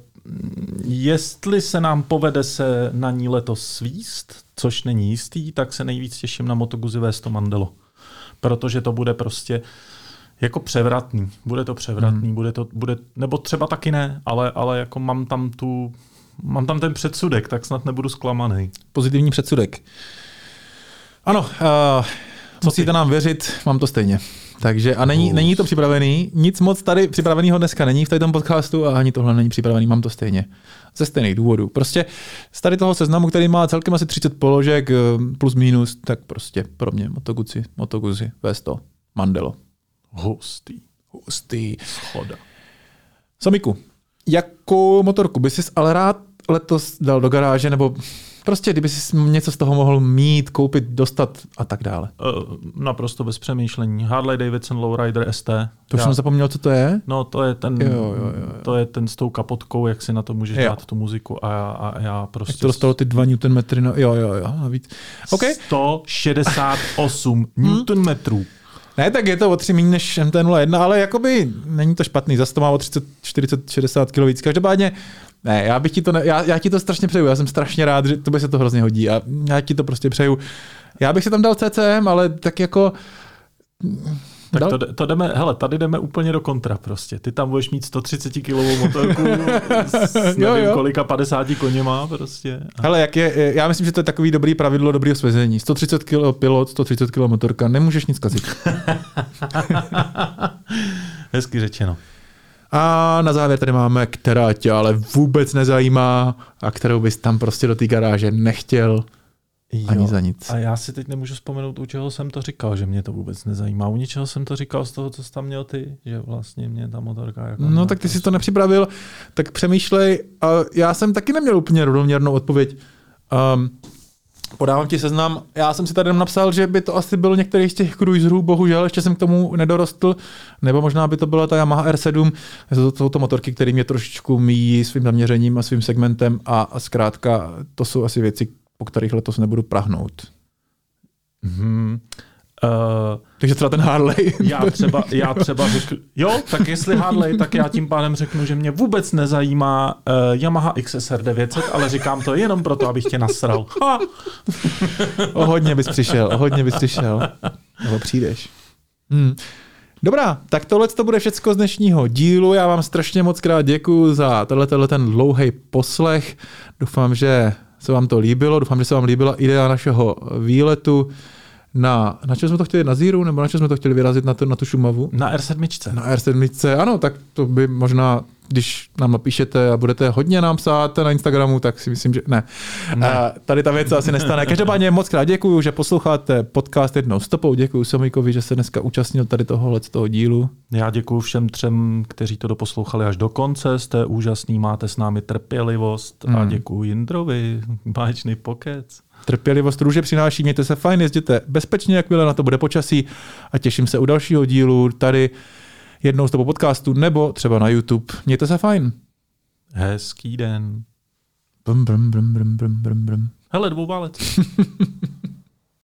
jestli se nám povede se na ní letos svíst, což není jistý, tak se nejvíc těším na Moto Guzzi V sto Mandelo. Protože to bude prostě jako převratný. Bude to převratný, hmm. bude to, bude, nebo třeba taky ne, ale, ale jako mám tam tu, mám tam ten předsudek, tak snad nebudu zklamaný. Pozitivní předsudek. Ano, uh, musíte nám věřit, mám to stejně. Takže a není, není to připravený, nic moc tady připraveného dneska není v tom podcastu a ani tohle není připravený, mám to stejně. Ze stejných důvodů. Prostě z tady toho seznamu, který má celkem asi třicet položek plus minus, tak prostě pro mě Moto Guzzi, Moto Guzzi V sto Mandelo. Hustý. Hustý. Schoda. Samiku, jakou motorku by jsi ale rád letos dal do garáže, nebo prostě kdyby jsi něco z toho mohl mít, koupit, dostat a tak dále? Uh, naprosto bez přemýšlení. Harley Davidson Lowrider S T. To už jsem zapomněl, co to je? No to je ten, jo, jo, jo, jo. To je ten s tou kapotkou, jak si na to můžeš jo. dát tu muziku a já, a já prostě... Jak to dostalo ty dva newtonmetry, no jo, jo, jo, navíc. Okay. sto šedesát osm newtonmetrů. Ne, tak je to o tři méně než M T nula jedna, ale jakoby není to špatný, zase to má o třicet, čtyřicet, šedesát kilo víc. Každopádně, ne, já bych ti to, ne, já, já ti to strašně přeju, já jsem strašně rád, že to by se to hrozně hodí a já ti to prostě přeju. Já bych si tam dal C C M, ale tak jako... Tak dal... to, to jdeme, hele, tady jdeme úplně do kontra prostě. Ty tam budeš mít sto třicet kilovou motorku s nevím jo, jo. kolika padesáti koněma prostě. Hele, jak je, já myslím, že to je takový dobrý pravidlo dobrýho svezení. sto třicet kilo pilot, sto třicet kilo motorka, nemůžeš nic kazit. Hezky řečeno. A na závěr tady máme, která tě ale vůbec nezajímá a kterou bys tam prostě do té garáže nechtěl. Jo, ani za nic. A já si teď nemůžu vzpomenout, u čeho jsem to říkal, že mě to vůbec nezajímá. U něčeho jsem to říkal z toho, co jsi tam měl ty, že vlastně mě ta motorka... Jako no tak ty jsi to nepřipravil, tak přemýšlej. A já jsem taky neměl úplně rovnoměrnou odpověď. Um, podávám ti seznam. Já jsem si tady napsal, že by to asi byl některý z těch cruiserů, bohužel ještě jsem k tomu nedorostl, nebo možná by to byla ta Yamaha R sedm. To jsou to motorky, které mě trošičku míjí svým zaměřením a svým segmentem a, a zkrátka to jsou asi věci, po kterých letos nebudu prahnout. Hmm. Uh, Takže třeba ten Harley. Já třeba, já třeba řeknu, jo, tak jestli Harley, tak já tím pádem řeknu, že mě vůbec nezajímá uh, Yamaha X S R devět set, ale říkám to jenom proto, abych tě nasral. Ha! O hodně bys přišel, o hodně bys přišel. Nebo přijdeš. Hmm. Dobrá, tak tohle to bude všecko z dnešního dílu. Já vám strašně moc krát děkuju za tenhle, tenhle ten dlouhý poslech. Doufám, že se vám to líbilo. Doufám, že se vám líbila idea našeho výletu. Na, na čem jsme to chtěli, na Zíru, nebo na čem jsme to chtěli vyrazit na, to, na tu Šumavu? Na R sedm. Na R sedm, ano, tak to by možná, když nám napíšete a budete hodně nám psát na Instagramu, tak si myslím, že ne. ne. A tady ta věc se asi nestane. Každopádně moc krát děkuju, že posloucháte podcast jednou stopou. Děkuju Somíkovi, že se dneska účastnil tady tohohle z toho dílu. Já děkuju všem třem, kteří to doposlouchali až do konce. Jste úžasný, máte s námi trpělivost hmm. a děkuju Jindrovi, báječný pokec. Trpělivost růže přináší, mějte se fajn, jezděte bezpečně, jakmile na to bude počasí a těším se u dalšího dílu tady jednou z toho podcastu nebo třeba na YouTube. Mějte se fajn. Hezký den. Brum, brum, brum, brum, brum, brum. Hele, dvouválec.